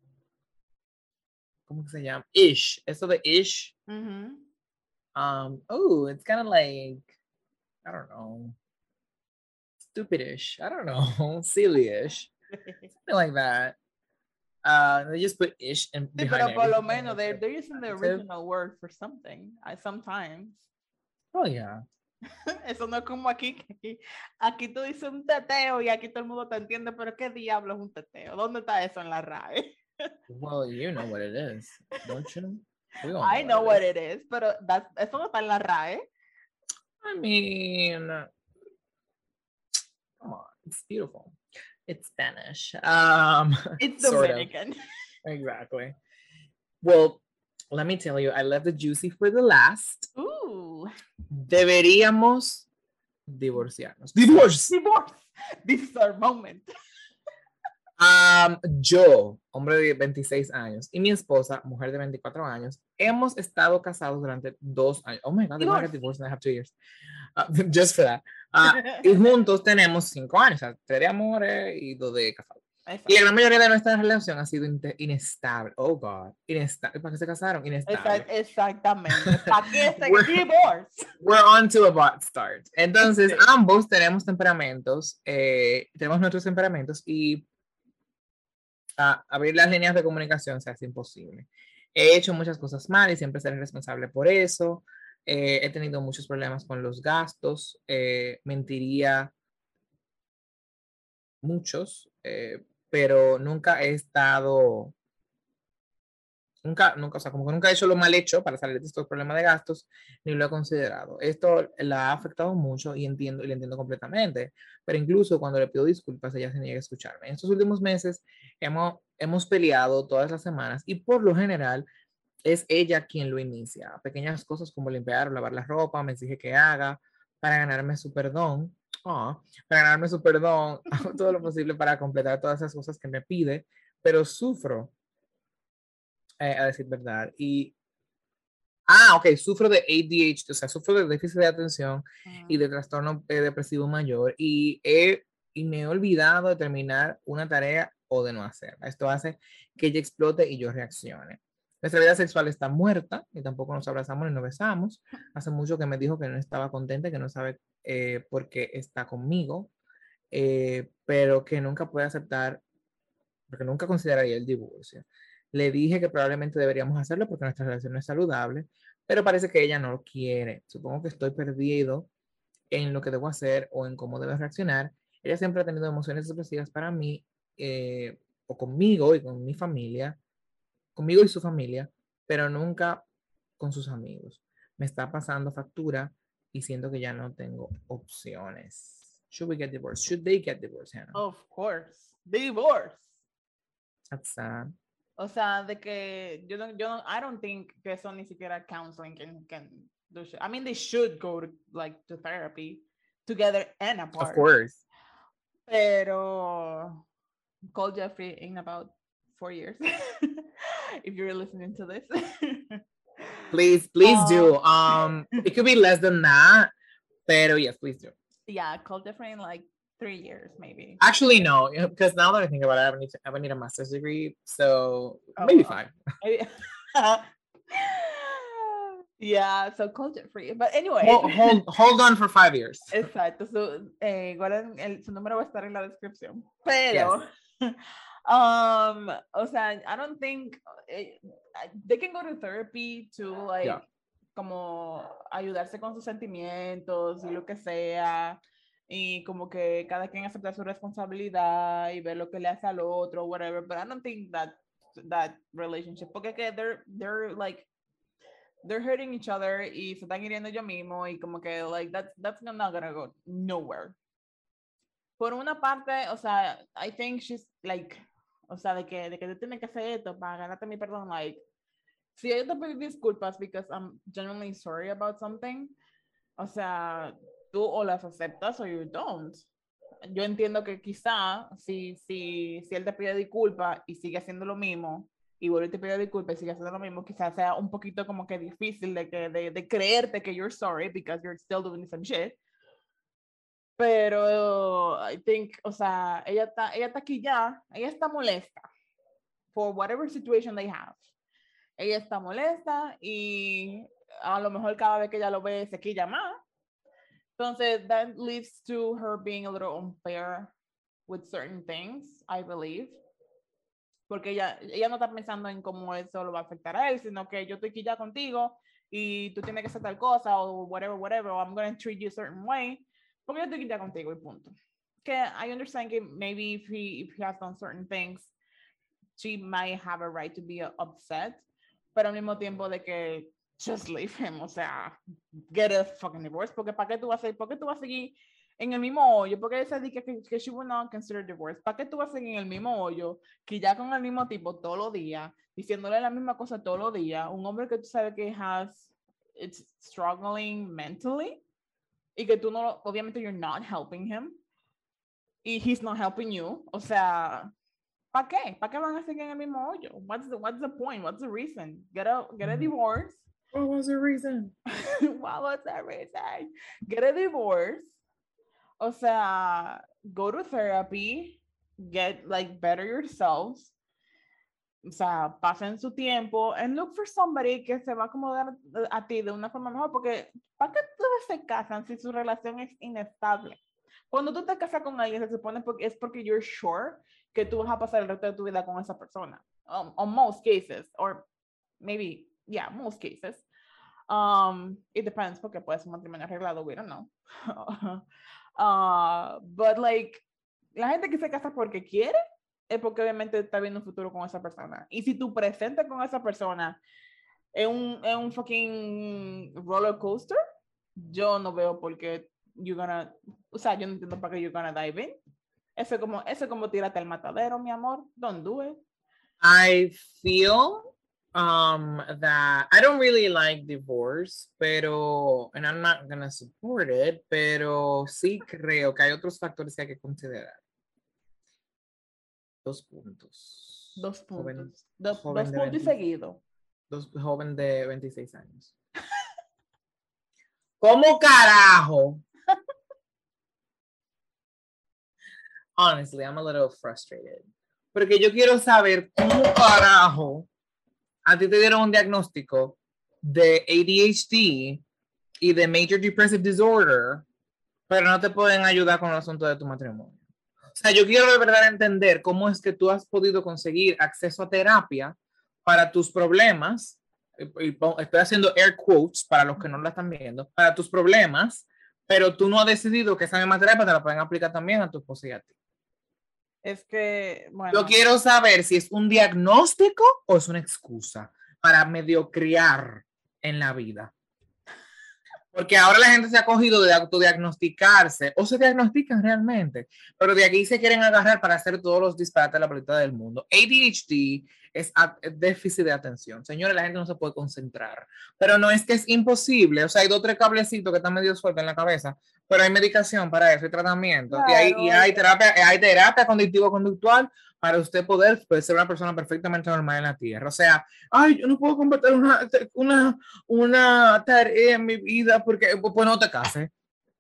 ¿cómo se llama? Ish. Eso de ish. Mm-hmm. Um. Oh, it's kind of like I don't know. Stupidish. I don't know. Silly-ish. Something like that. Uh, they just put ish and Sí, behind pero por lo everything. menos they're, they're using the original word for something. I, sometimes. Oh, yeah. Eso no es como aquí, que aquí, aquí tú dices un teteo y aquí todo el mundo te entiende, pero ¿qué diablo es un teteo? ¿Dónde está eso en la R A E? Well, you know what it is, don't you? We all I know know what it it is, pero that's, eso no está en la R A E. I mean, come on, it's beautiful. It's Spanish. Um, It's sort Dominican. Of. Exactly. Well, let me tell you, I left the juicy for the last. Ooh. Deberíamos divorciarnos. Divorce. Divorce. This is our moment. Um, yo, hombre de veintiséis años, y mi esposa, mujer de veinticuatro años, hemos estado casados durante dos años. Oh my God, they're gonna get divorced and I have two years. Uh, just for that. Uh, y juntos tenemos cinco años, o sea, tres de amores y dos de casados. Y la gran mayoría de nuestra relación ha sido inestable. Oh God, inestable. ¿Para qué se casaron? Inestable. Exactamente. ¿Para qué se divorce? We're on to a bad start. Entonces, sí. Ambos tenemos temperamentos, eh, tenemos nuestros temperamentos y uh, abrir las líneas de comunicación se hace imposible. He hecho muchas cosas mal y siempre seré responsable por eso. Eh, he tenido muchos problemas con los gastos. Eh, mentiría muchos, eh, pero nunca he estado, nunca, nunca, o sea, como que nunca he hecho lo mal hecho para salir de estos problemas de gastos, ni lo he considerado. Esto la ha afectado mucho y entiendo, y le entiendo completamente, pero incluso cuando le pido disculpas, ella se niega a escucharme. En estos últimos meses hemos, hemos peleado todas las semanas y por lo general es ella quien lo inicia. Pequeñas cosas como limpiar o lavar la ropa, me exige que haga para ganarme su perdón. Oh, para ganarme su perdón, hago todo lo posible para completar todas esas cosas que me pide, pero sufro, eh, a decir verdad. Y, ah, ok, sufro de A D H D, o sea, sufro de déficit de atención uh-huh. y de trastorno eh, depresivo mayor y, he, y me he olvidado de terminar una tarea o de no hacerla. Esto hace que ella explote y yo reaccione. Nuestra vida sexual está muerta y tampoco nos abrazamos ni nos besamos. Hace mucho que me dijo que no estaba contenta, que no sabe eh, por qué está conmigo, eh, pero que nunca puede aceptar, porque nunca consideraría el divorcio. Le dije que probablemente deberíamos hacerlo porque nuestra relación no es saludable, pero parece que ella no lo quiere. Supongo que estoy perdido en lo que debo hacer o en cómo debo reaccionar. Ella siempre ha tenido emociones expresivas para mí, eh, o conmigo y con mi familia, conmigo y su familia, pero nunca con sus amigos. Me está pasando factura y siento que ya no tengo opciones. Should we get divorced? Should they get divorced, Hannah? Of course. Divorce. That's sad. O sea, de que yo no, yo no, I don't think que eso ni siquiera counseling can, can do shit. I mean, they should go to, like, to therapy together and apart. Of course. Pero call Jeffrey in about four years. If you're listening to this. Please, please um, do. Um, it could be less than that, Pero yes, please do. Yeah, call different in like three years, maybe. Actually, no, because now that I think about it, I would need, to, I would need a master's degree, so oh, maybe five. Maybe. Yeah, so culture free. But anyway. Hold, hold, hold on for five years. Exacto. Su, eh, guarden el, su número va a estar en la descripción. Pero, yes. um, o sea, I don't think eh, they can go to therapy to like, yeah. como ayudarse con sus sentimientos y lo que sea. Y como que cada quien acepta su responsabilidad y ver lo que le hace al otro, whatever. But I don't think that that relationship, porque que they're, they're like, they're hurting each other y se están hiriendo ellos mismos y como que like that's that's not gonna go nowhere. Por una parte, o sea, I think she's like, o sea, de que de que tú tienes que hacer esto para ganarte mi perdón, like, si yo te pedí disculpas because I'm genuinely sorry about something, o sea, tú o las aceptas o you don't. Yo entiendo que quizá si si si él te pide disculpas y sigue haciendo lo mismo y vuelve y te pide disculpas y sigue haciendo lo mismo, quizás sea un poquito como que difícil de, que, de, de creerte que you're sorry because you're still doing the same shit. Pero, I think, o sea, ella está, ella está aquí ya, ella está molesta for whatever situation they have. Ella está molesta y a lo mejor cada vez que ella lo ve se quilla más. Entonces, that leads to her being a little unfair with certain things, I believe. Porque ella, ella no está pensando en cómo eso lo va a afectar a él, sino que yo estoy aquí ya contigo y tú tienes que hacer tal cosa o whatever, whatever, or I'm going to treat you a certain way, porque yo estoy aquí ya contigo y punto. Que I understand que maybe if he, if he has done certain things, she might have a right to be upset, pero al mismo tiempo de que just leave him, o sea, get a fucking divorce, porque ¿para qué tú vas a, ¿por qué tú vas a seguir en el mismo hoyo? Porque ella dice que, que she would not consider divorce. ¿Para qué tú vas a seguir en el mismo hoyo? Que ya con el mismo tipo todos los días, diciéndole la misma cosa todos los días. Un hombre que tú sabes que has, it's struggling mentally. Y que tú no, obviamente you're not helping him. Y he's not helping you. O sea, ¿para qué? ¿Para qué van a seguir en el mismo hoyo? What's the, what's the point? What's the reason? Get a, get a divorce. What was the reason? What was the reason? Get a divorce. O sea, go to therapy, get like better yourselves. O sea, pasen su tiempo and look for somebody que se va a acomodar a ti de una forma mejor, porque ¿para qué ustedes se casan si su relación es inestable? Cuando tú te casas con alguien, se supone porque es porque you're sure que tú vas a pasar el resto de tu vida con esa persona. Um, on most cases, or maybe, yeah, most cases. Um, it depends, porque puede ser un matrimonio arreglado, we don't know. Uh, but like, la gente que se casa porque quiere es porque obviamente está viendo un futuro con esa persona. Y si tu presente con esa persona es un, es un fucking roller coaster, yo no veo por qué you're gonna, o sea, yo no entiendo para qué you're gonna dive in. Eso es como, eso es como tírate al matadero, mi amor. Don't do it. I feel um that I don't really like divorce, pero, and I'm not gonna support it, pero sí creo que hay otros factores que hay que considerar. Dos puntos. Dos puntos. Joven, dos joven dos de puntos y seguido. Dos, joven de veintiséis años. ¿Cómo carajo? Honestly, I'm a little frustrated. Porque yo quiero saber cómo carajo a ti te dieron un diagnóstico de A D H D y de Major Depressive Disorder, pero no te pueden ayudar con el asunto de tu matrimonio. O sea, yo quiero de verdad entender cómo es que tú has podido conseguir acceso a terapia para tus problemas, y estoy haciendo air quotes para los que no la están viendo, para tus problemas, pero tú no has decidido que esa misma terapia te la pueden aplicar también a tu esposa y a ti. Es que, bueno. Yo quiero saber si es un diagnóstico o es una excusa para mediocrear en la vida. Porque ahora la gente se ha cogido de autodiagnosticarse o se diagnostican realmente, pero de aquí se quieren agarrar para hacer todos los disparates de la política del mundo. A D H D es déficit de atención. Señores, la gente no se puede concentrar, pero no es que es imposible. O sea, hay dos o tres cablecitos que están medio sueltos en la cabeza, pero hay medicación para eso, hay tratamiento. Claro. Y, hay, y hay terapia, hay terapia cognitivo-conductual para usted poder, poder ser una persona perfectamente normal en la tierra. O sea, ay, yo no puedo completar una, una, una tarea en mi vida porque, pues no te cases.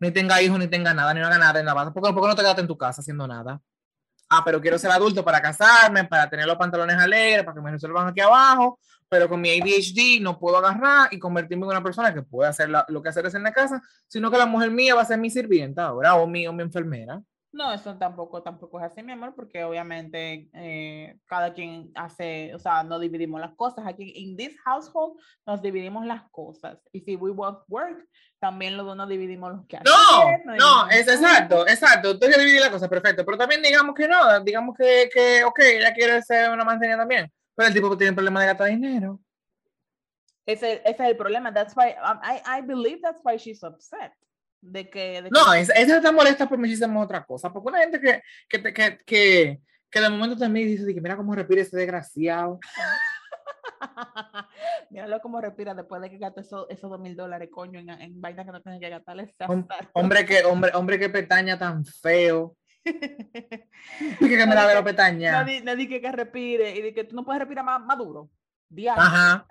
ni tenga hijos, ni tenga nada, ni no haga nada en la base. ¿Por qué, por qué no te quedaste en tu casa haciendo nada? Ah, pero quiero ser adulto para casarme, para tener los pantalones alegres, para que me resuelvan aquí abajo, pero con mi A D H D no puedo agarrar y convertirme en una persona que puede hacer la, lo que hacer es en la casa, sino que la mujer mía va a ser mi sirvienta ahora, o mi, o mi enfermera. No, eso tampoco, tampoco es así, mi amor, porque obviamente eh, cada quien hace, o sea, no dividimos las cosas. Aquí, en this household, nos dividimos las cosas. Y si we both work, también los dos nos dividimos los que hacen. No, no, es exacto, exacto. Tú que dividir la cosa, perfecto. Pero también digamos que no, digamos que, que, ok, ella quiere ser una mantenida también. Pero el tipo tiene problema de gastar dinero. Ese, ese es el problema. That's why, um, I, I believe that's why she's upset. De que, de que no, esa, esa está molesta por muchísimas otras cosas. Porque una gente que, que, que, que, que de momento también dice que mira cómo respira ese desgraciado. Míralo cómo respira después de que gastó esos, esos dos mil dólares, coño, en, en vainas que no tiene que gastarle. Hom, hombre, que, hombre, hombre que pestaña tan feo. Y que me la ve la pestaña. Nadie, nadie que, que respire y de que tú no puedes respirar más, más duro. Diario. Ajá.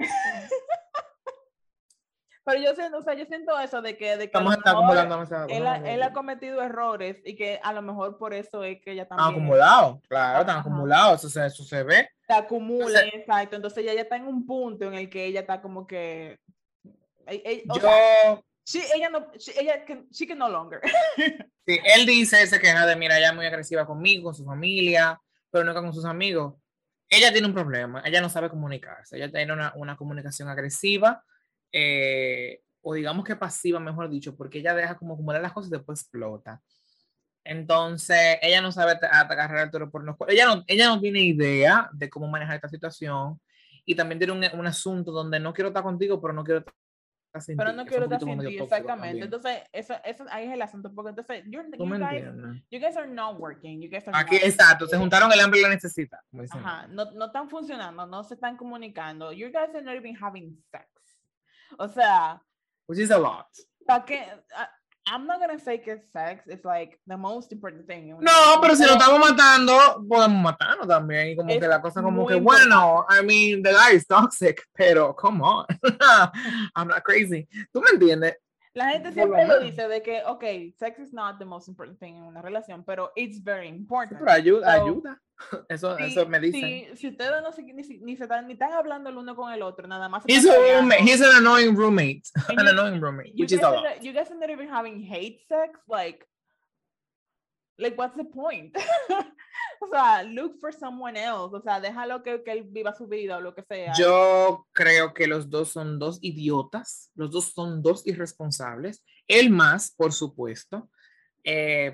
Pero yo siento, o sea, yo siento eso de que, de que Estamos acumulando él, ha, él ha cometido errores y que a lo mejor por eso es que ella también... Están acumulados, claro, están acumulados, eso se, eso se ve. Se acumula, entonces, exacto. Entonces ella ya está en un punto en el que ella está como que... Ella, yo... Sea, she, ella no, she, ella can, she can no longer. Sí, él dice, se queja de, mira, ella es muy agresiva conmigo, con su familia, pero nunca con sus amigos. Ella tiene un problema, ella no sabe comunicarse, ella tiene una, una comunicación agresiva, eh, o digamos que pasiva, mejor dicho, porque ella deja como acumular las cosas y después explota. Entonces, ella no sabe agarrar el toro por los cuernos. Ella no, ella no tiene idea de cómo manejar esta situación. Y también tiene un, un asunto donde no quiero estar contigo, pero no quiero estar sin pero ti. no quiero estar sin ti, exactamente. Entonces, eso, eso ahí es el asunto. Porque entonces, you, you, guys, you guys are not working. You guys are Aquí, not exacto, se juntaron el hambre y la necesita. Ajá, no, no están funcionando, no se están comunicando. You guys are not even having sex. O sea, which is a lot. ¿Para qué? I'm not gonna say que sex is like the most important thing. No, pero si lo estamos matando, podemos matarnos también. Y como que la cosa como que, bueno, I mean, the guy is toxic, pero come on. I'm not crazy. ¿Tú me entiendes? La gente siempre lo dice de que, ok, sex is not the most important thing en una relación, pero it's very important. Sí, pero ayuda, so, ayuda. Eso, si, eso me dicen. Si, si ustedes no se, ni, ni, se están, ni están hablando el uno con el otro, nada más. He's, a roommate. He's an annoying roommate. An you, annoying roommate, which is a lot. Are, you guys are not even having hate sex? Like, like what's the point? O sea, look for someone else. O sea, déjalo que, que él viva su vida o lo que sea. Yo creo que los dos son dos idiotas. Los dos son dos irresponsables. Él más, por supuesto. Eh,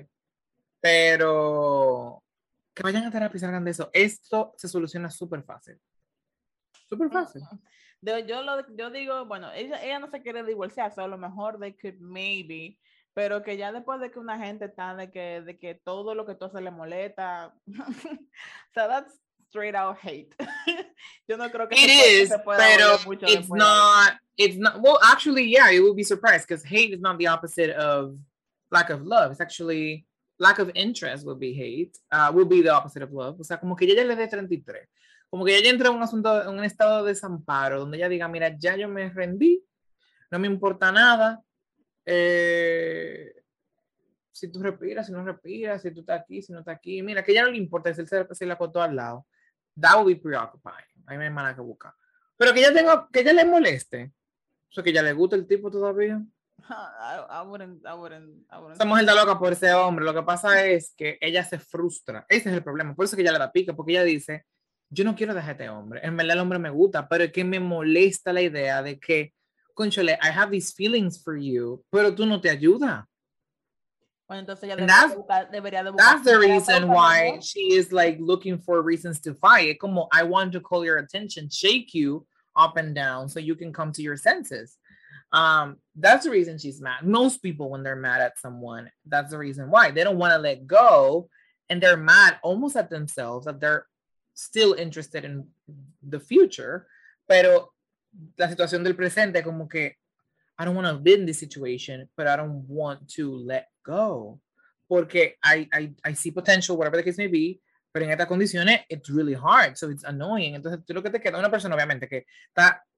pero que vayan a terapia y salgan de eso. Esto se soluciona súper fácil. Súper fácil. Yo, yo, lo, yo digo, bueno, ella, ella no se quiere divorciar, so a lo mejor they could maybe, pero que ya después de que una gente está de que, de que todo lo que tú haces le molesta, so that's straight out hate. Yo no creo que it se, is, se pueda pero mucho it's not, it's not, well, actually, yeah, you will be surprised, because hate is not the opposite of lack of love. It's actually lack of interest will be hate, uh, will be the opposite of love. O sea, como que ella ya le dé treinta y tres. Como que ella entra en un asunto, en un estado de desamparo, donde ella diga, mira, ya yo me rendí, no me importa nada. Eh, si tú respiras, si no respiras, si tú estás aquí, si no estás aquí. Mira, que ya no le importa si él se, se la acostó al lado. That will be preoccupying. Ahí me hay nada que buscar. Pero que ella tenga, que ella le moleste. O sea, que ya le gusta el tipo todavía. I, I wouldn't, I wouldn't, I wouldn't. Esa mujer está loca por ese hombre. Lo que pasa es que ella se frustra. Ese es el problema. Por eso es que ella le da pica, porque ella dice, yo no quiero dejar a este hombre. En verdad el hombre me gusta, pero es que me molesta la idea de que, conchole, I have these feelings for you, pero tú no te ayudas. Bueno, entonces ella debería de buscar, debería de buscar. That's the reason why she is like looking for reasons to fight. Como, I want to call your attention, shake you up and down so you can come to your senses. Um, that's the reason she's mad. Most people, when they're mad at someone, that's the reason why. They don't want to let go, and they're mad almost at themselves that they're still interested in the future, pero la situación del presente como que I don't want to be in this situation, but I don't want to let go, porque I, I, I see potential, whatever the case may be, pero en estas condiciones it's really hard, so it's annoying. Entonces tú lo que te queda una persona obviamente que está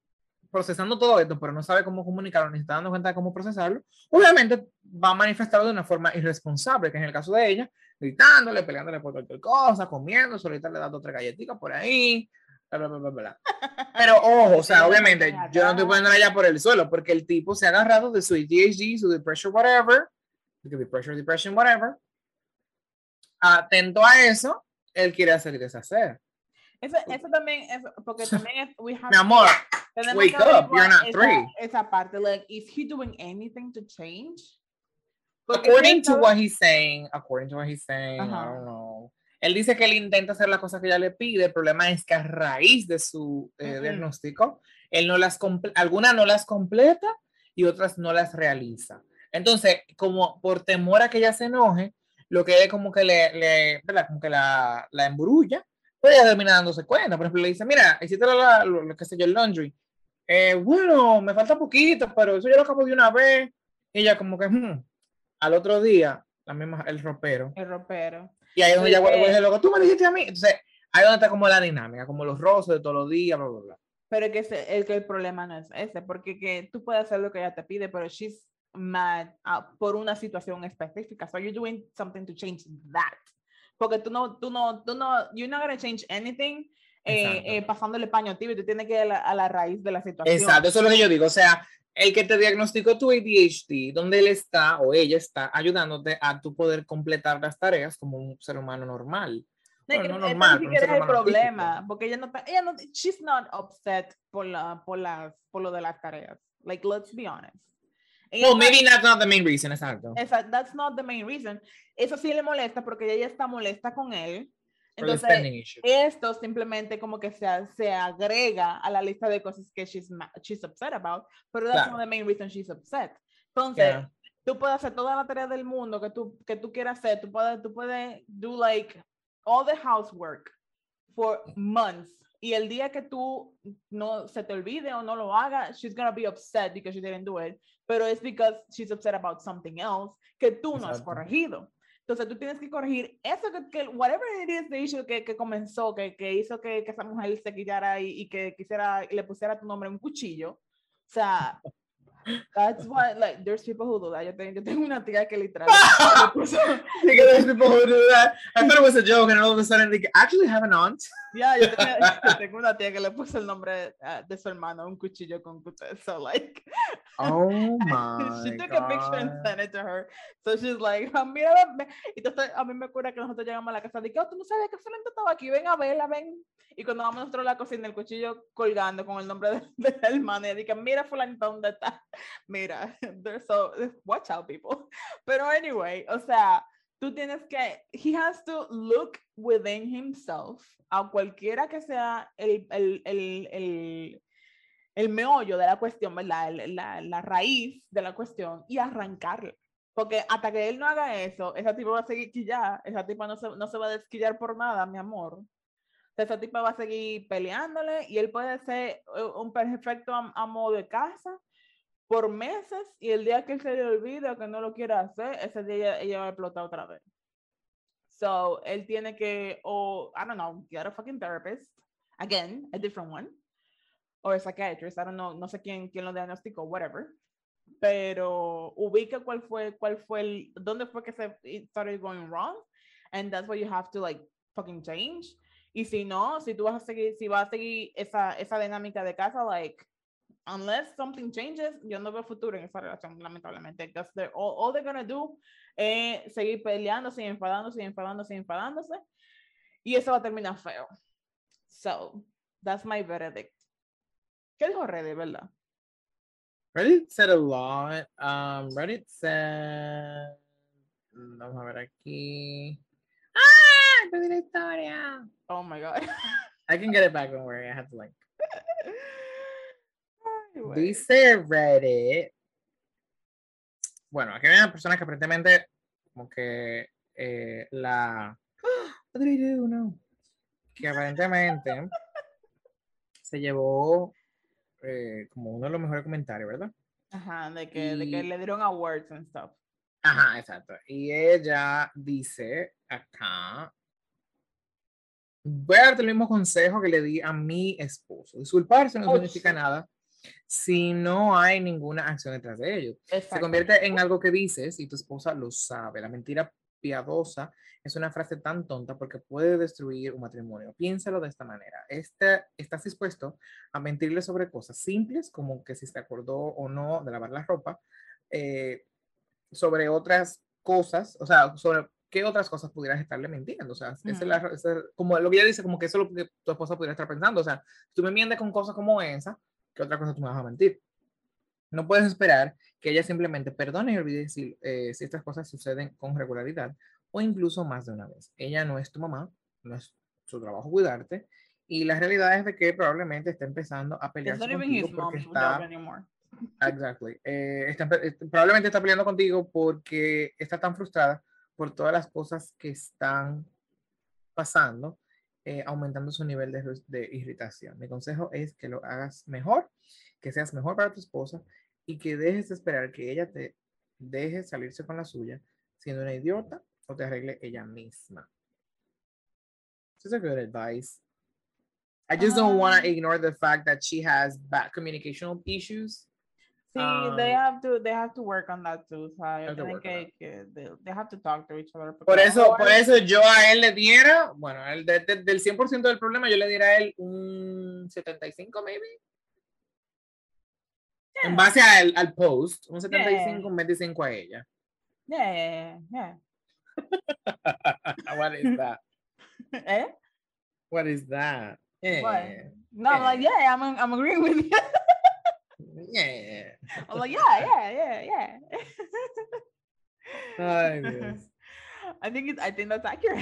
procesando todo esto, pero no sabe cómo comunicarlo, ni se está dando cuenta de cómo procesarlo, obviamente va a manifestarlo de una forma irresponsable, que en el caso de ella, gritándole, peleándole por cualquier cosa, comiendo, solita le dando otra galletita por ahí, bla, bla, bla, bla. Pero ojo, o sea, obviamente, yo no estoy poniendo allá por el suelo, porque el tipo se ha agarrado de su A D H D, su depression, whatever, depression, depression, whatever. Atento a eso, él quiere hacer y deshacer. Eso, eso también es, porque también es, we have Mi amor, to, wake up, you're not esa, three. Esa parte, like, is he doing anything to change? Porque according to what he's saying, according to what he's saying, uh-huh. I don't know. Él dice que él intenta hacer las cosas que ella le pide. El problema es que a raíz de su eh, uh-huh. diagnóstico, él no las algunas no las completa y otras no las realiza. Entonces, como por temor a que ella se enoje, lo que es como que le, le ¿verdad? Como que la, la embrulla, pues ella termina dándose cuenta. Por ejemplo, le dice, mira, hiciste la, lo, lo que sé yo, el laundry. Eh, bueno, me falta poquito, pero eso yo lo acabo de una vez. Y ella como que, hmm. Al otro día, la misma, el ropero. El ropero. Y ahí es donde sí, ella vuelve loco, tú me dijiste a mí. Entonces, ahí es donde está como la dinámica, como los roces de todos los días, bla, bla, bla. Pero es que, ese, el, que el problema no es ese, porque que tú puedes hacer lo que ella te pide, pero she's mad uh, por una situación específica. So you're doing something to change that. Porque tú no, tú no, tú no, you're not going to change anything eh, eh, pasándole paño tibio. Tú tienes que ir a la, a la raíz de la situación. Exacto, eso es lo que yo digo. O sea, el que te diagnosticó tu A D H D, donde él está o ella está ayudándote a tu poder completar las tareas como un ser humano normal. No, bueno, no normal, pero es el problema, físico. Porque ella no está, ella no, she's not upset por la, por las, por lo de las tareas. Like, let's be honest. Ella well, maybe that's not the main reason, exacto. Exacto, that's not the main reason. Eso sí le molesta porque ella está molesta con él. Entonces, esto simplemente como que se, se agrega a la lista de cosas que she's, she's upset about, pero that's claro. not the main reason she's upset. Entonces, yeah. tú puedes hacer toda la tarea del mundo que tú, que tú quieras hacer, tú puedes, tú puedes do like all the housework for months, y el día que tú no se te olvide o no lo haga, she's gonna be upset because you didn't do it, pero es because she's upset about something else que tú Exacto. no has corregido. Entonces tú tienes que corregir eso que, que whatever it is the issue que, que comenzó, que, que hizo que, que esa mujer se quillara y, y que quisiera, y le pusiera tu nombre en un cuchillo. O sea, that's why, like, there's people who do that. Yo tengo, yo tengo una tía que literal. There's people who do that. I thought it was a joke, and all of a sudden, they actually have an aunt. Yeah, yo, tenía, yo tengo una tía que le puso el nombre uh, de su hermano, un cuchillo con cuchillo. So, like, oh my she took God. a picture and sent it to her. So she's like, oh, mira, y entonces a mí me acuerda que nosotros llegamos a la casa de que, oh, tú no sabes que Fulano estaba aquí, ven a verla, ven. Y cuando vamos nosotros a la cocina, el cuchillo colgando con el nombre de, de la hermana, y dije, mira, Fulanito, ¿dónde está? Mira, they're so, watch out, people. Pero anyway, o sea, tú tienes que, he has to look within himself, a cualquiera que sea el, el, el, el, el meollo de la cuestión, ¿verdad? La, la raíz de la cuestión, y arrancarla. Porque hasta que él no haga eso, esa tipa va a seguir quillar, esa tipa no se, no se va a desquillar por nada, mi amor. Esa tipa va a seguir peleándole, y él puede ser un perfecto amo de casa por meses, y el día que él se le olvide o que no lo quiera hacer, ese día ella, ella va a explotar otra vez. So, él tiene que, o, I don't know, get a fucking therapist, again, a different one, or a psychiatrist, I don't know, no sé quién, quién lo diagnosticó, whatever, pero ubica cuál fue, cuál fue el, dónde fue que se it started going wrong, and that's what you have to, like, fucking change. Y si no, si tú vas a seguir, si vas a seguir esa, esa dinámica de casa, like, unless something changes, yo no veo futuro en esa relación, lamentablemente, because they're all, all they're gonna do es seguir peleándose y enfadándose y enfadándose y enfadándose, y eso va a terminar feo. So, that's my verdict. ¿Qué dijo Reddit, verdad? Reddit said a lot. Um, Reddit said, vamos a ver aquí. ¡Ah! ¡Perdí la historia! Oh my God. I can get it back, don't worry, I have to like. Dice Reddit. Bueno, aquí hay una persona que aparentemente como que eh, la what did I do? No. Que aparentemente se llevó eh, como uno de los mejores comentarios, ¿verdad? Ajá, de que, y, de que le dieron awards and stuff. Ajá, exacto. Y ella dice acá, voy a darte el mismo consejo que le di a mi esposo. Disculparse no oh, significa sí. nada. si no hay ninguna acción detrás de ello. Se convierte en algo que dices y tu esposa lo sabe. La mentira piadosa es una frase tan tonta porque puede destruir un matrimonio. Piénsalo de esta manera. Este, estás dispuesto a mentirle sobre cosas simples como que si se acordó o no de lavar la ropa, eh, sobre otras cosas, o sea, sobre qué otras cosas pudieras estarle mintiendo. O sea, mm. es, la, es el, como lo que ella dice, como que eso es lo que tu esposa pudiera estar pensando. O sea, si tú me mientes con cosas como esa, ¿qué otra cosa tú me vas a mentir? No puedes esperar que ella simplemente perdone y olvide si, eh, si estas cosas suceden con regularidad o incluso más de una vez. Ella no es tu mamá, no es su trabajo cuidarte y la realidad es de que probablemente está empezando a pelearse contigo porque está... Exactly. Eh, está, probablemente está peleando contigo porque está tan frustrada por todas las cosas que están pasando, eh, aumentando su nivel de, de irritación. Mi consejo es que lo hagas mejor, que seas mejor para tu esposa y que dejes de esperar que ella te deje salirse con la suya siendo una idiota o te arregle ella misma. This is a good advice. I just um, don't want to ignore the fact that she has bad communication issues. Sí, um, they have to they have to work on that too. O sea, yo tienen que, que they, they have to talk to each other. Por eso, por eso yo a él le diera, bueno, el de, de, del cien por ciento del problema yo le diera a él un setenta y cinco maybe. Yeah. En base al, al post, un setenta y cinco, yeah. Un veinticinco a ella. Yeah, yeah. What is that? Eh? What is that? Yeah. What? No, yeah. I'm like, yeah, I'm I'm agreeing with you. Yeah. I'm like, yeah, yeah, yeah, yeah. Ay, Dios. I think it's, I think that's accurate.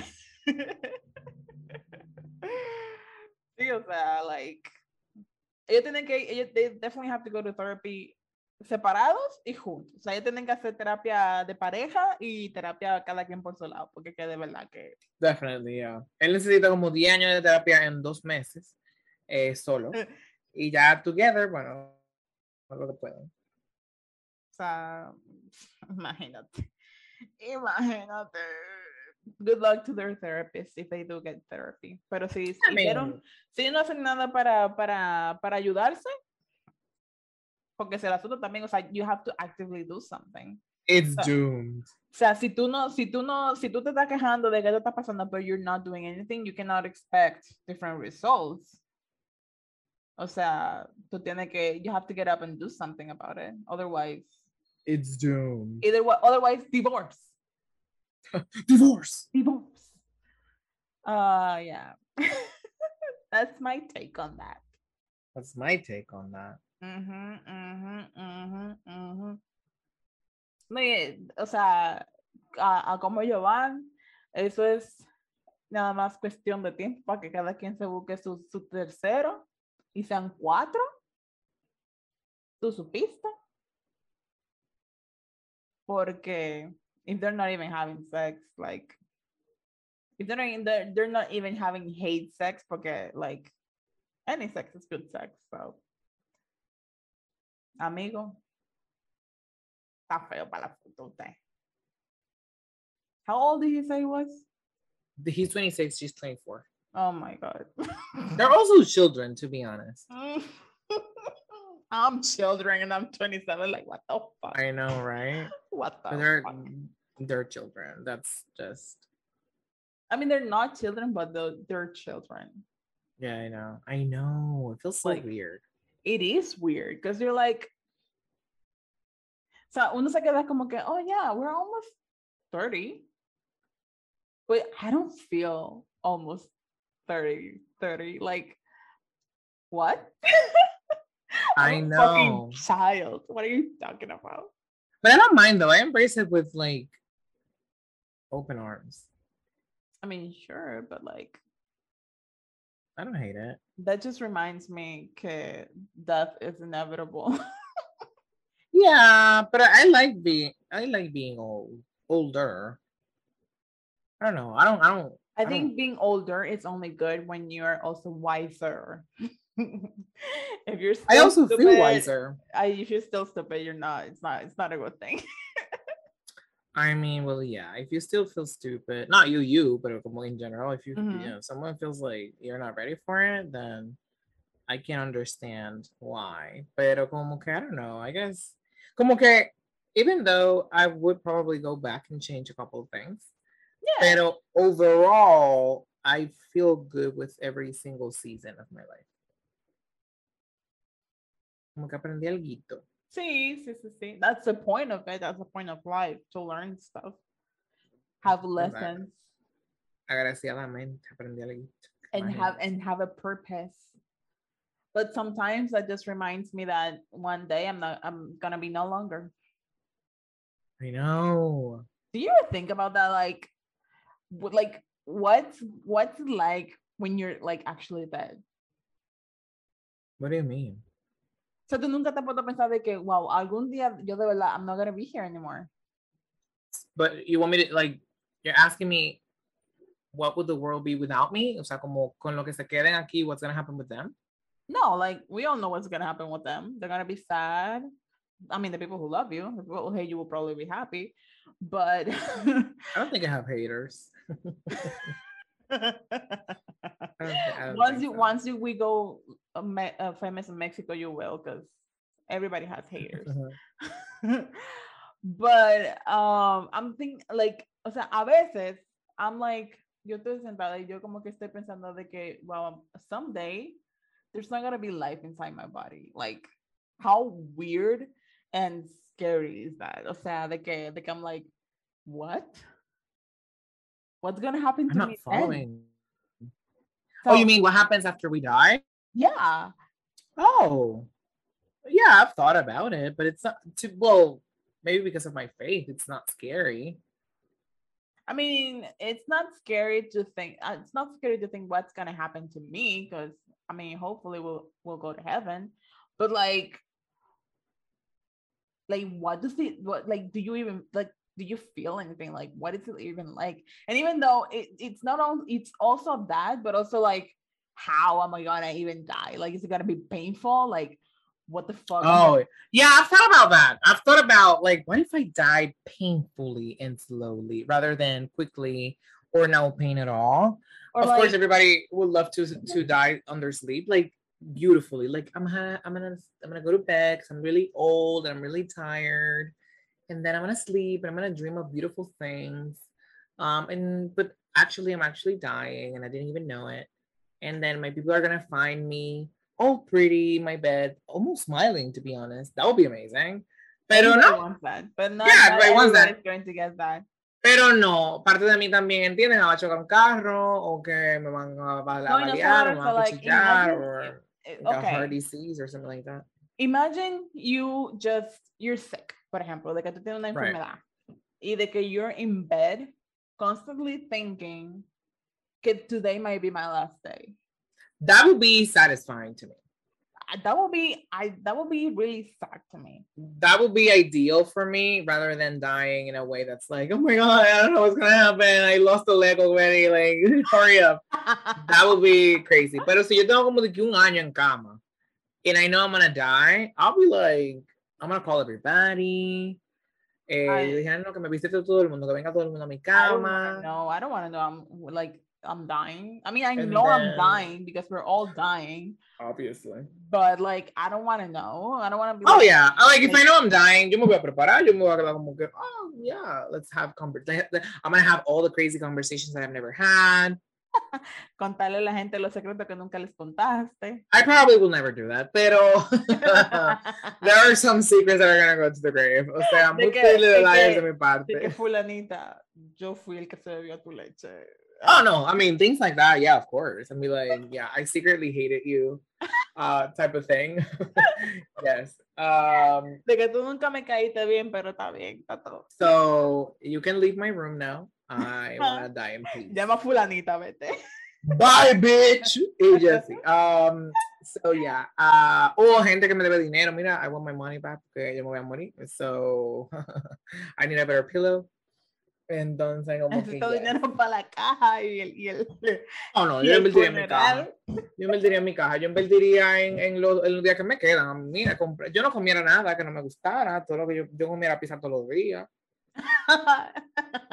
Sí, o sea, like, ellos tienen que, ellos, they definitely have to go to therapy separados y juntos. O sea, ellos tienen que hacer terapia de pareja y terapia cada quien por su lado, porque que de verdad que... Definitely, yeah. Él necesita como diez años de terapia en dos meses, eh, solo. Y ya together, bueno, no lo que pueden. O sea, imagínate. Imagínate. Good luck to their therapists if they do get therapy. Pero si, si, hicieron, si no hacen nada para, para, para ayudarse, porque se el asunto también, o sea, you have to actively do something. It's o sea, doomed. O sea, si tú no, si tú no, si tú te estás quejando de que esto está pasando, but you're not doing anything, you cannot expect different results. O sea, tú tienes que, you have to get up and do something about it. Otherwise, it's doomed. Either what, otherwise, divorce. Divorce. Divorce. Uh, yeah. That's my take on that. That's my take on that. Mhm, mhm, mhm, mhm. O sea, a, a cómo ellos van, eso es nada más cuestión de tiempo para que cada quien se busque su, su tercero y sean cuatro. ¿Tú supiste? Porque if they're not even having sex, like, if they're not, they're, they're not even having hate sex, porque, like, any sex is good sex, so. Amigo, está feo para la foto usted. How old did he say he was? He's twenty-six, she's twenty-four. Oh my God. They're also children, to be honest. I'm children and I'm twenty-seven. Like, what the fuck? I know, right? What the but they're, fuck? They're children. That's just... I mean, they're not children, but they're, they're children. Yeah, I know. I know. It feels so like, weird. It is weird because you're like... So, uno se queda como que, oh yeah, we're almost thirty. But I don't feel almost thirty, thirty. Like, what? I know. Fucking child. What are you talking about? But I don't mind though. I embrace it with like open arms. I mean, sure, but like, I don't hate it. That just reminds me that death is inevitable. Yeah, but I like being I like being old, older. I don't know. I don't. I don't. I, I think don't... being older is only good when you're also wiser. If you're, I also stupid, feel wiser. I, if you're still stupid, you're not. It's not. It's not a good thing. I mean, well, yeah. If you still feel stupid, not you, you, but in general, if you, mm-hmm. you know, someone feels like you're not ready for it, then I can understand why. Pero como que, I don't know, I guess, como que, even though I would probably go back and change a couple of things, yeah. Pero overall, I feel good with every single season of my life. Como que aprendí algo. Sí, sí, sí, sí. That's the point of it. That's the point of life, to learn stuff. Have lessons. Agraciadamente aprendí algo. And have and have a purpose. But sometimes that just reminds me that one day I'm not I'm gonna be no longer. I know. Do you ever think about that? Like, like what's what's it like when you're like actually dead? What do you mean? So tú nunca te has puesto a pensar de que, wow, algún día yo de verdad, I'm not gonna be here anymore. But you want me to, like, you're asking me, what would the world be without me? O sea, como con lo que se queden aquí, what's gonna happen with them? No, like, we all know what's gonna happen with them. They're gonna be sad. I mean, the people who love you, the people who hate you will probably be happy. But I don't think I have haters. I don't, I don't once you so. once you we go uh, me, uh, famous in Mexico, you will, because everybody has haters. Uh-huh. But um, I'm thinking like, o sea, a veces I'm like, yo estoy sentada y yo como que estoy pensando de que, well, someday there's not gonna be life inside my body. Like, how weird and scary is that? O sea, de que, de que I'm like, what? What's gonna happen to I'm not me following. then? So, oh, you mean what happens after we die? Yeah. Oh, yeah, I've thought about it, but it's not too, well, maybe because of my faith, it's not scary. I mean, it's not scary to think, uh, it's not scary to think what's gonna happen to me, because I mean, hopefully we'll we'll go to heaven. But like, like what does it what like do you even like do you feel anything? Like, what is it even like? And even though it, it's not all, it's also that, but also like, how am I gonna even die? Like, is it gonna be painful? Like, what the fuck? Oh, yeah, I've thought about that. I've thought about, like, what if I died painfully and slowly rather than quickly or no pain at all? Or of like, course, everybody would love to to die under sleep, like beautifully. Like, I'm gonna I'm gonna I'm gonna go to bed because I'm really old and I'm really tired. And then I'm gonna sleep and I'm gonna dream of beautiful things. Um, and but actually, I'm actually dying and I didn't even know it. And then my people are gonna find me all pretty in my bed, almost smiling. To be honest, that would be amazing. Pero no, wants that. But not, yeah, not everybody wants that. Going to get that. Pero no, parte de mí también entienden, me va a chocar un carro o que me van a balear o me van a cuchillar or a heart disease or something like that. Imagine you just you're sick. Por ejemplo, de que tú tienes una enfermedad, right, y de que you're in bed constantly thinking que today might be my last day. That would be satisfying to me. That would be I that would be really sad to me. That would be ideal for me rather than dying in a way that's like, oh my god, I don't know what's gonna happen. I lost a leg already. Like, hurry up. That would be crazy. Pero si yo tengo como de que un año en cama and I know I'm gonna die, I'll be like, I'm gonna call everybody. Eh, I, dijeron, no, que me visite todo el mundo, que venga todo el mundo a mi cama. No, I don't want to know. I'm like, I'm dying. I mean, I and know then, I'm dying because we're all dying. Obviously. But like, I don't want to know. I don't want to be. Oh like, yeah, like if like, I know I'm dying, yo me voy a preparar. Yo me voy a quedar como que, oh yeah, let's have conversations. I'm gonna have all the crazy conversations that I've never had. Contarle a la gente los secretos que nunca les contaste. I probably will never do that, pero there are some secrets that are gonna go to the grave. O sea, muy de liars de mi parte. De que fulanita, yo fui el que se bebió tu leche. Oh no, I mean things like that, yeah, of course. And be like, yeah, I secretly hated you, uh, type of thing. Yes. Um, de que tú nunca me caíste bien, pero está bien, está todo. So you can leave my room now. I wanna die in peace. Llama fulanita, vete. Bye, bitch. Hey, Jesse. Um, so yeah. Uh, oh, gente que me debe dinero. Mira, I want my money back porque yo me voy a morir. So I need a better pillow. Entonces, como que necesito dinero para la caja y el... Y el oh, no, yo invertiría en mi caja. Yo invertiría en mi caja. Yo invertiría en, en, los, en los días que me quedan. Mira, compré, yo no comiera nada que no me gustara. Todo lo que yo, yo comiera pizza todos los días.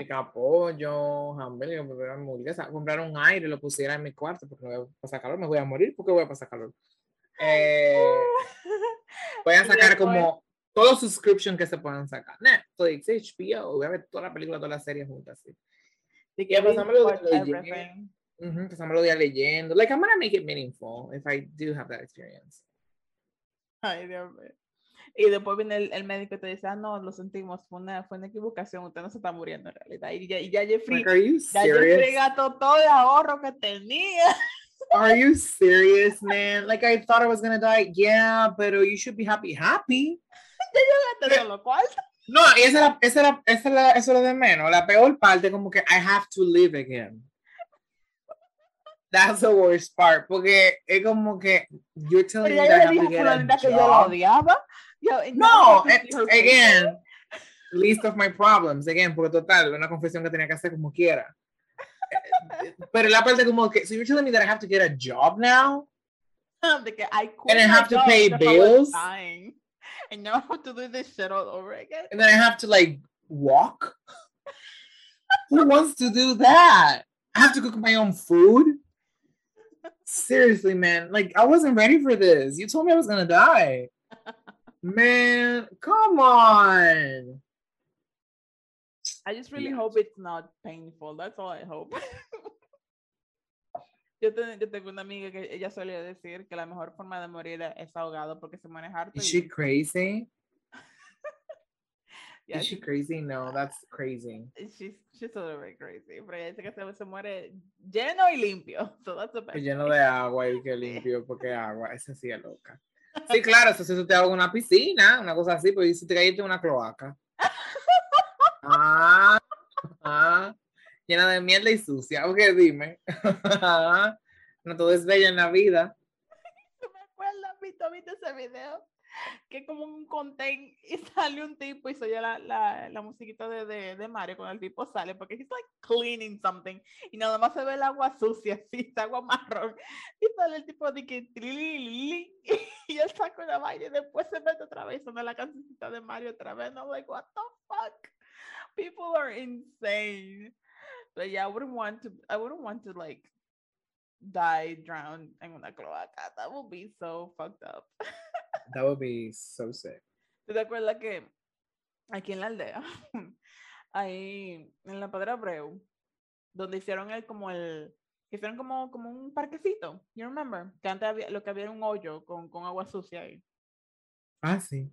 picar pollo, hamburguesa, beber hamburguesa, comprar un aire y lo pusiera en mi cuarto porque me voy a pasar calor, me voy a morir porque voy a pasar calor. Eh, voy a sacar como todos los subscriptions que se puedan sacar. Netflix, H B O, voy a ver toda la película, todas las series juntas. Así. Y a pasarme los días leyendo. Uh-huh, pasarme los días leyendo. Like, I'm gonna make it meaningful if I do have that experience. Ay, Dios mío. Y después viene el, el médico y te dice, ah, no, lo sentimos, fue una, fue una equivocación, usted no se está muriendo en realidad. Y ya, y ya Jeffrey, like, are you ya Jeffrey gastó todo el ahorro que tenía. Are you serious, man? Like, I thought I was gonna die. Yeah, pero you should be happy. Happy? Ya yo gasté todo lo cuarto. No, y esa era, esa era, esa era, eso era de menos. La peor parte, como que I have to live again. That's the worst part, porque es como que you're telling me that I have to get a job. Que yo lo odiaba. Yo, no, it, again, least of my problems, again, porque total, una confesión que tenía que hacer como quiera. Pero la parte como que, so you're telling me that I have to get a job now? De que I and I have to pay bills? And now I have to do this shit all over again? And then I have to like walk? Who wants to do that? I have to cook my own food? Seriously, man, like I wasn't ready for this. You told me I was gonna die. Man, come on. I just really yeah. hope it's not painful. That's all I hope. yo, te, yo tengo una amiga que ella solía decir que la mejor forma de morir es ahogado porque se muere harto. Is she y... crazy? yeah, Is she crazy? No, that's crazy. She's, she's a little bit crazy. Pero ella dice que se, se muere lleno y limpio. So that's the best. Lleno de agua y que limpio porque agua. Esa sí es loca. Sí, claro, eso si te hago una piscina, una cosa así, pues si te caíste en una cloaca. Ah, ah, llena de mierda y sucia. Ok, dime. No todo es bello en la vida. Me acuerdo, ¿viste, ¿viste ese video? Que como un contain y sale un tipo y se oye la, la, la musiquita de, de, de Mario cuando el tipo sale porque he's like cleaning something y nada más se ve el agua sucia así, es agua marrón y sale el tipo de que y él saca una vaina y después se mete otra vez sonando la cancioncita de Mario otra vez. And I'm like, what the fuck? People are insane. But yeah, I wouldn't want to I wouldn't want to like die drowned en una cloaca. That would be so fucked up. That would be so sick. ¿Tú te acuerdas que aquí en la aldea, ahí en la Padre Abreu, donde hicieron el como el, hicieron como, como un parquecito, you remember? Que antes había, lo que había era un hoyo con, con agua sucia ahí. Ah, sí.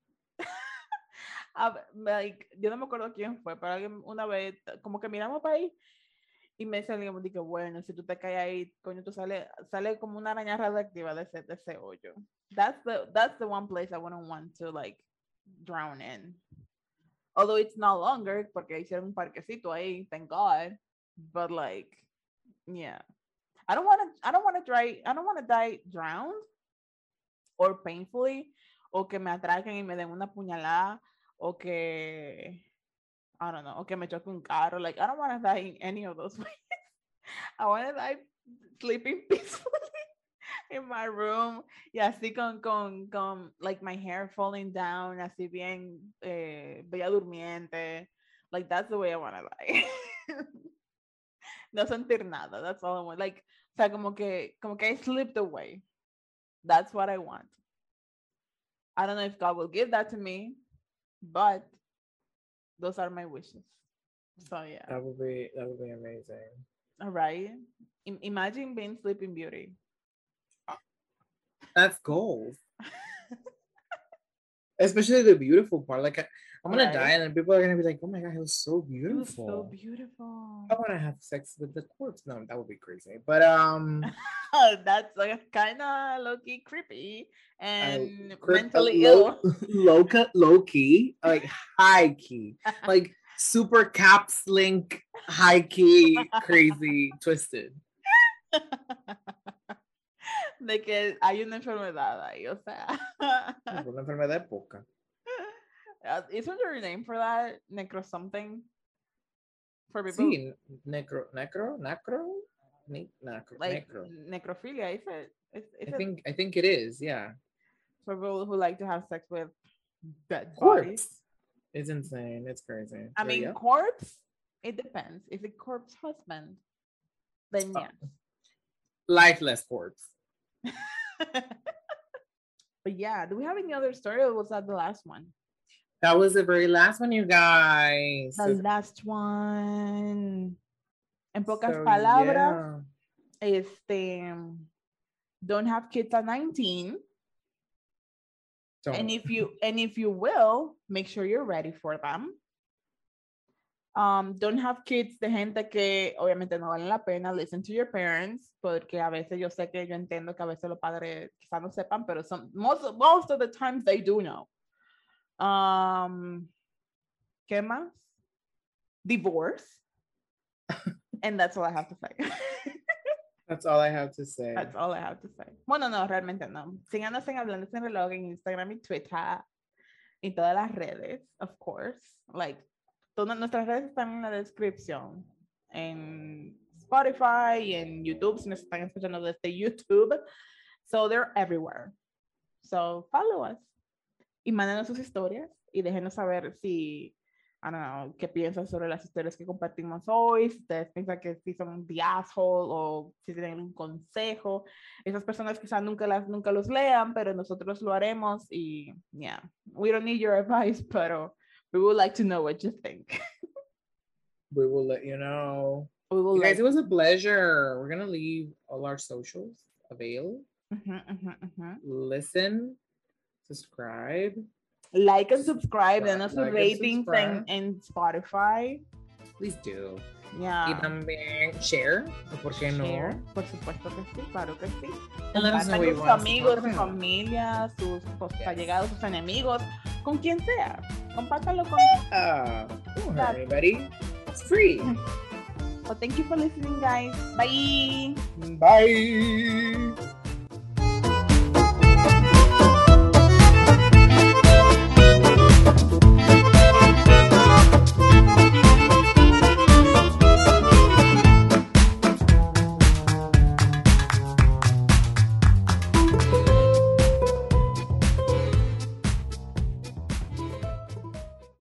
Like, yo no me acuerdo quién fue, pero alguien una vez, como que miramos para ahí, y me salíamos, dije, bueno, si tú te caes ahí, coño, tú sale, sale como una araña radioactiva de ese, de ese hoyo. That's the, that's the one place I wouldn't want to, like, drown in. Although it's no longer, porque hicieron un parquecito ahí, thank God. But, like, yeah. I don't want to, I don't want to die, I don't want to die drowned or painfully, o que me atraquen y me den una puñalada, o que... I don't know, o que me choque un carro. Like, I don't want to die in any of those ways. I want to die sleeping peacefully in my room. Y así con, con, con, like, my hair falling down, así bien, eh, bella durmiente. Like, that's the way I want to die. No sentir nada, that's all I want. Like, o sea, como que, como que I slipped away. That's what I want. I don't know if God will give that to me, but those are my wishes. So yeah. That would be that would be amazing. All right. I- imagine being Sleeping Beauty. That's goals. Especially the beautiful part. Like I, I'm gonna right. die, and then people are gonna be like, "Oh my god, he was so beautiful." It was so beautiful. I want to have sex with the corpse. No, that would be crazy. But um, that's like kind of low key creepy and uh, cri- mentally uh, ill. Low, low, low key, like high key, like super caps link, high key, crazy, twisted. De que hay una enfermedad ahí, o sea. Una enfermedad poca. Uh, isn't there a name for that? Necro something? For people? Sí, necro, necro, necro, ne- necro, like necro. Necrophilia, is it? Is, is I it think I think it is, yeah. For people who like to have sex with dead Corpse. bodies. It's insane. It's crazy. I there mean, corpse It depends. Is it corpse husband? Then yes. Oh. Lifeless corpse. But yeah, do we have any other story, or was that the last one? That was the very last one, you guys. The last one. En pocas So, palabras, yeah. este, don't have kids at nineteen. Don't. And if you and if you will, make sure you're ready for them. Um, don't have kids de gente que obviamente no valen la pena. Listen to your parents, porque a veces yo sé que yo entiendo que a veces los padres quizás no sepan, pero son, most, most of the times they do know. Um, ¿Qué más? Divorce. And that's all I have to say. That's all I have to say. That's all I have to say. Bueno, no, realmente no. Síganos en Hablando Sin Reloj en Instagram y Twitter y todas las redes, of course. Like, todas nuestras redes están en la descripción. En Spotify, en YouTube, si nos están escuchando desde YouTube. So they're everywhere. So follow us. Y mándenos sus historias y déjenos saber si, I don't know, qué piensan sobre las historias que compartimos hoy, si ustedes piensan que sí son the asshole o si tienen un consejo. Esas personas quizás nunca, las, nunca los lean, pero nosotros lo haremos y, yeah, we don't need your advice, pero we would like to know what you think. We will let you know. We will you guys, let... it was a pleasure. We're going to leave all our socials available. Uh-huh, uh-huh, uh-huh. Listen, subscribe. Like and subscribe, and also like ratings and, and Spotify. Please do. Yeah. Y también share, ¿por qué no? Share, por supuesto que sí, claro que sí. And let us know Compartan what you con sus want us to amigos, talk su about. familia, sus, sus Yes. allegados, sus enemigos, con quien sea. Compártanlo con... Uh, don't hurt That- anybody. It's free. Well, thank you for listening, guys. Bye. Bye.